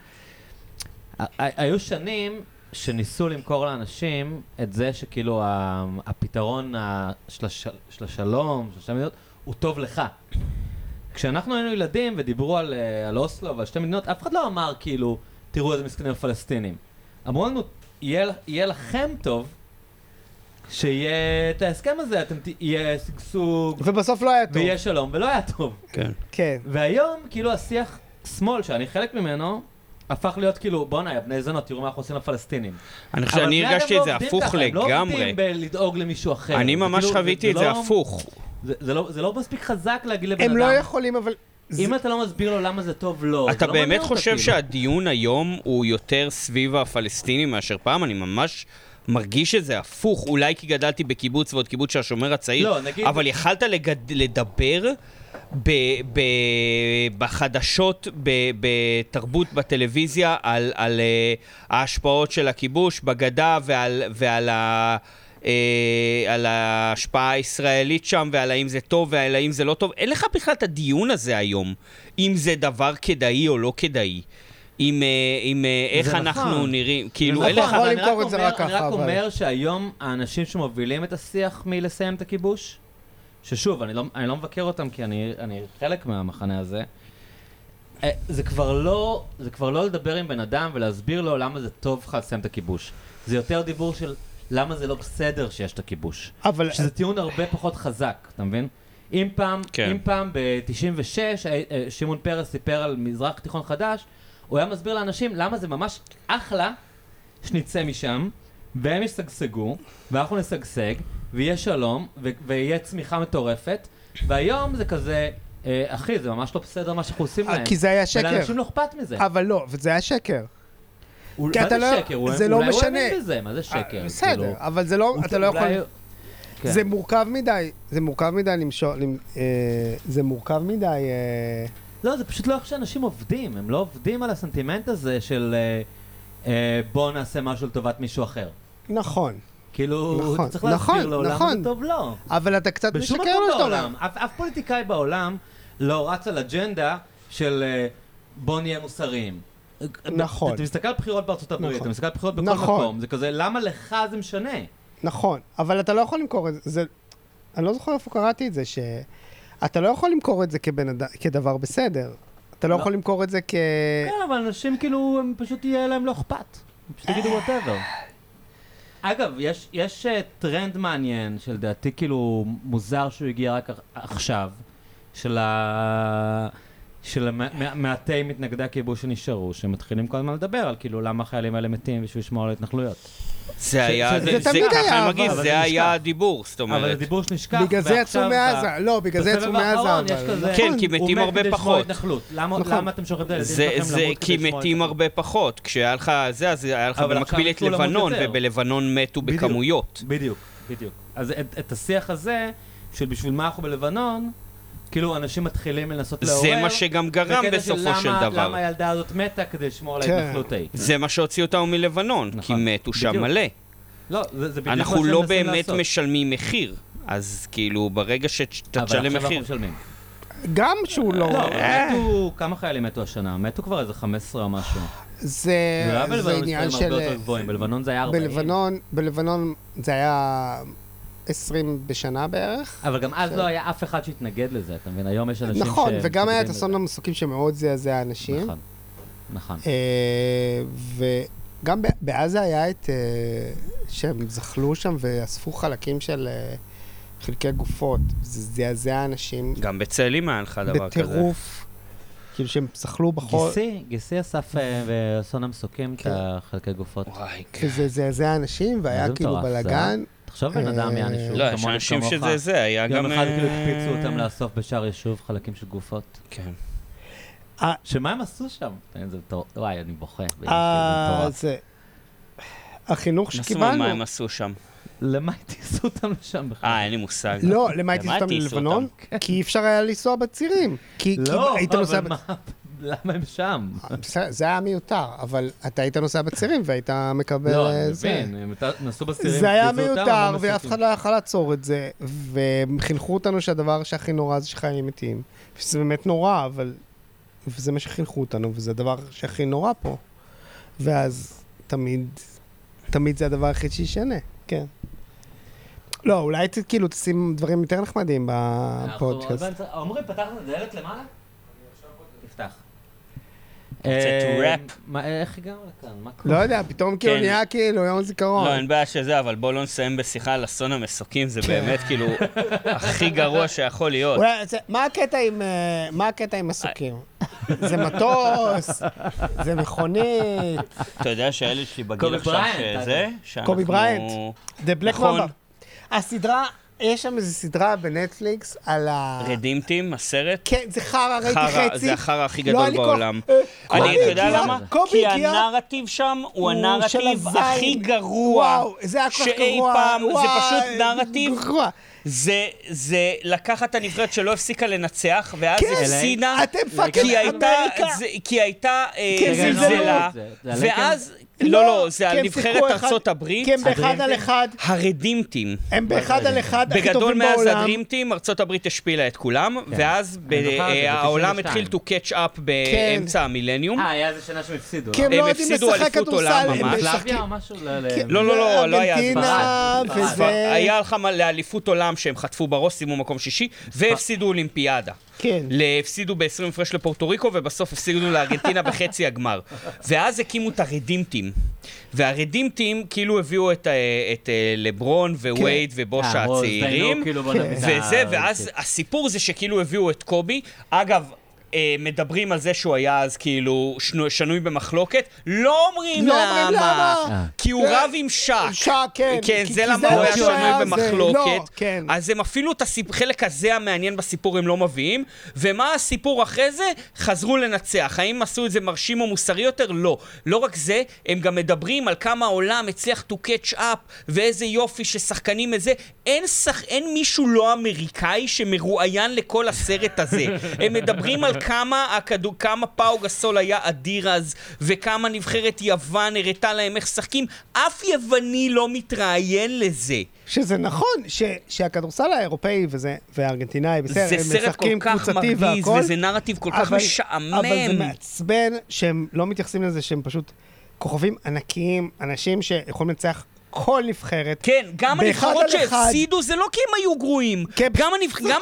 היו שנים שניסו למכור לאנשים את זה שכאילו הפתרון של השלום, של שתי מדינות, הוא טוב לך. כשאנחנו היינו ילדים ודיברו על, על אוסלו ועל שתי מדינות, אף אחד לא אמר כאילו, תראו איזה מסכנים הפלסטינים. אמרו לנו, יהיה, יהיה לכם טוב, שיהיה את ההסכם הזה, אתם יהיה סגסוג. ובסוף לא היה טוב. ויהיה שלום, ולא היה טוב. כן. כן. והיום, כאילו, השיח שמאל, שאני חלק ממנו, הפך להיות כאילו, בוא נהיה, בני זונות, תראו מה אנחנו עושים לפלסטינים. אני חושב, אני הרגשתי את זה הפוך לגמרי. הם לא עובדים בלדאוג למישהו אחר. אני ממש חוויתי את זה הפוך. זה לא מספיק חזק להגיד לבן אדם. הם לא יכולים, אבל... אם אתה לא מסביר לו למה זה טוב, לא. אתה באמת חושב שהדיון היום הוא יותר סביב הפלסטינים מאשר פעם? אני ממש מרגיש שזה הפוך. אולי כי גדלתי בקיבוץ ועוד קיבוץ שהשומר הצעיר, אבל יכלת לדבר ב- ב- בחדשות, ב- בתרבות, בטלוויזיה, על, על uh, ההשפעות של הכיבוש, בגדה ועל, ועל ה... Uh, על ההשפעה הישראלית שם, ועל האם זה טוב ועל האם זה לא טוב. אין לך בכלל את הדיון הזה היום, אם זה דבר כדאי או לא כדאי. עם, עם איך אנחנו נכון. נראים, כאילו אין לך... אני רק אומר, אני רק אומר שהיום האנשים שמובילים את השיח מלסיים את הכיבוש, ששוב, אני לא, אני לא מבקר אותם כי אני, אני חלק מהמחנה הזה, זה כבר לא, זה כבר לא לדבר עם בן אדם ולהסביר לו למה זה טוב לך לסיים את הכיבוש. זה יותר דיבור של למה זה לא בסדר שיש את הכיבוש. אבל... שזה טיעון הרבה פחות חזק, אתה מבין? אם פעם, כן. אם פעם ב-תשעים ושש, שמעון פרס סיפר על מזרח תיכון חדש, הוא היה מסביר לאנשים למה זה ממש אחלה שנצא משם, והם ישגשגו, ואנחנו נשגשג, ויהיה שלום, ו- ויהיה צמיחה מטורפת, והיום זה כזה, אה, אחי, זה ממש לא בסדר מה שאנחנו עושים להם. כי זה היה שקר. ולאנשים לא אכפת מזה. אבל לא, וזה היה שקר. מה זה לא, שקר? זה לא אולי משנה. הוא האמין בזה, מה זה שקר? בסדר, כאילו, אבל זה לא, אתה לא יכול... אולי... כן. זה מורכב מדי, זה מורכב מדי למשול, אה, זה מורכב מדי... אה... לא, זה פשוט לא איך שאנשים עובדים, הם לא עובדים על הסנטימנט הזה של אה, אה, בוא נעשה משהו לטובת מישהו אחר. נכון. כאילו, נכון, אתה צריך להסביר נכון, לו למה נכון. זה טוב לא. אבל אתה קצת משקר לו שאתה אומר. אף, אף פוליטיקאי בעולם לא רץ על אג'נדה של אה, בוא נהיה מוסריים. נכון. אתה מסתכל על בחירות בארצות הברית, נכון. אתה מסתכל על בחירות בכל נכון. מקום, זה כזה, למה לך זה משנה? נכון, אבל אתה לא יכול למכור את זה, זה... אני לא זוכר איפה קראתי את זה, שאתה לא יכול למכור את זה כבן... כדבר בסדר. אתה לא, לא יכול למכור את זה כ... כן, אבל אנשים כאילו, הם פשוט יהיה להם לא אכפת. הם פשוט יגידו whatever. אגב, יש, יש uh, טרנד מעניין, שלדעתי כאילו מוזר שהוא הגיע רק עכשיו, של ה... של המעטי מתנגדי הכיבוש שנשארו, שמתחילים כל הזמן לדבר על כאילו למה החיילים האלה מתים בשביל לשמור על ההתנחלויות. זה היה, זה תמיד היה, אבל זה היה הדיבור, זאת אומרת. אבל הדיבור שנשכח, בגלל זה יצאו מעזה, לא, בגלל זה יצאו מעזה. כן, כי מתים הרבה פחות. למה אתם שוכבים את הילדים שלכם זה כי מתים הרבה פחות. כשהיה לך זה, אז היה לך במקביל את לבנון, ובלבנון מתו בכמויות. בדיוק, בדיוק. אז את השיח הזה, של בשביל מה אנחנו בלבנון, כאילו אנשים מתחילים לנסות לעורר. זה מה שגם גרם בסופו של דבר. למה הילדה הזאת מתה כדי לשמור על ההתנחלות ההיא. זה מה שהוציא אותנו מלבנון, כי מתו שם מלא. לא, זה בדיוק מה אנחנו לא באמת משלמים מחיר, אז כאילו ברגע שאתה תשלם מחיר... אבל עכשיו אנחנו משלמים. גם שהוא לא... לא, מתו, כמה חיילים מתו השנה? מתו כבר איזה חמש עשרה או משהו. זה עניין של... בלבנון זה היה ארבעים. בלבנון זה היה עשרים בשנה בערך. אבל גם אז לא היה אף אחד שהתנגד לזה, אתה מבין? היום יש אנשים ש... נכון, וגם היה את אסון המסוקים שמאוד זעזע אנשים. נכון, נכון. וגם בעזה היה את... שהם זחלו שם ואספו חלקים של חלקי גופות. זה זעזע אנשים. גם בצאלים היה לך דבר כזה. בטירוף. כאילו שהם זחלו בחול. גיסי, גיסי אסף באסון המסוקים את החלקי גופות. וואי, כן. וזה זעזע אנשים והיה כאילו בלגן. תחשוב בן אדם יעני שהוא לא, יש אנשים שזה זה, היה גם... יום אחד כאילו הקפיצו אותם לאסוף בשער יישוב חלקים של גופות. כן. שמה הם עשו שם? וואי, אני בוכה. זה... החינוך שקיבלנו... מה הם עשו שם? למה הטיסו אותם לשם בכלל? אה, אין לי מושג. לא, למה הטיסו אותם ללבנון? כי אי אפשר היה לנסוע בצירים. לא, אבל מה? למה הם שם? זה היה מיותר, אבל אתה היית נוסע בצירים והיית מקבל... לא, אני מבין, הם נסעו בצירים, זה היה מיותר, ואף אחד לא יכול לעצור את זה, והם חינכו אותנו שהדבר שהכי נורא זה שחיילים מתים. שזה באמת נורא, אבל... וזה מה שחינכו אותנו, וזה הדבר שהכי נורא פה. ואז תמיד, תמיד זה הדבר הכי שישנה, כן. לא, אולי כאילו תשים דברים יותר נחמדים בפודקאסט. עומרי, פתחת את הדלת למעלה? תפתח. רוצה to rap? איך הגענו לכאן? מה קורה? לא יודע, פתאום כאילו נהיה כאילו יום זיכרון. לא, אין בעיה שזה, אבל בואו לא נסיים בשיחה על אסון המסוקים, זה באמת כאילו הכי גרוע שיכול להיות. מה הקטע עם, מה הקטע עם מסוקים? זה מטוס, זה מכונית. אתה יודע שהילד שלי בגיל עכשיו שזה? קובי בריינט, The Black Mamba. הסדרה, יש שם איזו סדרה בנטפליקס על ה... רדימטים, הסרט? כן, זה חרא, ראיתי חצי. זה החרא הכי גדול בעולם. אני, אתה יודע למה? כי הנרטיב שם הוא הנרטיב הכי גרוע שאי פעם, זה פשוט נרטיב... זה, זה לקחת את הנבחרת שלא הפסיקה לנצח, ואז הפסידה, כי הייתה זלזלה, ואז... לא, לא, זה על נבחרת ארצות הברית. כי הם באחד על אחד. הרדימטים. הם באחד על אחד הכי טובים בעולם. בגדול מאז הדרימטים, ארצות הברית השפילה את כולם, ואז העולם התחיל to catch up באמצע המילניום. אה, היה איזה שנה שהם הפסידו. כי הם לא יודעים לשחק כדורסל. סלאביה או משהו? לא, לא, לא, לא היה ארגנטינה, וזה... היה לך לאליפות עולם שהם חטפו בראש, שימו מקום שישי, והפסידו אולימפיאדה. כן. הפסידו ב-עשרים הפרש לפורטו ריקו, ובסוף הפסידו לארגנטינה בחצי הגמר. ואז הקימו את הרדימטים. והרדימטים כאילו הביאו את, את לברון ווייד ובושה הצעירים. וזה, ואז הסיפור זה שכאילו הביאו את קובי. אגב, מדברים על זה שהוא היה אז כאילו שנוי במחלוקת, לא אומרים למה, כי הוא רב עם שק. שק, כן. כן, זה למה הוא היה שנוי במחלוקת. אז הם אפילו את החלק הזה המעניין בסיפור הם לא מביאים, ומה הסיפור אחרי זה? חזרו לנצח. האם עשו את זה מרשים או מוסרי יותר? לא. לא רק זה, הם גם מדברים על כמה העולם הצליח to catch up, ואיזה יופי ששחקנים את זה. אין, שח... אין מישהו לא אמריקאי שמרואיין לכל הסרט הזה. הם מדברים על כמה, הכדור, כמה פאו גסול היה אדיר אז, וכמה נבחרת יוון הראתה להם איך שחקים. אף יווני לא מתראיין לזה. שזה נכון, ש, שהכדורסל האירופאי וזה, והארגנטינאי, בסדר, זה סרט כל כך מרגיז, וזה נרטיב כל כך משעמם. אבל זה מעצבן שהם לא מתייחסים לזה, שהם פשוט כוכבים ענקיים, אנשים שיכולים לנצח כל נבחרת. כן, גם הנבחרות שהפסידו זה לא כי הם היו גרועים. גם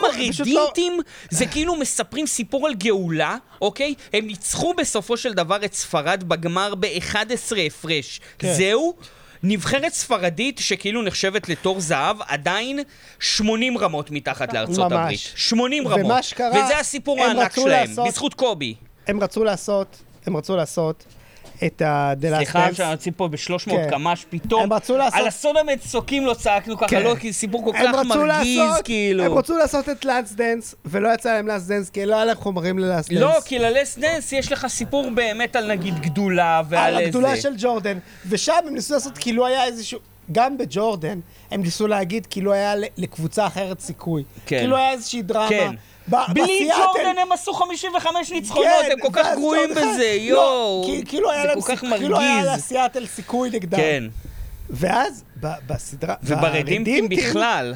הרדימטים זה כאילו מספרים סיפור על גאולה, אוקיי? הם ניצחו בסופו של דבר את ספרד בגמר ב-אחד עשר הפרש. זהו. נבחרת ספרדית שכאילו נחשבת לתור זהב, עדיין שמונים רמות מתחת לארצות הברית. שמונים רמות. ומה שקרה, וזה הסיפור הענק שלהם, בזכות קובי. הם רצו לעשות, הם רצו לעשות את ה-The Last Dance. סליחה שאני יוצאים פה ב-שלוש מאות קמ"ש פתאום. על אסון המסוקים לא צעקנו ככה, לא, כי סיפור כל כך מרגיז, כאילו. הם רצו לעשות את Last Dance, ולא יצא להם Last Dance, כי לא היה להם חומרים ל-Last Dance. לא, כי ל-Last Dance יש לך סיפור באמת על נגיד גדולה ועל איזה... על הגדולה של ג'ורדן, ושם הם ניסו לעשות כאילו היה איזשהו... גם בג'ורדן, הם ניסו להגיד כאילו היה לקבוצה אחרת סיכוי. כאילו היה איזושהי דרמה. ב- בלי בסיאטל- ג'ורדן הם עשו חמישים וחמש ניצחונות, כן, הם כל כך ואז גרועים ג'ורדן- בזה, לא, יואו. כי- כאילו היה זה להם כל כך סיכ- כאילו היה מרגיז. לסיאטל סיכוי נגדם. כן, ואז ב- בסדרה... וברדימפים בכלל.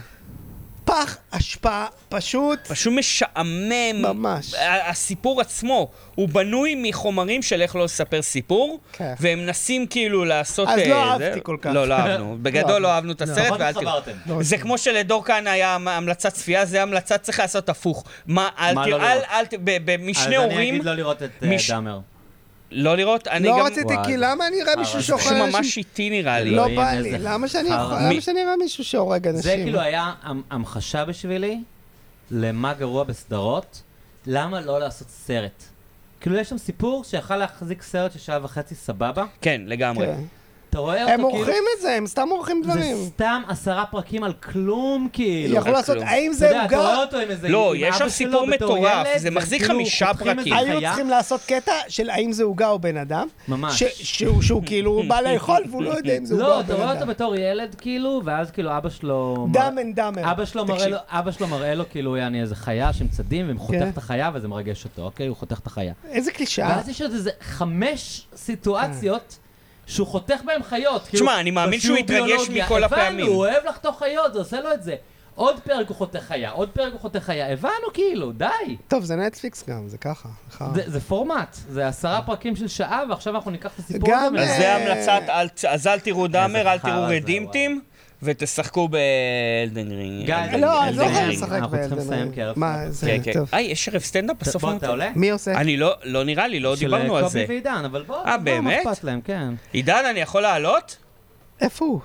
פח אשפה פשוט... פשוט משעמם. ממש. ה- הסיפור עצמו, הוא בנוי מחומרים של איך לא לספר סיפור, כן. והם מנסים כאילו לעשות... אז לא אה, אהבתי זה- כל כך. לא, לא אהבנו. בגדול לא אהבנו את הסרט, לפחות ואל תראו. התחברתם. זה כמו שלדור כאן היה המלצת צפייה, זה המלצה צריך לעשות הפוך. מה, אל מה תראו, לא אל, לראות? אל, ת- ב- ב- משני אז אני הורים, אגיד לא לראות את אה, מש- דאמר. לא לראות, אני לא גם... רציתי, וואי, כי זה- למה אני אראה מישהו אבל שאוכל זה אנשים? ממש איטי נראה לי. לא אלוהים, בא לי, איזה למה שאני חרא. יכול- מי- למה שאני אראה מישהו שהורג אנשים? זה כאילו היה המ- המחשה בשבילי למה גרוע בסדרות, למה לא לעשות סרט. כאילו יש שם סיפור שיכל להחזיק סרט של שעה וחצי סבבה, כן, לגמרי. כן. אתה רואה הם אותו כאילו, עורכים את זה, הם סתם עורכים דברים. זה סתם עשרה פרקים על כלום כאילו. יכלו לעשות, כלום. האם אתה זה יודע, אתה רואה עוגה? אותו עם איזה... לא, עם יש אבא שם שלו סיפור בתור מטורף, ילד, זה והם מחזיק כאילו חמישה חותכים איזה פרקים. היו חיה. צריכים לעשות קטע של האם זה עוגה או בן אדם. ממש. ש- שהוא שהוא כאילו בא לאכול והוא לא יודע אם זה עוגה לא, או אתה רואה בן אותו אדם. בתור ילד כאילו, ואז כאילו אבא שלו... דאם אנד דאמר. אבא שלו מראה לו, אבא שלו מראה לו כאילו יעני איזה חיה שהם צדים והם חותך כן. את החיה וזה מרגש אותו, אוקיי? הוא חותך את החיה. איזה קלישאה. ואז יש עוד איזה חמש סיטואציות שהוא חותך בהם חיות. כאילו, תשמע, אני מאמין שהוא בשיעור יתרגש ביולוגיה, מכל הפעמים. הבנו, הוא אוהב לחתוך חיות, זה עושה לו את זה. עוד פרק הוא חותך חיה, עוד פרק הוא חותך חיה, הבנו כאילו, די. טוב, זה נטפליקס גם, זה ככה. ככה. זה, זה פורמט, זה עשרה פרקים של שעה ועכשיו אנחנו ניקח את הסיפור גם, הזה. אז אה, זה המלצת, אל ת- אז אל תראו דאמר, אל חרא תראו זה, רדימפטים, ותשחקו באלדן רינג. גיא, אלדן- לא, אני לא אלדן יכול רינג. לשחק אנחנו צריכים באלדן לסיים רינג. כערב מה, סטנדאפ. זה, כן, כן. טוב. היי, יש ערב סטנדאפ בסוף? בוא, אני אתה רוצה- עולה? מי עושה? אני לא, לא נראה לי, לא דיברנו של על קובי זה. ועידן, אבל בוא, אה, בוא, באמת? מה אכפת להם, כן. עידן, אני יכול לעלות? איפה הוא?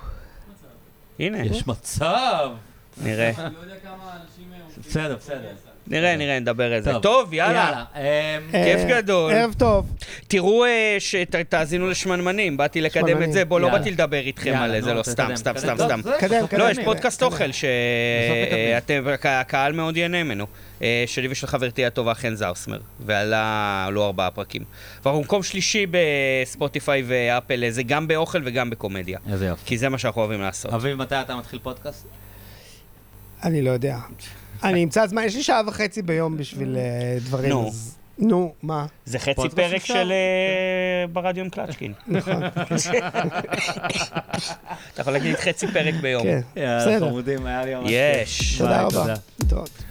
הנה, יש מצב. נראה. אני לא יודע כמה אנשים היום... בסדר, בסדר. נראה, נראה, נדבר על זה. טוב. טוב, יאללה. אמ, כיף אה, גדול. ערב טוב. תראו אה, שתאזינו לשמנמנים, באתי לקדם את שמנמנים. זה, בוא, לא יאללה. באתי לדבר איתכם יאללה, על זה, נו, לא, תקדם, סתם, סתם, תקדם. סתם, טוב, סתם. זה קדם, בסוף קדם. לא, קדם. יש פודקאסט קדם. אוכל שהקהל מאוד ייהנה ממנו. אה, שלי ושל חברתי הטובה חן זאוסמר, ועלה, עלו ארבעה פרקים. ואנחנו מקום שלישי בספוטיפיי ואפל, זה גם באוכל וגם בקומדיה. איזה יופי. כי זה מה שאנחנו אוהבים לעשות. אביב, מתי אתה מתחיל פודקאסט? אני לא יודע. אני אמצא זמן, יש לי שעה וחצי ביום בשביל אה, דברים. נו. אז- נו, מה? זה חצי פודקאסט פרק אפשר? של אה, ברדיו עם קלצ'קין. נכון. אתה יכול להגיד חצי פרק ביום. כן, יאללה, בסדר. חמודים, היה לי ממש... יש. תודה ביי, רבה. תודה. להתראות.